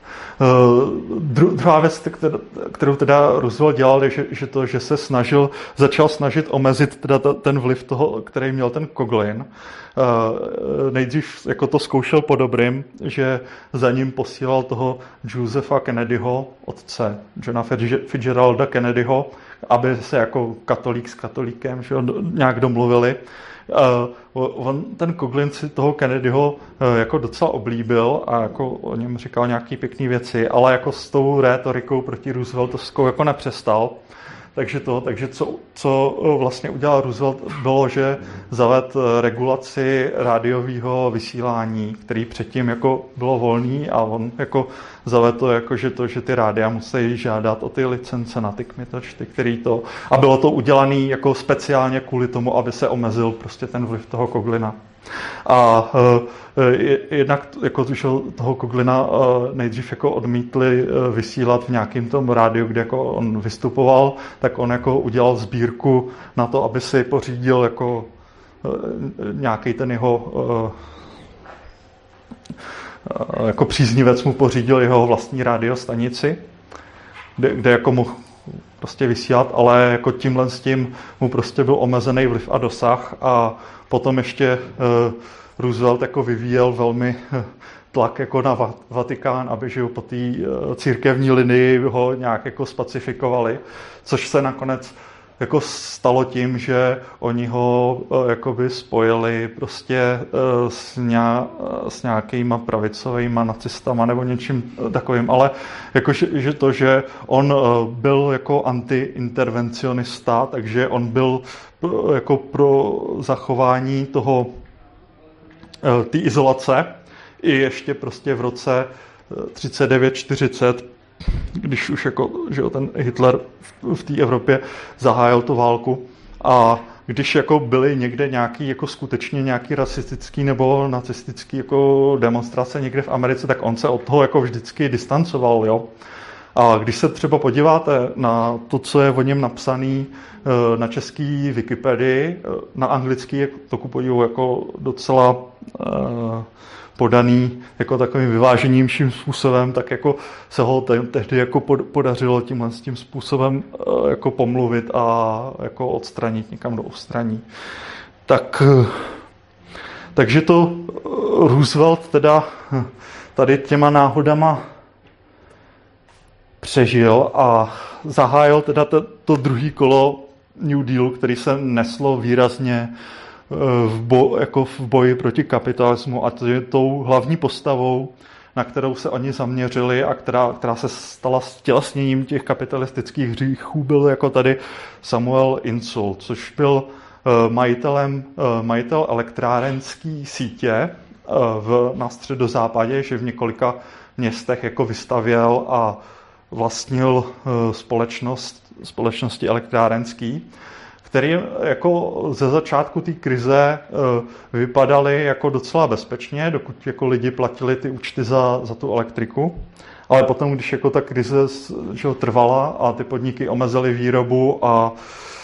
druhá věc, kterou teda Roosevelt dělal, je, že, že to, že se snažil, začal snažit omezit teda ten vliv toho, který měl ten Coughlin. Nejdřív jako to zkoušel po dobrým, že za ním posílal toho Josepha Kennedyho, otce Johna Fitzgeralda Kennedyho, aby se jako katolík s katolíkem že, nějak domluvili. Uh, on, ten Coughlin si toho Kennedyho uh, jako docela oblíbil a jako o něm říkal nějaký pěkný věci, ale jako s tou rétorikou proti Rooseveltovskou jako nepřestal. Takže to, takže co, co vlastně udělal Roosevelt, bylo, že zavedl regulaci rádiového vysílání, který předtím jako bylo volný, a on jako zavedl to, jako, že, to, že ty rádia musí žádat o ty licence na ty kmitočty, který to... A bylo to udělané jako speciálně kvůli tomu, aby se omezil prostě ten vliv toho Coughlina. A uh, jednak jako toho Coughlina uh, nejdřív jako odmítli uh, vysílat v nějakém tom rádiu, kde jako on vystupoval, tak on jako udělal sbírku na to, aby si pořídil jako uh, nějaký ten jeho uh, uh, jako příznivec mu pořídil jeho vlastní rádiostanici. kde, kde jako mohl prostě vysílat, ale jako tímhle s tím mu prostě byl omezený vliv a dosah a potom ještě uh, Roosevelt jako vyvíjel velmi uh, tlak jako na Vatikán, aby že po té uh, církevní linii ho nějak jako spacifikovali, což se nakonec jako stalo tím, že oni ho uh, jakoby spojili prostě uh, s, ně, uh, s nějakýma pravicovýma nacistama nebo něčím takovým, ale jako, že, že to, že on uh, byl jako antiintervencionista, takže on byl uh, jako pro zachování toho uh, té izolace i ještě prostě v roce třicet devět čtyřicet, když už jako, že ten Hitler v, v té Evropě zahájil tu válku a když jako byly někde nějaký jako skutečně nějaký rasistický nebo nacistický jako demonstrace někde v Americe, tak on se od toho jako vždycky distancoval, jo. A když se třeba podíváte na to, co je o něm napsaný na český Wikipedii, na anglický, to ku podivu jako docela podaný jako takovým vyváženějším způsobem, tak jako se ho tehdy jako podařilo tímhle s tím způsobem jako pomluvit a jako odstranit někam do ústraní. Tak, takže to Roosevelt teda tady těma náhodama přežil a zahájil teda to, to druhý kolo New Deal, který se neslo výrazně v, bo, jako v boji proti kapitalismu a to je tou hlavní postavou, na kterou se oni zaměřili a která, která se stala stělesněním těch kapitalistických hříchů, byl jako tady Samuel Insull, což byl uh, majitelem, uh, majitel elektrárenské sítě uh, v, na středozápadě, že v několika městech jako vystavěl a vlastnil uh, společnost, společnosti elektrárenský, který jako ze začátku té krize vypadaly jako docela bezpečně, dokud jako lidi platili ty účty za, za tu elektriku. Ale potom, když jako ta krize že trvala a ty podniky omezily výrobu a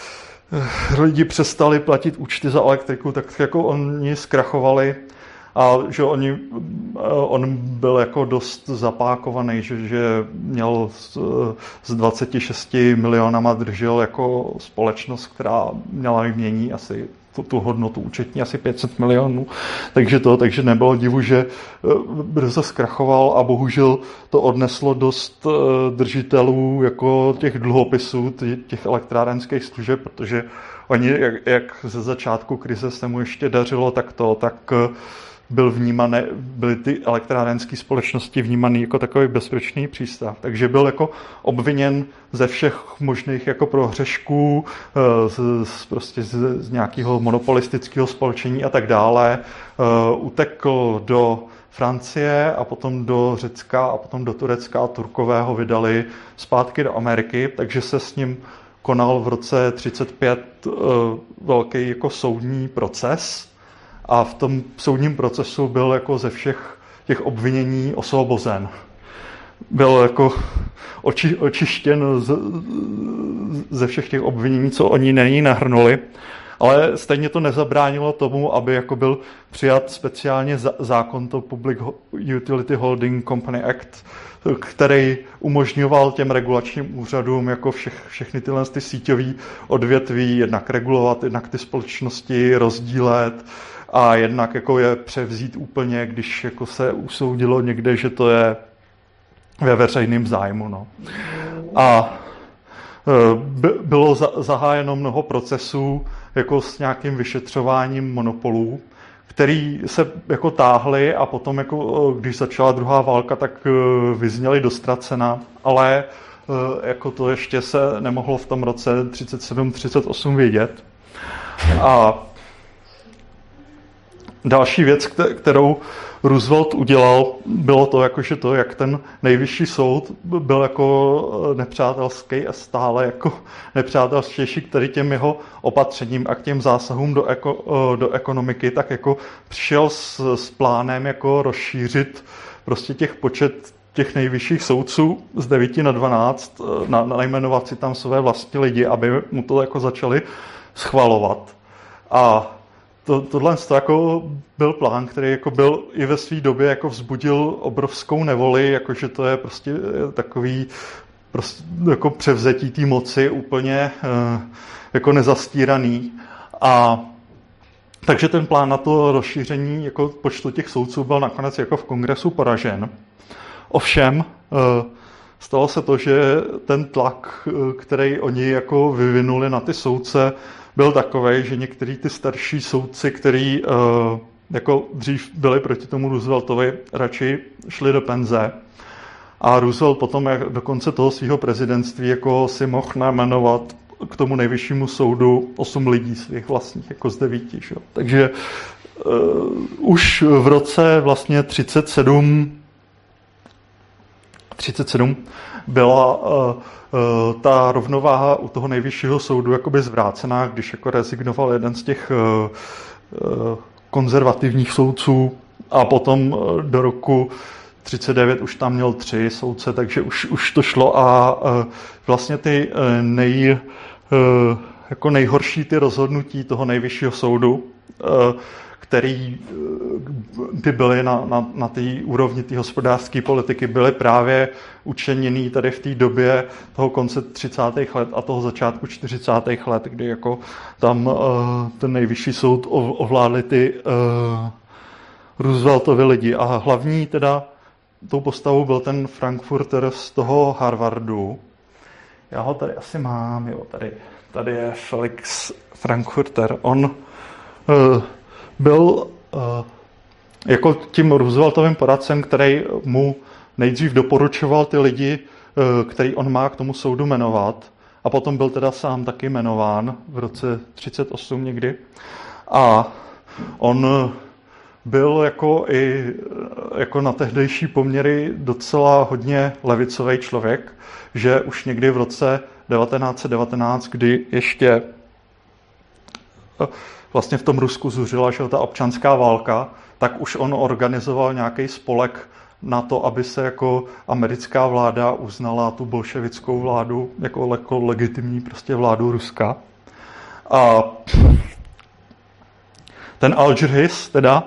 lidi přestali platit účty za elektriku, tak jako oni zkrachovali a že oni, on byl jako dost zapákovaný, že, že měl s, s dvaceti šesti milionama držel jako společnost, která měla vymění asi tu, tu hodnotu účetní asi pět set milionů. Takže to, takže nebylo divu, že brzo zkrachoval a bohužel to odneslo dost držitelů jako těch dluhopisů, těch elektrárenských služeb, protože oni, jak, jak ze začátku krize se mu ještě dařilo, tak to, tak byl vnímané, byly ty elektrárenské společnosti vnímaný jako takový bezpečný přístav. Takže byl jako obviněn ze všech možných jako prohřešků, z, z, prostě z, z nějakého monopolistického spolčení a tak dále. Utekl do Francie a potom do Řecka a potom do Turecka a Turkové ho vydali zpátky do Ameriky, takže se s ním konal v roce třicet pět velký jako soudní proces. A v tom soudním procesu byl jako ze všech těch obvinění osvobozen. Byl jako oči, očištěn z, ze všech těch obvinění, co oni na ní nahrnuli. Ale stejně to nezabránilo tomu, aby jako byl přijat speciálně zákon, to Public Utility Holding Company Act, který umožňoval těm regulačním úřadům jako všech, všechny tyhle ty síťové odvětví jednak regulovat, jednak ty společnosti rozdílet a jednak jako je převzít úplně, když jako se usoudilo někde, že to je ve veřejném zájmu. No. A bylo zahájeno mnoho procesů jako s nějakým vyšetřováním monopolů, který se jako táhly a potom, jako, když začala druhá válka, tak vyzněly do ztracena, ale jako to ještě se nemohlo v tom roce třicet sedm třicet osm vědět. A další věc, kterou Roosevelt udělal, bylo to, jako, že to, jak ten nejvyšší soud byl jako nepřátelský a stále jako nepřátelštější k tady těm jeho opatřením a k těm zásahům do, eko, do ekonomiky, tak jako přišel s, s plánem jako rozšířit prostě těch počet těch nejvyšších soudců z devíti na dvanáct, na, na najmenovat si tam své vlastní lidi, aby mu to jako začali schvalovat. A To, tohle to jako byl plán, který jako byl i ve své době jako vzbudil obrovskou nevoli, jakože to je prostě takový prostě jako převzetí té moci úplně jako nezastíraný. A takže ten plán na to rozšíření jako počtu těch soudců byl nakonec jako v kongresu poražen. Ovšem stalo se to, že ten tlak, který oni jako vyvinuli na ty soudce, byl takovej, že některý ty starší soudci, který jako dřív byli proti tomu Rooseveltovi, radši šli do penze. A Roosevelt potom jak do konce toho svého prezidentství jako si mohl najmenovat k tomu nejvyššímu soudu osm lidí svých vlastních, jako z devíti. Že? Takže uh, už v roce vlastně třicet sedm, třicet sedm byla uh, uh, ta rovnováha u toho nejvyššího soudu jakoby zvrácená, když jako rezignoval jeden z těch uh, uh, konzervativních soudců a potom uh, do roku třicet devět už tam měl tři soudce, takže už, už to šlo a uh, vlastně ty uh, nej, uh, jako nejhorší ty rozhodnutí toho nejvyššího soudu, uh, který by byly na, na, na té úrovni té hospodářské politiky, byly právě učiněný tady v té době toho konce třicátých let a toho začátku čtyřicátých let, kdy jako tam uh, ten nejvyšší soud ovládli ty uh, Rooseveltovy lidi. A hlavní teda tou postavou byl ten Frankfurter z toho Harvardu. Já ho tady asi mám, jo, tady, tady je Felix Frankfurter. On uh, byl uh, jako tím Rooseveltovým poradcem, který mu nejdřív doporučoval ty lidi, uh, který on má k tomu soudu jmenovat, a potom byl teda sám taky jmenován v roce třicet osm někdy. A on byl jako i jako na tehdejší poměry docela hodně levicový člověk, že už někdy v roce devatenáct set devatenáct, kdy ještě vlastně v tom Rusku zuřila, že ta občanská válka, tak už on organizoval nějaký spolek na to, aby se jako americká vláda uznala tu bolševickou vládu jako, jako legitimní prostě vládu Ruska. A ten Alger Hiss teda,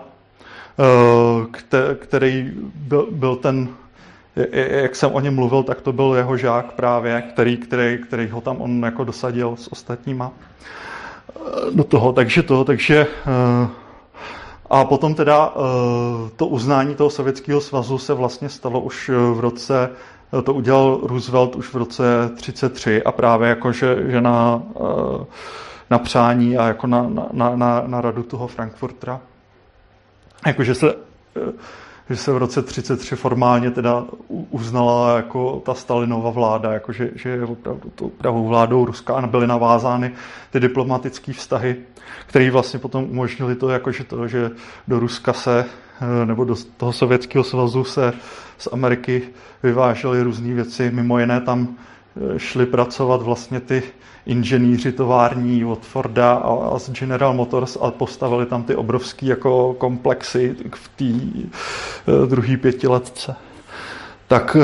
který byl, byl ten, jak jsem o něm mluvil, tak to byl jeho žák právě, který, který, který ho tam on jako dosadil s ostatníma do toho, takže to, takže a potom teda to uznání toho Sovětského svazu se vlastně stalo už v roce, to udělal Roosevelt už v roce třicet tři a právě jako, že, že na, na přání a jako na, na, na, na radu toho Frankfurtera. Jakože se, že se v roce třicet tři formálně teda uznala jako ta Stalinova vláda, jakože, že je opravdu tou pravou vládou Ruska a byly navázány ty diplomatické vztahy, které vlastně potom umožnili to, jakože to, že do Ruska se, nebo do toho Sovětského svazu se z Ameriky vyvážely různé věci, mimo jiné tam šli pracovat vlastně ty inženýři tovární od Forda a z General Motors a postavili tam ty obrovský jako komplexy v té druhé pětiletce. Tak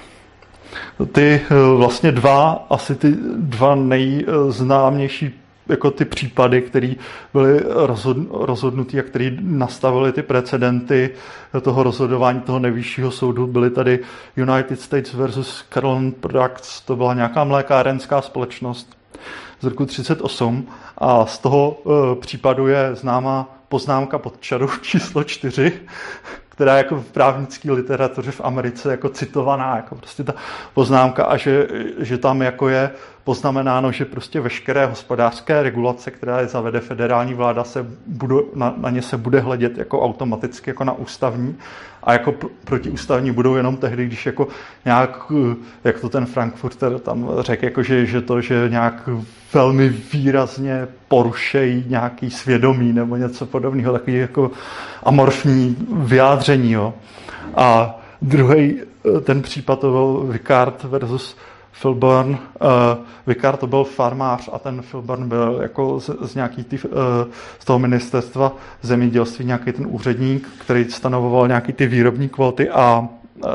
ty vlastně dva, asi ty dva nejznámější jako ty případy, které byly rozhodnutý a které nastavily ty precedenty toho rozhodování toho nejvyššího soudu, byly tady United States versus Carlin Products, to byla nějaká mlékárenská společnost z roku třicet osm a z toho e, případu je známá poznámka pod čarou číslo čtyři, která je jako v právnické literatuře v Americe jako citovaná, jako prostě ta poznámka a že, že tam jako je poznamenáno, že prostě veškeré hospodářské regulace, která je zavede federální vláda, se budou, na, na ně se bude hledět jako automaticky jako na ústavní a jako pr- protiústavní budou jenom tehdy, když jako nějak, jak to ten Frankfurter tam řekl, jako že, že to, že nějak velmi výrazně porušejí nějaký svědomí nebo něco podobného, takový jako amorfní vyjádření. Jo. A druhý ten případ to byl Vickard versus Filburn. Uh, Vickard to byl farmář a ten Filburn byl jako z, z, nějaký ty, uh, z toho ministerstva zemědělství nějaký ten úředník, který stanovoval nějaký ty výrobní kvóty a uh,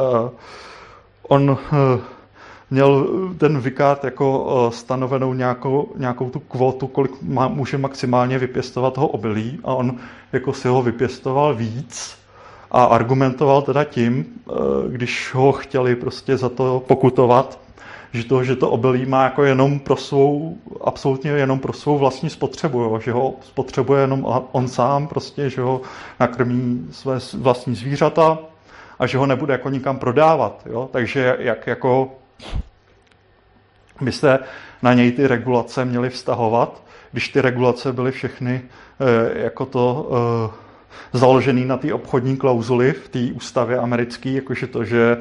on uh, měl ten Vickard jako uh, stanovenou nějakou, nějakou tu kvótu, kolik má, může maximálně vypěstovat toho obilí a on jako si ho vypěstoval víc a argumentoval teda tím, uh, když ho chtěli prostě za to pokutovat, že to, že to obilí má jako jenom pro svou, absolutně jenom pro svou vlastní spotřebu, jo, že ho spotřebuje jenom on sám, prostě, že ho nakrmí své vlastní zvířata a že ho nebude jako nikam prodávat, jo, takže jak jako by se na něj ty regulace měly vztahovat, když ty regulace byly všechny eh, jako to eh, založený na té obchodní klauzuli v té ústavě americké, jakože to, že,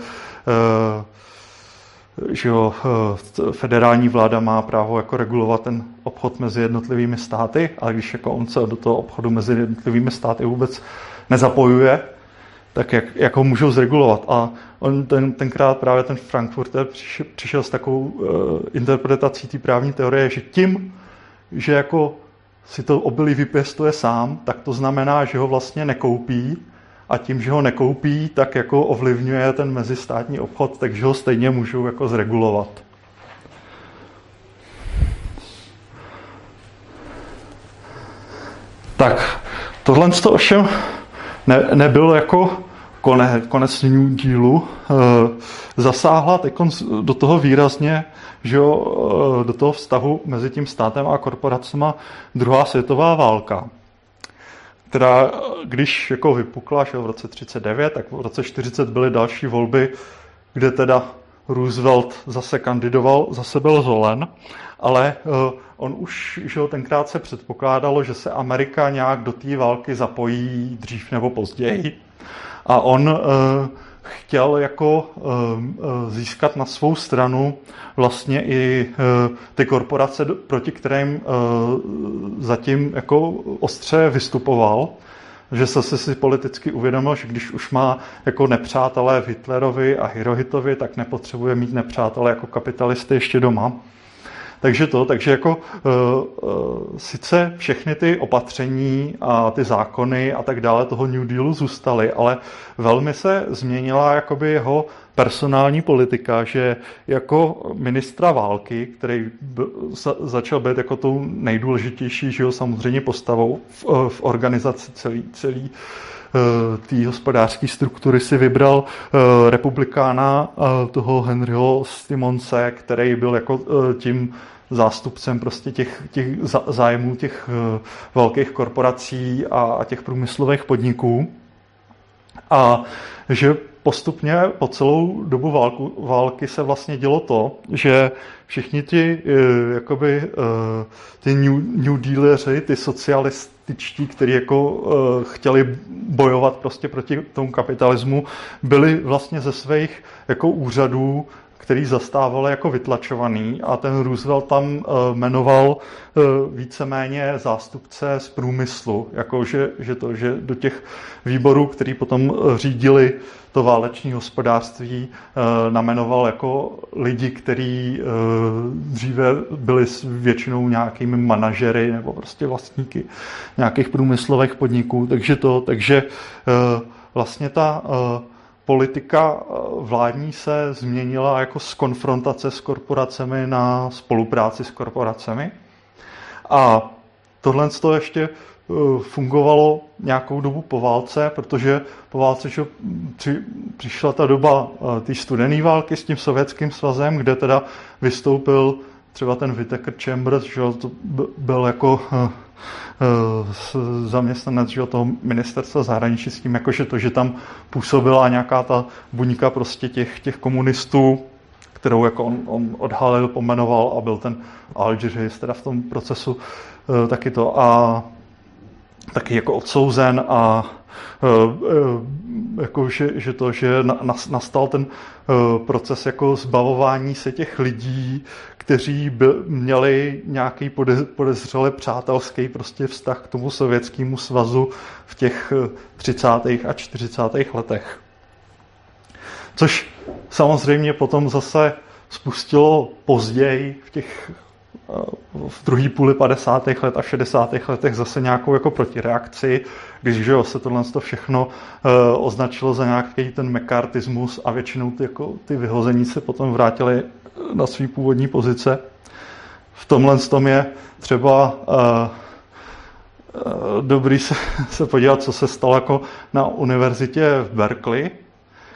že jo, federální vláda má právo jako regulovat ten obchod mezi jednotlivými státy, ale když jako on se do toho obchodu mezi jednotlivými státy vůbec nezapojuje, tak jak, jak ho můžou zregulovat. A on ten, tenkrát právě ten Frankfurter přišel, přišel s takovou uh, interpretací té právní teorie, že tím, že jako si to obilí vypěstuje sám, tak to znamená, že ho vlastně nekoupí a tím, že ho nekoupí, tak jako ovlivňuje ten mezistátní obchod, takže ho stejně můžou jako zregulovat. Tak, tohle to ovšem ne, nebyl jako konec, konec New Dealu. E, zasáhla do toho výrazně, že jo, do toho vztahu mezi tím státem a korporacema druhá světová válka, která, když jako vypukla, že jo, v roce třicet devět, tak v roce čtyřicet byly další volby, kde teda Roosevelt zase kandidoval, zase byl zvolen, ale on už, že jo, tenkrát se předpokládalo, že se Amerika nějak do té války zapojí dřív nebo později. A on chtěl jako získat na svou stranu vlastně i ty korporace, proti kterým zatím jako ostře vystupoval, že se si politicky uvědomil, že když už má jako nepřátelé v Hitlerovi a Hirohitovi, tak nepotřebuje mít nepřátelé jako kapitalisty ještě doma. Takže to, takže jako uh, uh, sice všechny ty opatření a ty zákony a tak dále toho New Dealu zůstaly, ale velmi se změnila jakoby jeho personální politika, že jako ministra války, který b- za- začal být jako tou nejdůležitější, že jo, samozřejmě postavou v, uh, v organizaci celý, celý té hospodářské struktury, si vybral uh, republikána uh, toho Henryho Simonse, který byl jako uh, tím zástupcem prostě těch, těch zájmů těch uh, velkých korporací a, a těch průmyslových podniků. A že postupně po celou dobu válku, války se vlastně dělo to, že všichni ti uh, jakoby uh, ty new, new dealeři, ty socialističtí, kteří jako uh, chtěli bojovat prostě proti tomu kapitalismu, byli vlastně ze svých jako úřadů, který zastávali jako vytlačovaný, a ten Roosevelt tam uh, jmenoval uh, víceméně zástupce z průmyslu, jako že, že, to, že do těch výborů, který potom uh, řídili to váleční hospodářství, uh, namenoval jako lidi, kteří uh, dříve byli většinou nějakými manažery nebo prostě vlastníky nějakých průmyslových podniků. Takže to, takže uh, vlastně ta uh, politika vládní se změnila jako z konfrontace s korporacemi na spolupráci s korporacemi. A tohle to ještě fungovalo nějakou dobu po válce, protože po válce že při, přišla ta doba té studené války s tím Sovětským svazem, kde teda vystoupil třeba ten Whittaker Chambers, že to byl jako zaměstnanec, že toho ministerstva zahraničí, s tím, jakože to, že tam působila nějaká ta buňka prostě těch, těch komunistů, kterou jako on, on odhalil, pomenoval, a byl ten Algiers teda v tom procesu taky to, a taky jako odsouzen, a jako, že, že to, že nastal ten proces jako zbavování se těch lidí, kteří by měli nějaký podezřele přátelský prostě vztah k tomu Sovětskému svazu v těch třicátých a čtyřicátých letech. Což samozřejmě potom zase spustilo později v těch v druhé půli padesátých let a šedesátých letech zase nějakou jako protireakci, když že jo, se tohle všechno uh, označilo za nějaký ten mekartismus, a většinou ty, jako, ty vyhození se potom vrátili na svý původní pozice. V tomhle tom je třeba uh, uh, dobrý se, se podívat, co se stalo jako na univerzitě v Berkeley,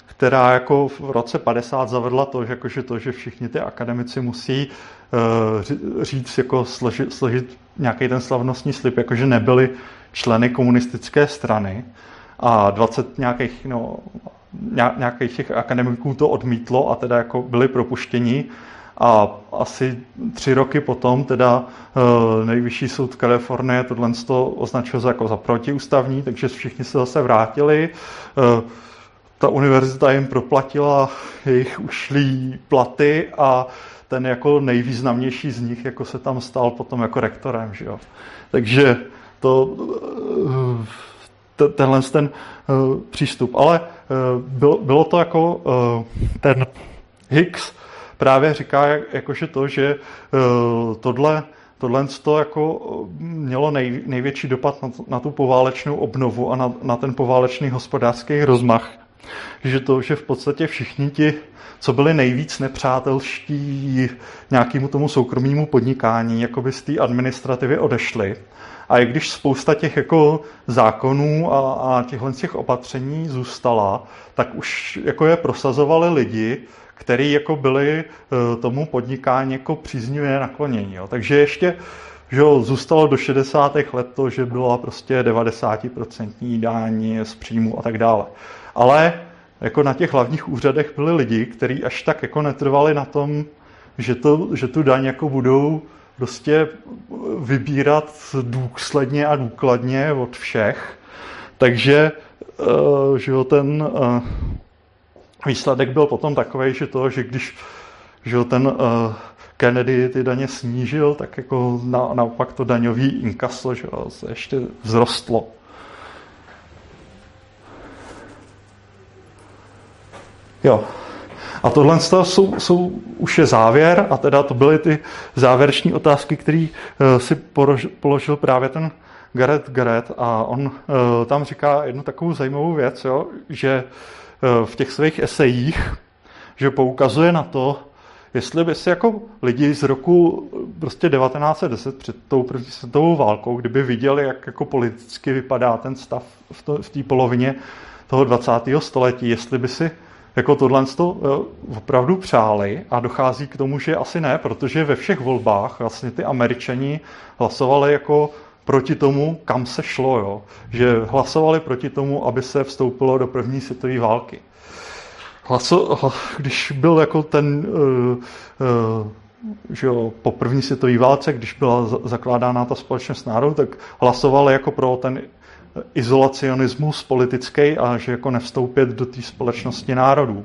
která jako v roce padesát zavedla to, že, jako, že, to, že všichni ty akademici musí uh, říct, jako složit, složit nějaký ten slavnostní slib, jakože nebyli členy komunistické strany a dvacet nějakých, no, nějakých těch akademiků to odmítlo a teda jako byli propuštěni. A asi tři roky potom teda uh, nejvyšší soud Kalifornie tohle označil za, jako za protiústavní, takže všichni se zase vrátili. Uh, ta univerzita jim proplatila jejich ušlý platy a ten jako nejvýznamnější z nich jako se tam stal potom jako rektorem. Že jo? Takže to, uh, t- tenhle ten uh, přístup. Ale uh, bylo, bylo to jako uh, ten Hicks právě říká jakože to, že uh, tohle, tohle to jako mělo nej, největší dopad na, na tu poválečnou obnovu a na, na ten poválečný hospodářský rozmach. Že to, že v podstatě všichni ti, co byli nejvíc nepřátelští nějakému tomu soukromému podnikání, jakoby z té administrativy odešli. A i když spousta těch jako zákonů a, a těchhle těch opatření zůstala, tak už jako je prosazovali lidi, který jako byli tomu podnikání jako příznivě naklonění. Jo. Takže ještě že jo, zůstalo do šedesátých let to, že byla prostě devadesát procent daň z příjmu a tak dále. Ale jako na těch hlavních úřadech byli lidi, kteří až tak jako netrvali na tom, že, to, že tu daň jako budou prostě vybírat důsledně a důkladně od všech. Takže že jo, ten výsledek byl potom takový, že to, že když že ten Kennedy ty daně snížil, tak jako na, naopak to daňový inkaso že jo, se ještě vzrostlo. Jo. A tohle jsou, jsou už je závěr a teda to byly ty závěreční otázky, které uh, si porož, položil právě ten Garrett Garrett a on uh, tam říká jednu takovou zajímavou věc, jo, že uh, v těch svých esejích, že poukazuje na to, jestli by si jako lidi z roku prostě devatenáct set deset před tou první světovou válkou, kdyby viděli, jak jako politicky vypadá ten stav v, to, v té polovině toho dvacátého století, jestli by si jako tohle to opravdu přáli a dochází k tomu, že asi ne, protože ve všech volbách vlastně ty Američani hlasovali jako proti tomu, kam se šlo, jo? Že hlasovali proti tomu, aby se vstoupilo do první světové války. Hlaso, když byl jako ten, uh, uh, že jo, po první světové válce, když byla zakládána ta společnost národů, tak hlasovali jako pro ten izolacionismus politický a že jako nevstoupit do té společnosti národů.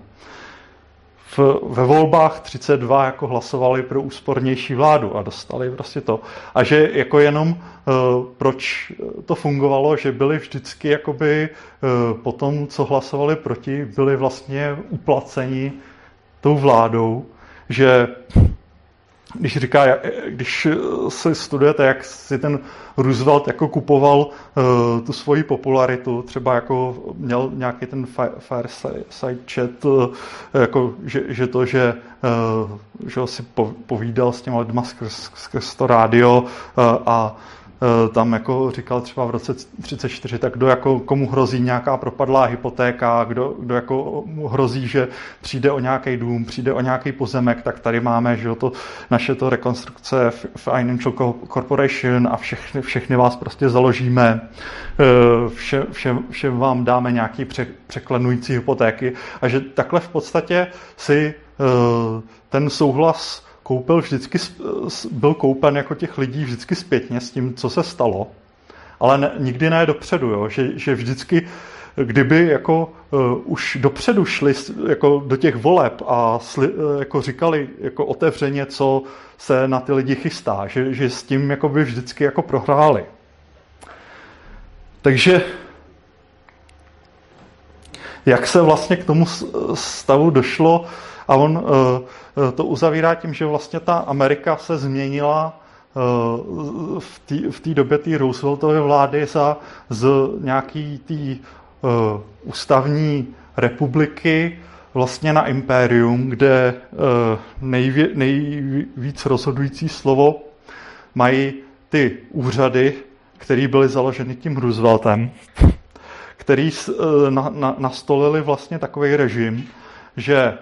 V, ve volbách třicet dva jako hlasovali pro úspornější vládu a dostali prostě to. A že jako jenom uh, proč to fungovalo, že byli vždycky jakoby uh, po tom, co hlasovali proti, byli vlastně uplaceni tou vládou, že když říká, když se studujete, jak si ten Roosevelt jako kupoval uh, tu svoji popularitu, třeba jako měl nějaký ten fireside chat, uh, jako, že, že to, že, uh, že si povídal s těma lidma skrz, skrz to rádio uh, a tam jako říkal třeba v roce třicet čtyři, tak kdo jako komu hrozí nějaká propadlá hypotéka, kdo, kdo jako hrozí, že přijde o nějaký dům, přijde o nějaký pozemek, tak tady máme, že to naše to rekonstrukce Financial Corporation a všechny, všechny vás prostě založíme, vše, vše, všem vám dáme nějaký pře, překlenující hypotéky a že takhle v podstatě si ten souhlas koupil vždycky, byl koupen jako těch lidí vždycky zpětně s tím, co se stalo, ale ne, nikdy ne dopředu, jo? Že, že vždycky, kdyby jako uh, už dopředu šli jako do těch voleb a sli, uh, jako říkali jako otevřeně, co se na ty lidi chystá, že, že s tím jako by vždycky jako prohráli. Takže jak se vlastně k tomu stavu došlo a on uh, to uzavírá tím, že vlastně ta Amerika se změnila uh, v té době té Rooseveltovy vlády za, z nějaký té uh, ústavní republiky vlastně na impérium, kde uh, nejvě, nejvíc rozhodující slovo mají ty úřady, které byly založeny tím Rooseveltem, který na, na, nastolili vlastně takový režim, že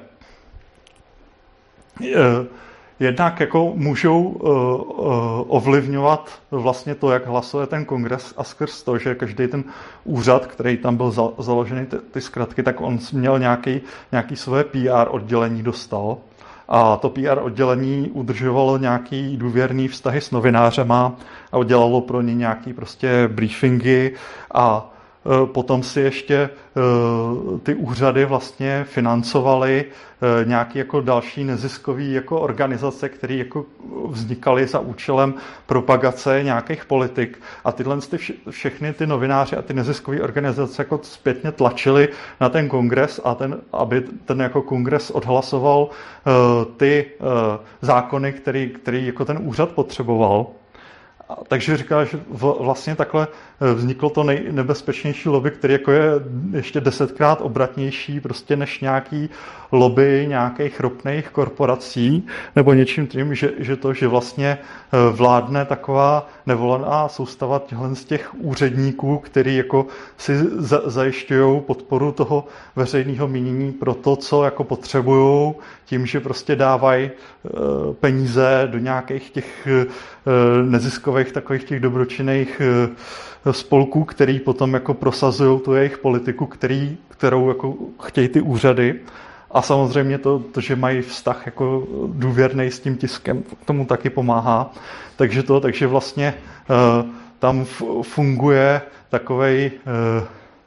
jednak jako můžou uh, uh, ovlivňovat vlastně to, jak hlasuje ten kongres a skrz to, že každý ten úřad, který tam byl za, založený, ty, ty zkratky, tak on měl nějaký, nějaký své P R oddělení dostal. A to P R oddělení udržovalo nějaký důvěrný vztahy s novinářema a udělalo pro ně nějaký prostě briefingy a potom si ještě ty úřady vlastně financovaly nějaké jako další neziskové jako organizace, které jako vznikaly za účelem propagace nějakých politik. A tyhle ty vše, všechny ty novináři a ty neziskové organizace jako zpětně tlačili na ten kongres, a ten, aby ten jako kongres odhlasoval ty zákony, který, který jako ten úřad potřeboval. Takže říká, že vlastně takhle vzniklo to nejnebezpečnější lobby, který jako je ještě desetkrát obratnější prostě než nějaký lobby nějakých ropných korporací nebo něčím tím, že, že to, že vlastně vládne taková nevolená soustava těchhle z těch úředníků, který jako si za, zajišťují podporu toho veřejného mínění pro to, co jako potřebujou, tím, že prostě dávají peníze do nějakých těch neziskových takových těch dobročinných spolků, který potom jako prosazují tu jejich politiku, který, kterou jako chtějí ty úřady. A samozřejmě to, to, že mají vztah jako důvěrný s tím tiskem, k tomu taky pomáhá. Takže to, takže vlastně uh, tam f- funguje takovej uh,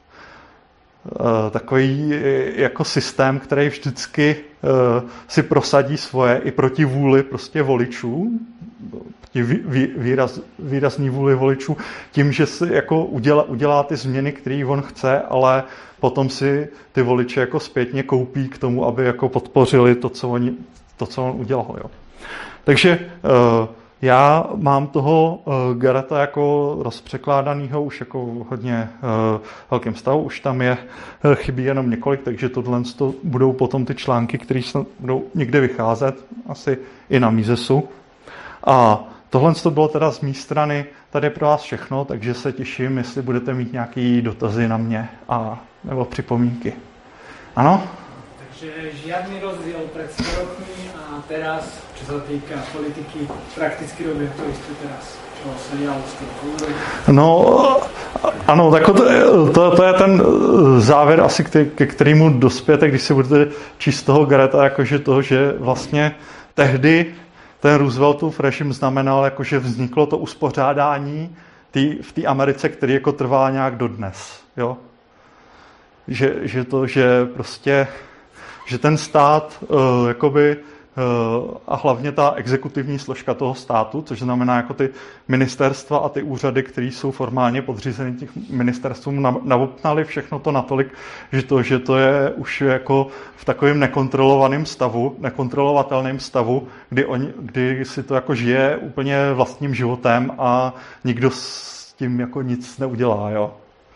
uh, takový jako systém, který vždycky uh, si prosadí svoje i proti vůli prostě voličů, Vý, výraz, výrazný vůli voličů, tím, že si jako udělá, udělá ty změny, které on chce, ale potom si ty voliče jako zpětně koupí k tomu, aby jako podpořili to, co, oni, to, co on udělal. Jo. Takže uh, já mám toho uh, Garretta jako rozpřekládanýho už jako hodně uh, velkým stavu, už tam je, uh, chybí jenom několik, takže tohle to budou potom ty články, které budou někde vycházet, asi i na Misesu. A tohle to bylo teda z mé strany tady pro vás všechno, takže se těším, jestli budete mít nějaké dotazy na mě a nebo připomínky. Ano? Takže žiadny rozdiel pred starokmi a teraz, čo sa týka politiky, prakticky robia to isté teraz, čo sa dialo s tým kúrem. No, ano, tak to, to, to je ten závěr asi, ke, ke kterému dospějete, když si budete číst toho Garretta, jakože toho, že vlastně tehdy ten Rooseveltův režim znamenal, jako, že vzniklo to uspořádání tý, v té Americe, který jako trvá nějak dodnes. Jo? Že, že to, že prostě, že ten stát uh, jakoby, uh, a hlavně ta exekutivní složka toho státu, což znamená jako ty ministerstva a ty úřady, které jsou formálně podřízeny těch ministerstvům, nabopnali všechno to natolik, že to, že to je už jako v takovém nekontrolovaném stavu, nekontrolovatelném stavu, kdy, oni, kdy si to jako žije úplně vlastním životem a nikdo s tím jako nic neudělá. Jo.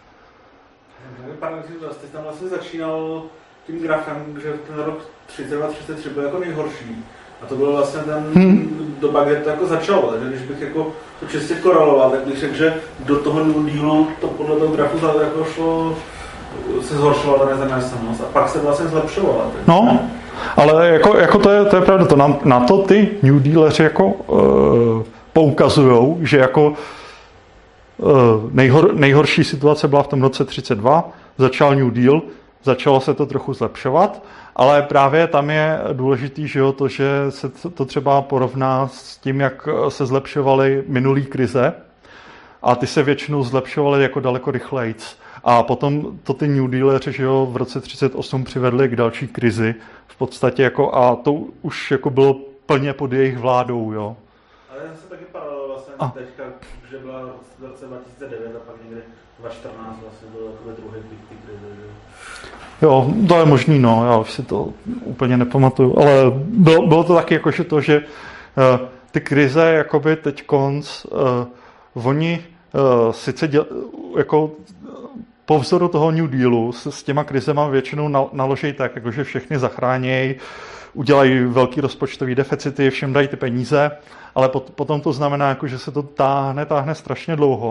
Pane, ty tam vlastně začínal tím grafem, že ten rok třicet dva třicet tři byl jako nejhorší. A to byl vlastně ten hmm. doba, kde to jako začalo. Takže když bych jako to čistě koreloval, tak když řekl, že do toho New Dealu to podle toho grafu jako šlo, se zhoršovala ta nezaměstnanost a pak se vlastně zlepšovala. Tak. No, ale jako, jako to, je, to je pravda, to na, na to ty New Dealeři jako uh, poukazujou, že jako uh, nejhor, nejhorší situace byla v tom roce třicet dva, začal New Deal, začalo se to trochu zlepšovat, ale právě tam je důležitý, že jo, to, že se to třeba porovná s tím, jak se zlepšovaly minulý krize a ty se většinou zlepšovaly jako daleko rychlejc. A potom to ty New Dealeři, že jo, v roce třicet osm přivedli k další krizi v podstatě jako, a to už jako bylo plně pod jejich vládou, jo. Ale já jsem taky paralel vlastně a. teďka, že byla v roce dva tisíce devět a pak někdy dva tisíce čtrnáct vlastně byl takový druhý pík ty krize, že jo. Jo, to je možný, no, já už si to úplně nepamatuju, ale bylo, bylo to taky jako, že to, že uh, ty krize, jakoby teď konc, uh, oni uh, sice děl, jako po vzoru toho New Dealu s, s těma krizema většinou na, naloží tak, jakože všechny zachránějí, udělají velký rozpočtový deficity, všem dají ty peníze, ale pot, potom to znamená, jako, že se to táhne, táhne strašně dlouho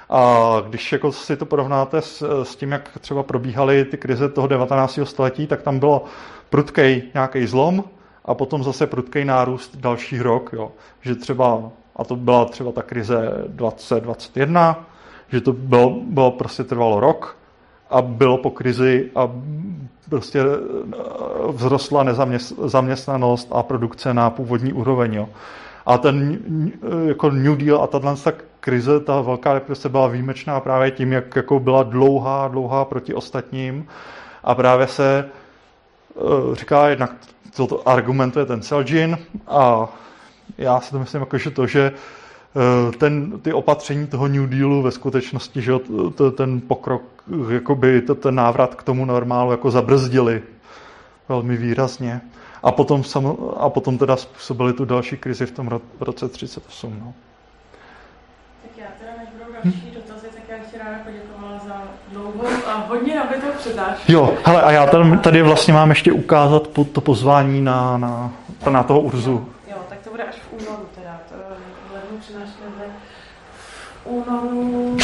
A když jako si to porovnáte s, s tím, jak třeba probíhaly ty krize toho devatenáctého století, tak tam bylo prudkej nějaký zlom a potom zase prudkej nárůst další rok. Jo. Že třeba, a to byla třeba ta krize dvacet dvacet jedna, že to bylo, bylo prostě trvalo rok a bylo po krizi a prostě vzrostla nezaměstnanost a produkce na původní úroveň. Jo. A ten jako New Deal a tato krize, ta velká deprese byla výjimečná právě tím, jak jako byla dlouhá, dlouhá proti ostatním. A právě se říká jednak, co to argumentuje ten Selgin, a já si to myslím, jako, že to, že ten, ty opatření toho New Dealu ve skutečnosti, že to, ten pokrok, jakoby to, ten návrat k tomu normálu jako zabrzdili velmi výrazně. A potom, a potom teda způsobili tu další krizi v tom roce třicet osm. No. Tak já teda, než budou další dotazy, tak já chci ráda poděkovala za dlouhou a hodně nabitou přednášku. Jo, hele, a já tady, tady vlastně mám ještě ukázat to pozvání na, na, na toho Urzu. Jo, tak to bude až v únoru teda. To hlednou přednášku bude v únoru.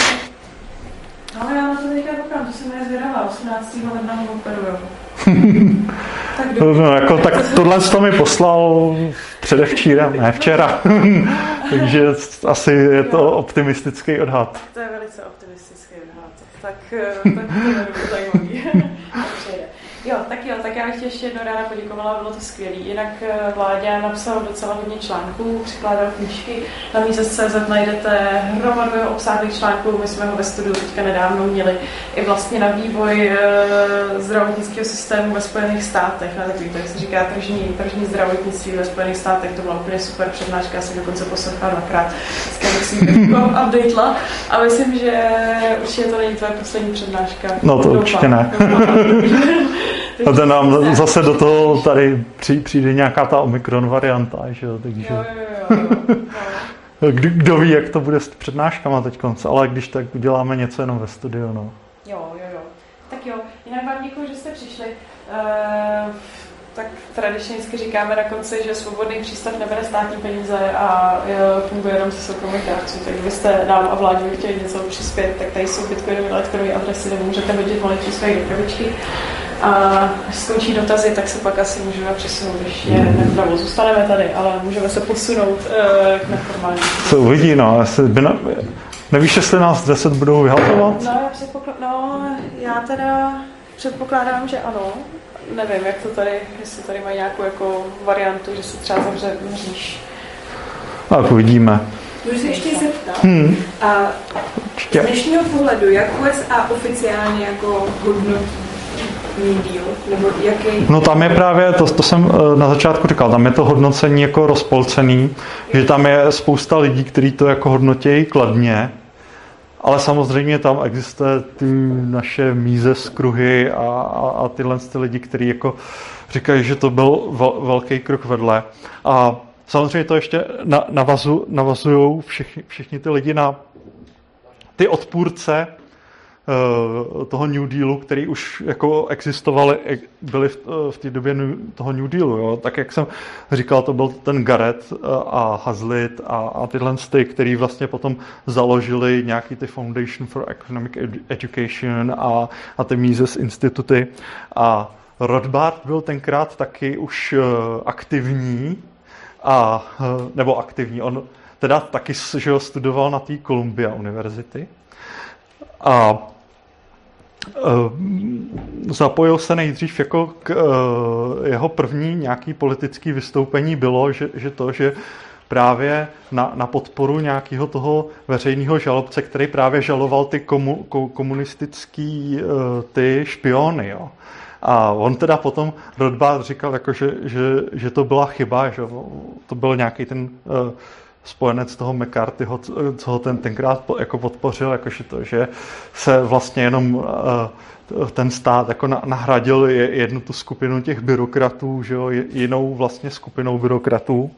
Ale já na to teďka koukám, to jsem nezvědala, osmnáctého ledna mu operujou. Tak, no, jako, tak tohle to mi poslal předevčírem, ne včera. Takže asi je to optimistický odhad. To je velice optimistický odhad. Tak, tak to je zajímavý. Jo, tak jo, tak já bych ještě jednou ráda poděkovala, bylo to skvělý. Jinak Vláďa napsal docela hodně článků, přikládal knížky. Na Mises tečka cé zet najdete hromadu obsáhlých článků, my jsme ho ve studiu teďka nedávno měli i vlastně na vývoj e, zdravotnického systému ve Spojených státech, na takový, to jak se říká tržní, tržní zdravotnictví ve Spojených státech, to byla úplně super přednáška, já jsem dokonce poslouchala dvakrát, dneska musím jako updatela a myslím, že určitě to není tvoje poslední přednáška. No to určitě ne. A to nám zase do toho tady přijde nějaká ta Omikron varianta, že jo, takže... Jo, jo, jo, jo. Kdo ví, jak to bude s přednáškama teď konce, ale když tak uděláme něco jenom ve studiu, no. Jo, jo, jo. Tak jo, jinak vám děkuji, že jste přišli. Uh, tak tradičně vždycky říkáme na konci, že svobodný přístav nebere státní peníze a funguje jenom ze soukromých dárců. Tak kdybyste nám a vládě chtěli něco přispět, tak tady jsou bitcoinové elektronové adresy, nebo můžete hodit malé příspěvky do krabičky. A až skončí dotazy, tak se pak asi můžeme přesunout, když je nepravo. Zůstaneme tady, ale můžeme se posunout uh, k neformální. To uvidí, no. Na... Nevíš, jestli nás deset budou vyhazovat? No, já předpokl... no, já teda předpokládám, že ano. Nevím, jak to tady, jestli tady mají nějakou jako variantu, že se třeba zavře mříž. Tak uvidíme. Můžu se ještě zeptat? Hmm. A z dnešního pohledu, jak U S A oficiálně jako hodnotí New Deal, nebo jaký... No tam je právě, to, to jsem na začátku říkal, tam je to hodnocení jako rozpolcený, že tam je spousta lidí, kteří to jako hodnotějí kladně, ale samozřejmě tam existuje ty naše Mises kruhy a, a, a tyhle ty lidi, kteří jako říkají, že to byl vel, velký krok vedle. A samozřejmě to ještě na, navazu, navazují všichni, všichni ty lidi na ty odpůrce toho New Dealu, který už jako existovali, byli v, v té době toho New Dealu. Jo? Tak jak jsem říkal, to byl ten Garrett a Hazlitt a, a tyhle ty, který vlastně potom založili nějaký ty Foundation for Economic Education a, a ty Mises instituty. A Rothbard byl tenkrát taky už aktivní, a, nebo aktivní, on teda taky že ho studoval na té Columbia univerzity. A zapojil se nejdřív jako k jeho první nějaký politický vystoupení bylo, že, že to, že právě na, na podporu nějakého toho veřejného žalobce, který právě žaloval ty komu, komunistický ty špiony. Jo. A on teda potom Rothbard říkal, jako, že, že, že to byla chyba, že to byl nějaký ten spojenec toho McCarthyho, co ho ten tenkrát jako podpořil, jakože to, že se vlastně jenom ten stát jako nahradil jednu tu skupinu těch byrokratů, že jo, jinou vlastně skupinou byrokratů.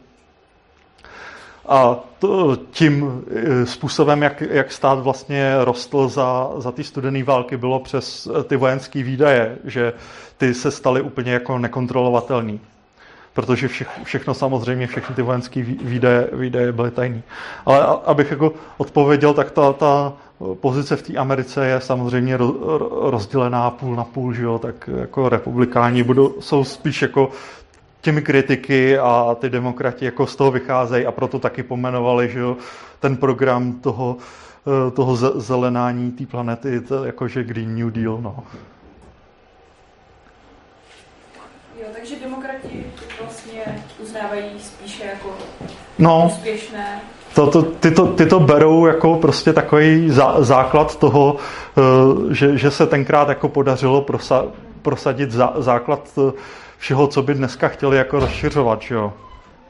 A to, tím způsobem, jak, jak stát vlastně rostl za, za ty studené války, bylo přes ty vojenské výdaje, že ty se staly úplně jako nekontrolovatelný. protože vše, všechno samozřejmě, všechny ty vojenské výdaje, výdaje byly tajný. Ale abych jako odpověděl, tak ta, ta pozice v té Americe je samozřejmě rozdělená půl na půl, že jo? Tak jako republikáni budou, jsou spíš jako těmi kritiky a ty demokrati jako z toho vycházejí a proto taky pomenovali, že jo, ten program toho, toho zelenání té planety, to jakože Green New Deal, no. Jo, takže demokrati vlastně uznávají spíše jako no, úspěšné. To, to, ty, to, ty to berou jako prostě takový zá, základ toho, že, že se tenkrát jako podařilo prosa, prosadit zá, základ všeho, co by dneska chtěli jako rozšiřovat, že jo.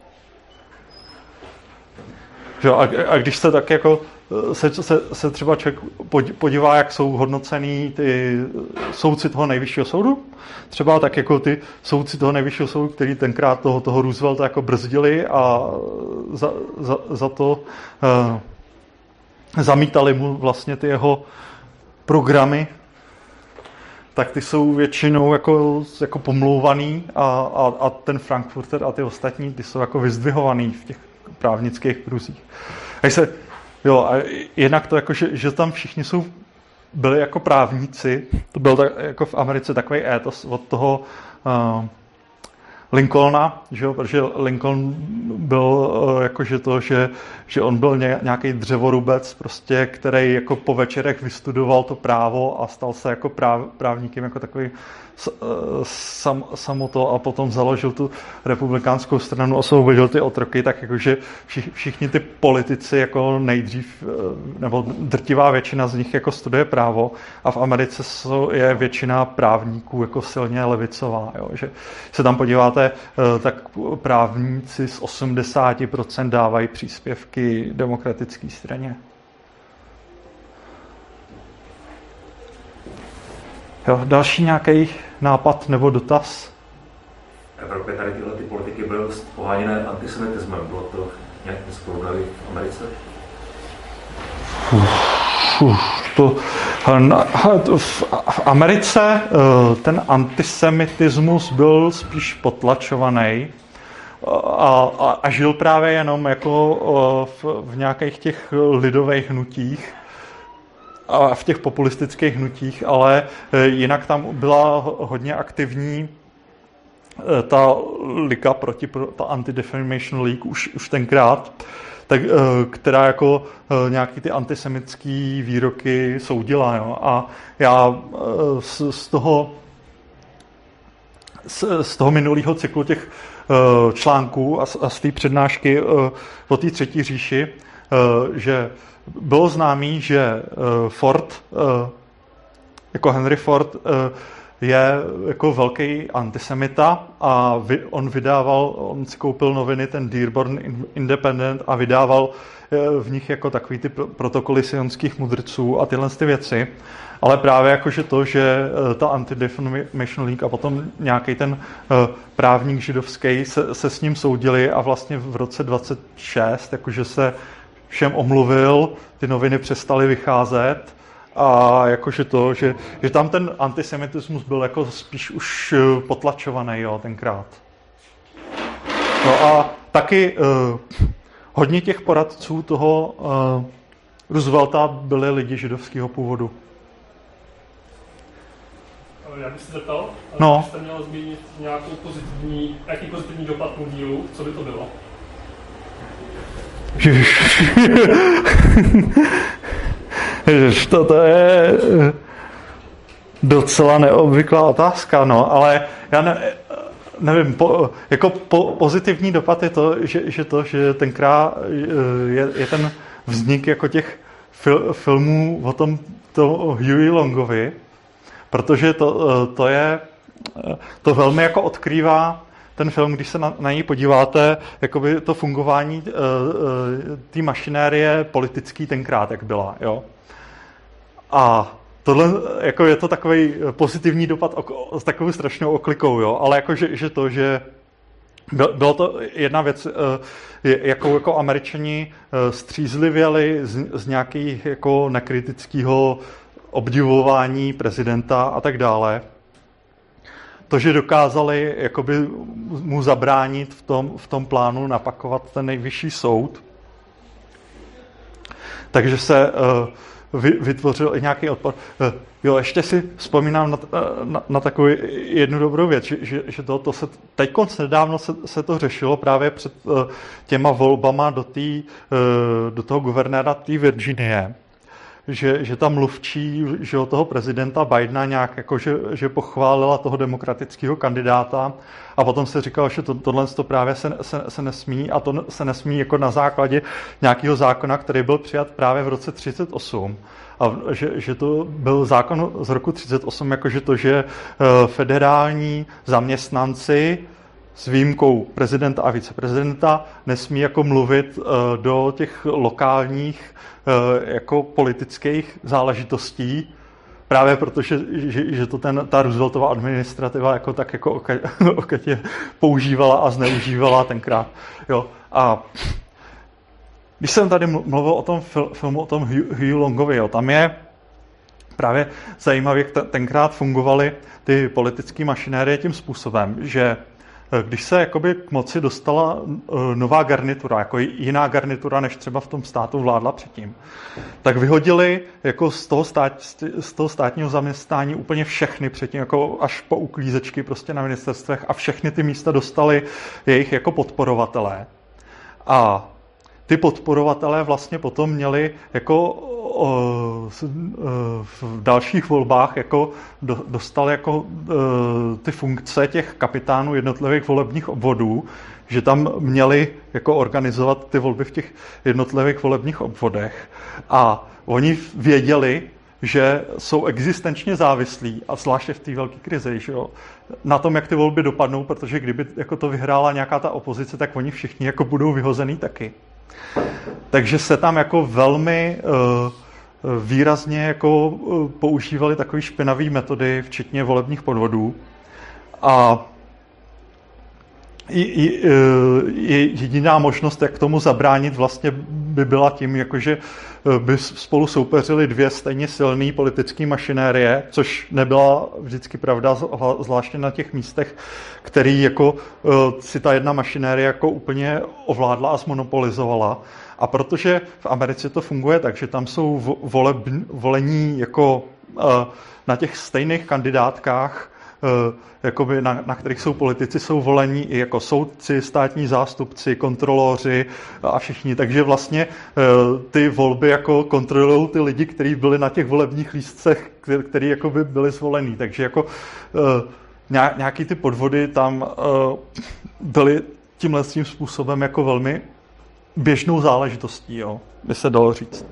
Že jo? A, a když se tak jako se, se, se třeba člověk podívá, jak jsou hodnocený ty soudci toho nejvyššího soudu, třeba tak jako ty soudci toho nejvyššího soudu, který tenkrát toho, toho Roosevelta jako brzdili a za, za, za to uh, zamítali mu vlastně ty jeho programy, tak ty jsou většinou jako, jako pomlouvaný a, a, a ten Frankfurter a ty ostatní, ty jsou jako vyzdvihovaný v těch právnických kruzích. A se, jo, a jinak to jako, že, že tam všichni jsou, byli jako právníci, to byl tak, jako v Americe takový étos od toho uh, Lincolna, že jo, protože Lincoln byl uh, jakože to, že, že on byl nějaký dřevorubec, prostě, který jako po večerech vystudoval to právo a stal se jako práv, právníkem jako takový sam, samoto a potom založil tu republikánskou stranu, osvobodil ty otroky, tak jakože všich, všichni ty politici jako nejdřív, nebo drtivá většina z nich jako studuje právo a v Americe jsou, je většina právníků jako silně levicová, jo, že se tam podíváte, tak právníci z osmdesát procent dávají příspěvky demokratické straně. Jo, další nějaký nápad nebo dotaz? V Evropě tady tyhle ty politiky byly poháněné antisemitismem. Bylo to nějak podobné v Americe? Uf, uf, to, v, v Americe ten antisemitismus byl spíš potlačovaný a, a, a žil právě jenom jako v, v nějakých těch lidových hnutích a v těch populistických hnutích, ale jinak tam byla hodně aktivní ta liga proti, ta Anti-Defamation League už, už tenkrát, tak, která jako nějaký ty antisemitský výroky soudila. Jo. A já z, z toho z, z toho minulého cyklu těch článků a z, a z té přednášky o té třetí říši, že bylo známý, že Ford, jako Henry Ford, je jako velký antisemita a on vydával, on si koupil noviny, ten Dearborn Independent a vydával v nich jako takový ty protokoly sionských mudrců a tyhle ty věci. Ale právě jakože to, že ta Anti-Defamation League a potom nějaký ten právník židovský se, se s ním soudili a vlastně v roce dvacet šest jakože se všem omluvil, ty noviny přestaly vycházet a jakože to, že, že tam ten antisemitismus byl jako spíš už potlačovaný, jo, tenkrát. No a taky uh, hodně těch poradců toho uh, Roosevelta byli lidi židovského původu. Já bych se zeptal, no. Kdybyste měl zmínit nějakou pozitivní, jaký pozitivní dopad New Dealu, co by to bylo? to, to je docela neobvyklá otázka, no, ale já ne, nevím, po, jako po, pozitivní dopad je to, že, že to, že tenkrát je, je ten vznik jako těch fil, filmů o tom to Huey Longovi, protože to, to je, to velmi jako odkrývá ten film, když se na, na něj podíváte, jakoby to fungování uh, uh, té mašinérie politický tenkrát, jak byla, jo. A tohle, jako je to takový pozitivní dopad ok, s takovou strašnou oklikou, jo, ale jako, že, že to, že bylo to jedna věc, uh, jakou jako Američani uh, střízlivěli z, z nějakých jako nekritického obdivování prezidenta a tak dále, to, že dokázali jakoby mu zabránit v tom, v tom plánu napakovat ten nejvyšší soud. Takže se uh, vy, vytvořil i nějaký odpor. Uh, jo, ještě si vzpomínám na, na, na takovou jednu dobrou věc, že, že, že to, to se teď nedávno se, se to řešilo právě před uh, těma volbama do, tý, uh, do toho guvernéra té Virginie, že, že tam mluvčí že toho prezidenta Bidena nějak jako, že, že pochválila toho demokratického kandidáta a potom se říkalo, že to, tohle to právě se, se, se nesmí a to se nesmí jako na základě nějakého zákona, který byl přijat právě v roce třicet osm. A že, že to byl zákon z roku třicet osm, jakože to, že federální zaměstnanci s výjimkou prezidenta a viceprezidenta nesmí jako mluvit do těch lokálních jako politických záležitostí, právě protože že, že to ten, ta Rooseveltova administrativa jako tak jako okatě používala a zneužívala tenkrát. Jo. A když jsem tady mluvil o tom filmu, o tom Huey Longovi, jo, tam je právě zajímavé, jak tenkrát fungovaly ty politické mašinérie tím způsobem, že když se jakoby k moci dostala nová garnitura, jako jiná garnitura, než třeba v tom státu vládla předtím, tak vyhodili jako z toho, stát, z toho státního zaměstnání úplně všechny předtím, jako až po uklízečky prostě na ministerstvech a všechny ty místa dostali jejich jako podporovatelé. A ty podporovatelé vlastně potom měli jako v dalších volbách jako dostali jako ty funkce těch kapitánů jednotlivých volebních obvodů, že tam měli jako organizovat ty volby v těch jednotlivých volebních obvodech. A oni věděli, že jsou existenčně závislí, a zvláště v té velké krizi, že jo, na tom, jak ty volby dopadnou, protože kdyby jako to vyhrála nějaká ta opozice, tak oni všichni jako budou vyhozený taky. Takže se tam jako velmi uh, výrazně jako uh, používali takové špinavé metody, včetně volebních podvodů. A jediná možnost, jak tomu zabránit, vlastně by byla tím, jakože by spolu soupeřili dvě stejně silné politické mašinérie, což nebyla vždycky pravda, zvláště na těch místech, který jako si ta jedna mašinérie jako úplně ovládla a zmonopolizovala. A protože v Americe to funguje tak, že tam jsou voleb, volení jako na těch stejných kandidátkách, jakoby na, na kterých jsou politici, jsou volení i jako soudci, státní zástupci, kontroloři a všichni. Takže vlastně ty volby jako kontrolují ty lidi, kteří byli na těch volebních lístcech, který jako by byli zvolení. Takže jako nějaký ty podvody tam byly tímhle tím způsobem jako velmi běžnou záležitostí, jo, by se dalo říct.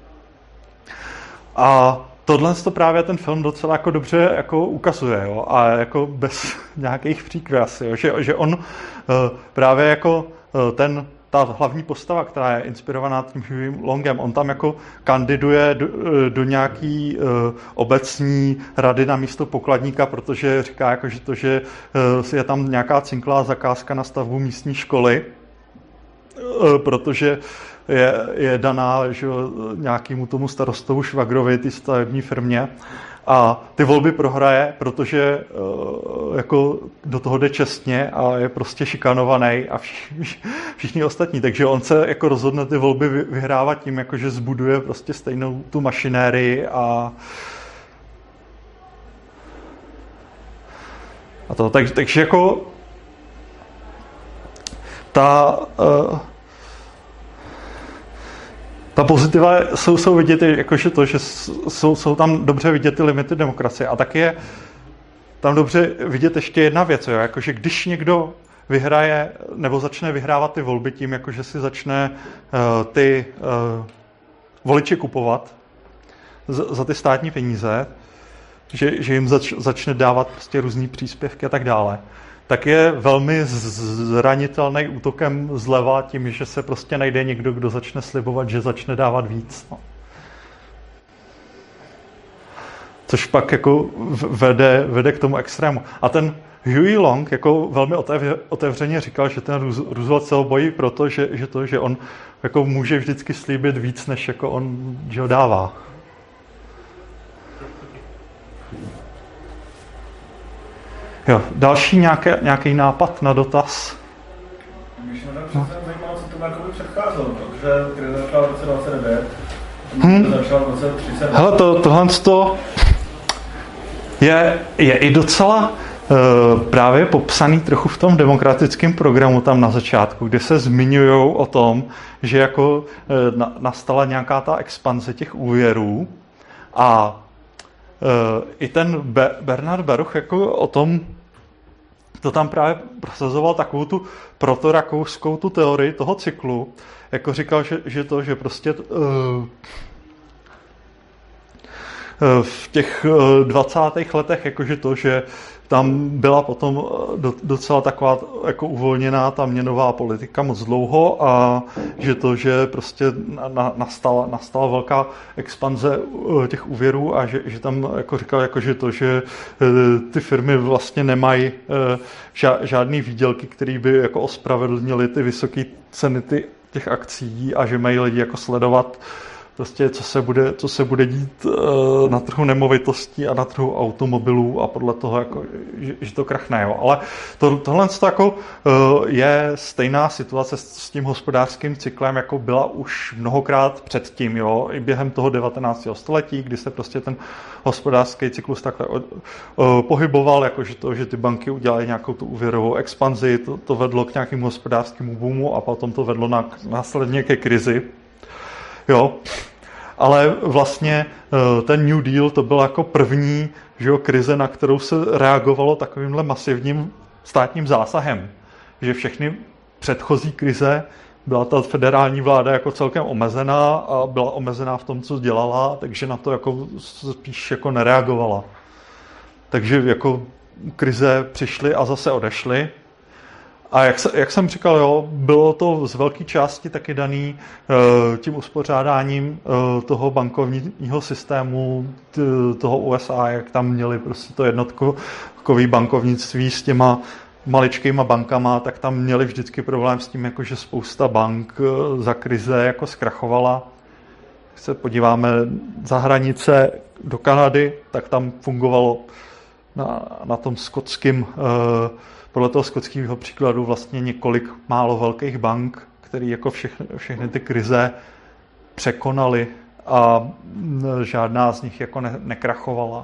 A tohle to právě ten film docela jako dobře jako ukazuje, jo, a jako bez nějakých příkras, jo, že, že on uh, právě jako uh, ten, ta hlavní postava, která je inspirovaná tím Hueyem Longem, on tam jako kandiduje do, do nějaký uh, obecní rady na místo pokladníka, protože říká jako, že to, že uh, je tam nějaká cinklá zakázka na stavbu místní školy, uh, protože je, je daná že, nějakému tomu starostovu švagrovi, ty stavební firmě, a ty volby prohraje, protože uh, jako do toho jde čestně a je prostě šikanovaný a všichni, všichni ostatní. Takže on se jako rozhodne ty volby vyhrávat tím, jako, že zbuduje prostě stejnou tu mašinérii a a to. Tak, takže jako ta uh, Ta pozitiva jsou, jsou vidět jakože to, že jsou, jsou tam dobře vidět ty limity demokracie. A taky je tam dobře vidět ještě jedna věc, jo, jakože když někdo vyhraje nebo začne vyhrávat ty volby tím, jakože si začne uh, ty uh, voliče kupovat za, za ty státní peníze, že, že jim zač, začne dávat prostě různý příspěvky a tak dále, tak je velmi zranitelný útokem zleva tím, že se prostě najde někdo, kdo začne slibovat, že začne dávat víc. No. Což pak jako vede, vede k tomu extrému. A ten Huey Long jako velmi otevřeně říkal, že ten Roosevelt se ho bojí proto, že, že, to, že on jako může vždycky slíbit víc, než jako on že ho dává. Jo, další nějaké, nějaký nápad na dotaz? Když mě no. zajímalo, co tomu jakoby předcházelo, protože krize začala v roce dvacet devět, hmm. začala v roce třicet. Hele, to, tohle to je, je i docela uh, právě popsaný trochu v tom demokratickém programu tam na začátku, kde se zmiňují o tom, že jako uh, na, nastala nějaká ta expanze těch úvěrů a uh, i ten Be- Bernard Baruch jako o tom to tam právě prosazoval takovou tu protorakouskou tu teorii toho cyklu, jako říkal, že, že to, že prostě uh, v těch dvacátých letech, jakože to, že tam byla potom docela taková jako uvolněná ta měnová politika moc dlouho a že to, že prostě nastala, nastala velká expanze těch úvěrů a že, že tam jako říkal, jako že to, že ty firmy vlastně nemají žádný výdělky, které by jako ospravedlnily ty vysoké ceny těch akcií a že mají lidi jako sledovat prostě, co se bude, co se bude dít uh, na trhu nemovitostí a na trhu automobilů a podle toho, jako, že, že to krachne. Jo. Ale to, tohle jako, uh, je stejná situace s, s tím hospodářským cyklem, jako byla už mnohokrát předtím, jo, i během toho devatenáctého století, kdy se prostě ten hospodářský cyklus takhle uh, uh, pohyboval, jako že to, že ty banky udělaly nějakou tu úvěrovou expanzi, to, to vedlo k nějakému hospodářskému boomu a potom to vedlo na, následně ke krizi. Jo, ale vlastně ten New Deal to byl jako první, že jo, krize, na kterou se reagovalo takovýmhle masivním státním zásahem. Že všechny předchozí krize byla ta federální vláda jako celkem omezená a byla omezená v tom, co dělala, takže na to jako spíš jako nereagovala. Takže jako krize přišly a zase odešly. A jak, se, jak jsem říkal, jo, bylo to z velké části taky daný uh, tím uspořádáním uh, toho bankovního systému t, toho U S A, jak tam měli prostě to jednotkové bankovnictví s těma maličkýma bankama, tak tam měli vždycky problém s tím, jako že spousta bank uh, za krize jako zkrachovala. Když se podíváme za hranice do Kanady, tak tam fungovalo na, na tom skotském uh, podle toho skotského příkladu vlastně několik málo velkých bank, které jako všechny, všechny ty krize překonaly a žádná z nich jako ne, nekrachovala.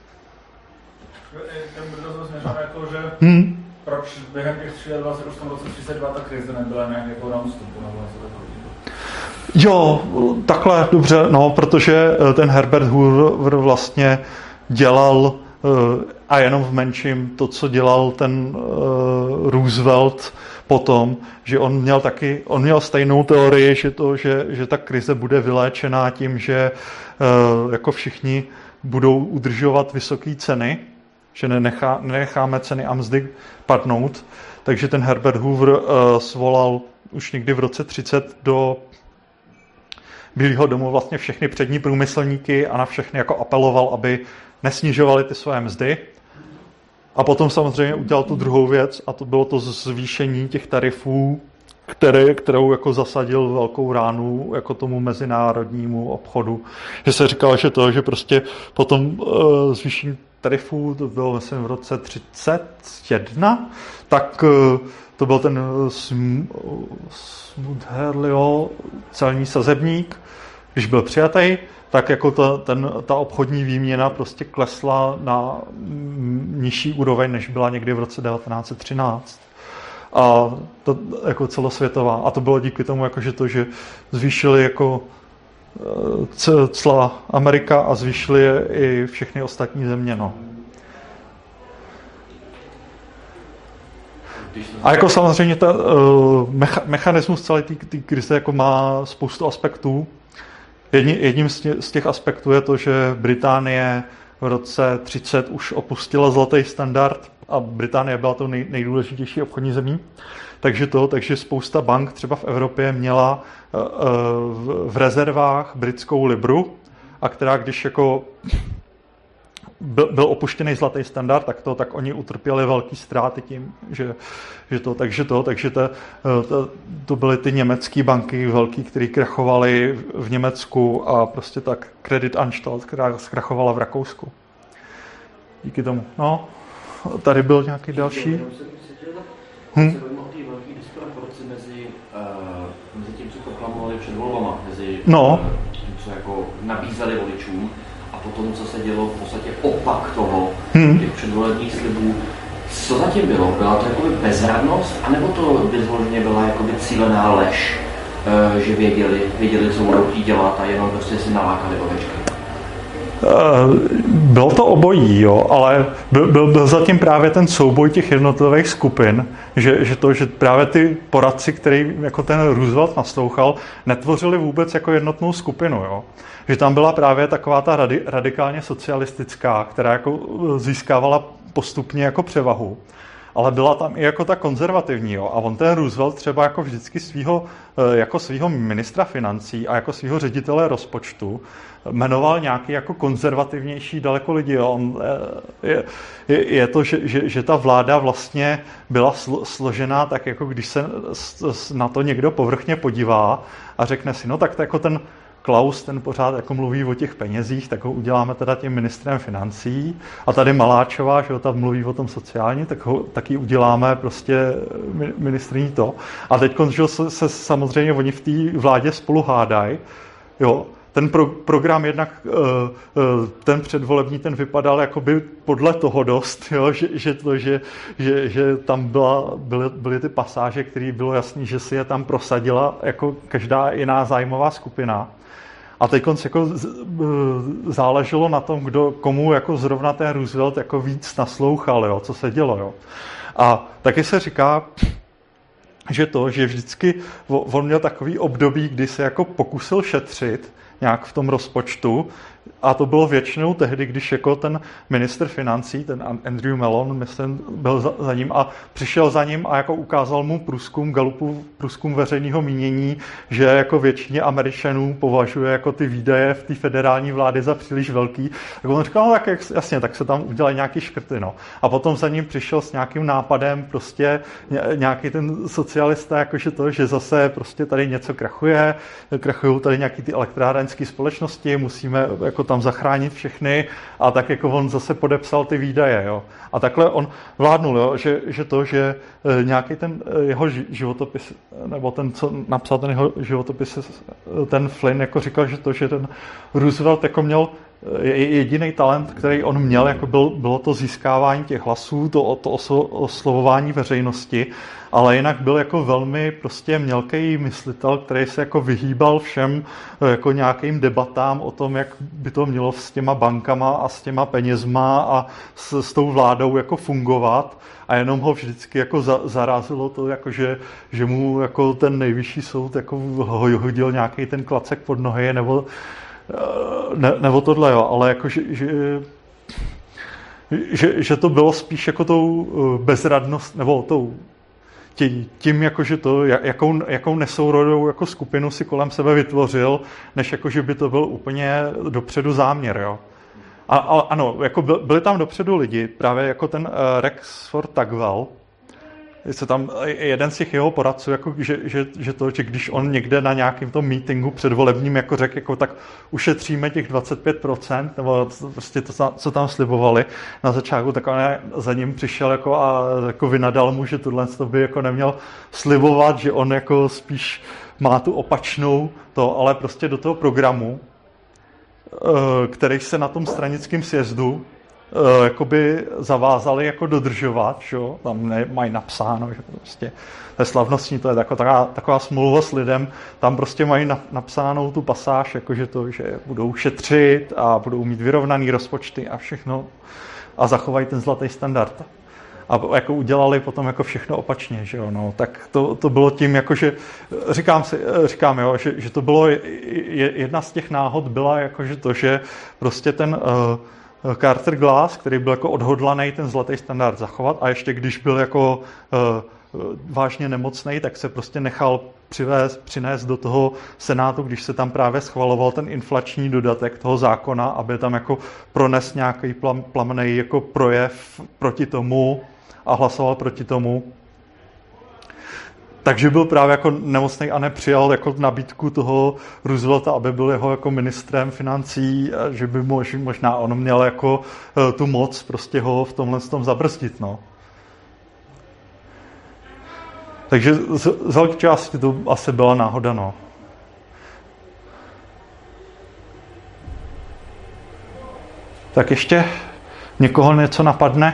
Ten byl to směřoval jako, že hmm. proč během těch dvacet tři už v tom roce třicet dva ta krize nebyla nějak jako na ústupu nebo něco takového? Jo, takhle, dobře, no, protože ten Herbert Hoover vlastně dělal a jenom v menším to, co dělal ten uh, Roosevelt potom, že on měl taky, on měl stejnou teorii, že to, že, že ta krize bude vyléčená tím, že uh, jako všichni budou udržovat vysoké ceny, že nenechá, nenecháme ceny a mzdy padnout. Takže ten Herbert Hoover uh, svolal už někdy v roce třicet do Bílého domu vlastně všechny přední průmyslníky a na všechny jako apeloval, aby nesnižovali ty své mzdy. A potom samozřejmě udělal tu druhou věc a to bylo to zvýšení těch tarifů, které, kterou jako zasadil velkou ránu jako tomu mezinárodnímu obchodu. Že se říkalo, že to, že prostě potom uh, zvýšení tarifů, to bylo myslím v roce třicet jedna, tak uh, to byl ten Smoot-Hurley celní sazebník, když byl přijatý, tak jako ta, ten, ta obchodní výměna prostě klesla na nižší úroveň, než byla někdy v roce devatenáct set třináct. A to jako celosvětová. A to bylo díky tomu, jako, že to, že zvýšili jako celá Amerika a zvýšili je i všechny ostatní země. No. A jako samozřejmě ta, uh, mecha, mechanismus celé té krize jako má spoustu aspektů. Jedni, jedním z těch, z těch aspektů je to, že Británie v roce třicet už opustila zlatý standard a Británie byla to nej, nejdůležitější obchodní zemí. Takže to, takže spousta bank třeba v Evropě měla uh, v, v rezervách britskou libru, a která když jako byl, byl opuštěný zlatý standard, tak to, tak oni utrpěli velký ztráty tím, že, že to, takže to, takže to, to, to byly ty německé banky velký, které krachovaly v Německu a prostě tak Credit Anstalt, která zkrachovala v Rakousku. Díky tomu. No, tady byl nějaký další. Hm? Mezi, uh, mezi tím, co proklamovali před volbama, mezi no. uh, tím, co jako nabízeli voličům a potom, co se dělo v podstatě opak toho, hmm. těch předvolebních slibů. Co zatím bylo? Byla to jakoby bezradnost, anebo to vyzloženě byla jakoby cílená lež, uh, že věděli, věděli, co budou chtít dělat a jenom prostě si nalákali ovečky? Bylo to obojí, jo, ale byl, byl, byl zatím právě ten souboj těch jednotlivých skupin, že, že to, že právě ty poradci, který jako ten Roosevelt naslouchal, netvořili vůbec jako jednotnou skupinu, jo. Že tam byla právě taková ta radi, radikálně socialistická, která jako získávala postupně jako převahu, ale byla tam i jako ta konzervativní, jo. A on ten Roosevelt třeba jako vždycky svýho, jako svýho ministra financí a jako svýho ředitele rozpočtu jmenoval nějaký jako konzervativnější daleko lidi. Jo. On, je, je, je to, že, že, že ta vláda vlastně byla sl, složená tak, jako když se na to někdo povrchně podívá a řekne si, no tak to jako ten Klaus, ten pořád jako mluví o těch penězích, tak ho uděláme teda tím ministrem financí. A tady Maláčová, že ho tam mluví o tom sociální, tak ho taky uděláme prostě ministrní to. A teď se, se samozřejmě oni v té vládě spolu hádají. Jo. Ten pro, program jednak, ten předvolební, ten vypadal jakoby podle toho dost, jo, že, že, to, že, že, že tam byla, byly, byly ty pasáže, které bylo jasný, že si je tam prosadila jako každá jiná zájmová skupina. A teď jako záleželo na tom, kdo, komu jako zrovna ten Roosevelt jako víc naslouchal, jo, co se dělo. Jo. A taky se říká, že to, že vždycky on měl takový období, kdy se jako pokusil šetřit nějak v tom rozpočtu, a to bylo většinou tehdy, když jako ten ministr financí, ten Andrew Mellon, myslím, byl za, za ním a přišel za ním a jako ukázal mu průzkum Gallupu, průzkum veřejného mínění, že jako většině Američanů považuje jako ty výdaje v té federální vlády za příliš velký. Tak on říkal, no tak jasně, tak se tam udělají nějaký škrty, no. A potom za ním přišel s nějakým nápadem prostě nějaký ten socialista, jakože to, že zase prostě tady něco krachuje, krachují tady nějaký ty elektrárenské společnosti, musíme jako tam zachránit všechny, a tak jako on zase podepsal ty výdaje, jo. A takhle on vládnul, jo, že, že to, že nějaký ten jeho životopis, nebo ten, co napsal ten jeho životopis, ten Flynn, jako říkal, že to, že ten Roosevelt jako měl jediný talent, který on měl, jako byl, bylo to získávání těch hlasů, to, to oslovování veřejnosti, ale jinak byl jako velmi prostě mělký myslitel, který se jako vyhýbal všem jako nějakým debatám o tom, jak by to mělo s těma bankama a s těma penězma a s, s tou vládou jako fungovat, a jenom ho vždycky jako za, zarazilo to, jako že, že mu jako ten nejvyšší soud jako hodil nějaký ten klacek pod nohy, nebo Ne, nebo tohle, jo, ale jako, že, že, že, že to bylo spíš jako tou bezradnost, nebo tou, tím, jako, že to, jakou, jakou nesourodou jako skupinu si kolem sebe vytvořil, než jako, že by to byl úplně dopředu záměr, jo. A, a ano, jako byli tam dopředu lidi, právě jako ten uh, Rexford Tugwell, se tam jeden z těch jeho poradců, jako, že, že, že, to, že když on někde na nějakém tom meetingu předvolebním jako řekl, jako, tak ušetříme těch dvacet pět procent, nebo prostě to, co tam slibovali na začátku, tak on za ním přišel jako a jako vynadal mu, že tohle by jako neměl slibovat, že on jako spíš má tu opačnou to, ale prostě do toho programu, který se na tom stranickém sjezdu Uh, jakoby zavázali jako dodržovat, čo? Tam ne, mají napsáno, že prostě to je slavnostní, to je taková, taková smlouva s lidem, tam prostě mají na, napsánou tu pasáž, jakože to, že budou šetřit a budou mít vyrovnaný rozpočty a všechno a zachovají ten zlatý standard. A jako udělali potom jako všechno opačně, že jo, no, tak to, to bylo tím, jakože, říkám si, říkám, jo, že, že to bylo, jedna z těch náhod byla jakože to, že prostě ten uh, Carter Glass, který byl jako odhodlaný ten zlatý standard zachovat, a ještě když byl jako uh, vážně nemocnej, tak se prostě nechal přivést, přinést do toho Senátu, když se tam právě schvaloval ten inflační dodatek toho zákona, aby tam jako prones nějaký plam, plamenej jako projev proti tomu a hlasoval proti tomu. takže byl právě jako nemocný a nepřijal jako nabídku toho Roosevelta, aby byl jeho jako ministrem financí, a že by mož, možná on měl jako tu moc prostě ho v tomhle tom zabrzdit, no. Takže z, z velké části to asi byla náhoda, no. Tak ještě někoho něco napadne?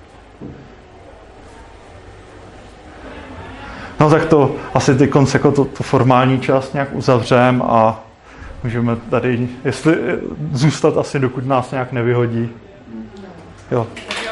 No tak to asi ty konce jako to, to formální část nějak uzavřem a můžeme tady, jestli zůstat asi, dokud nás nějak nevyhodí. Jo.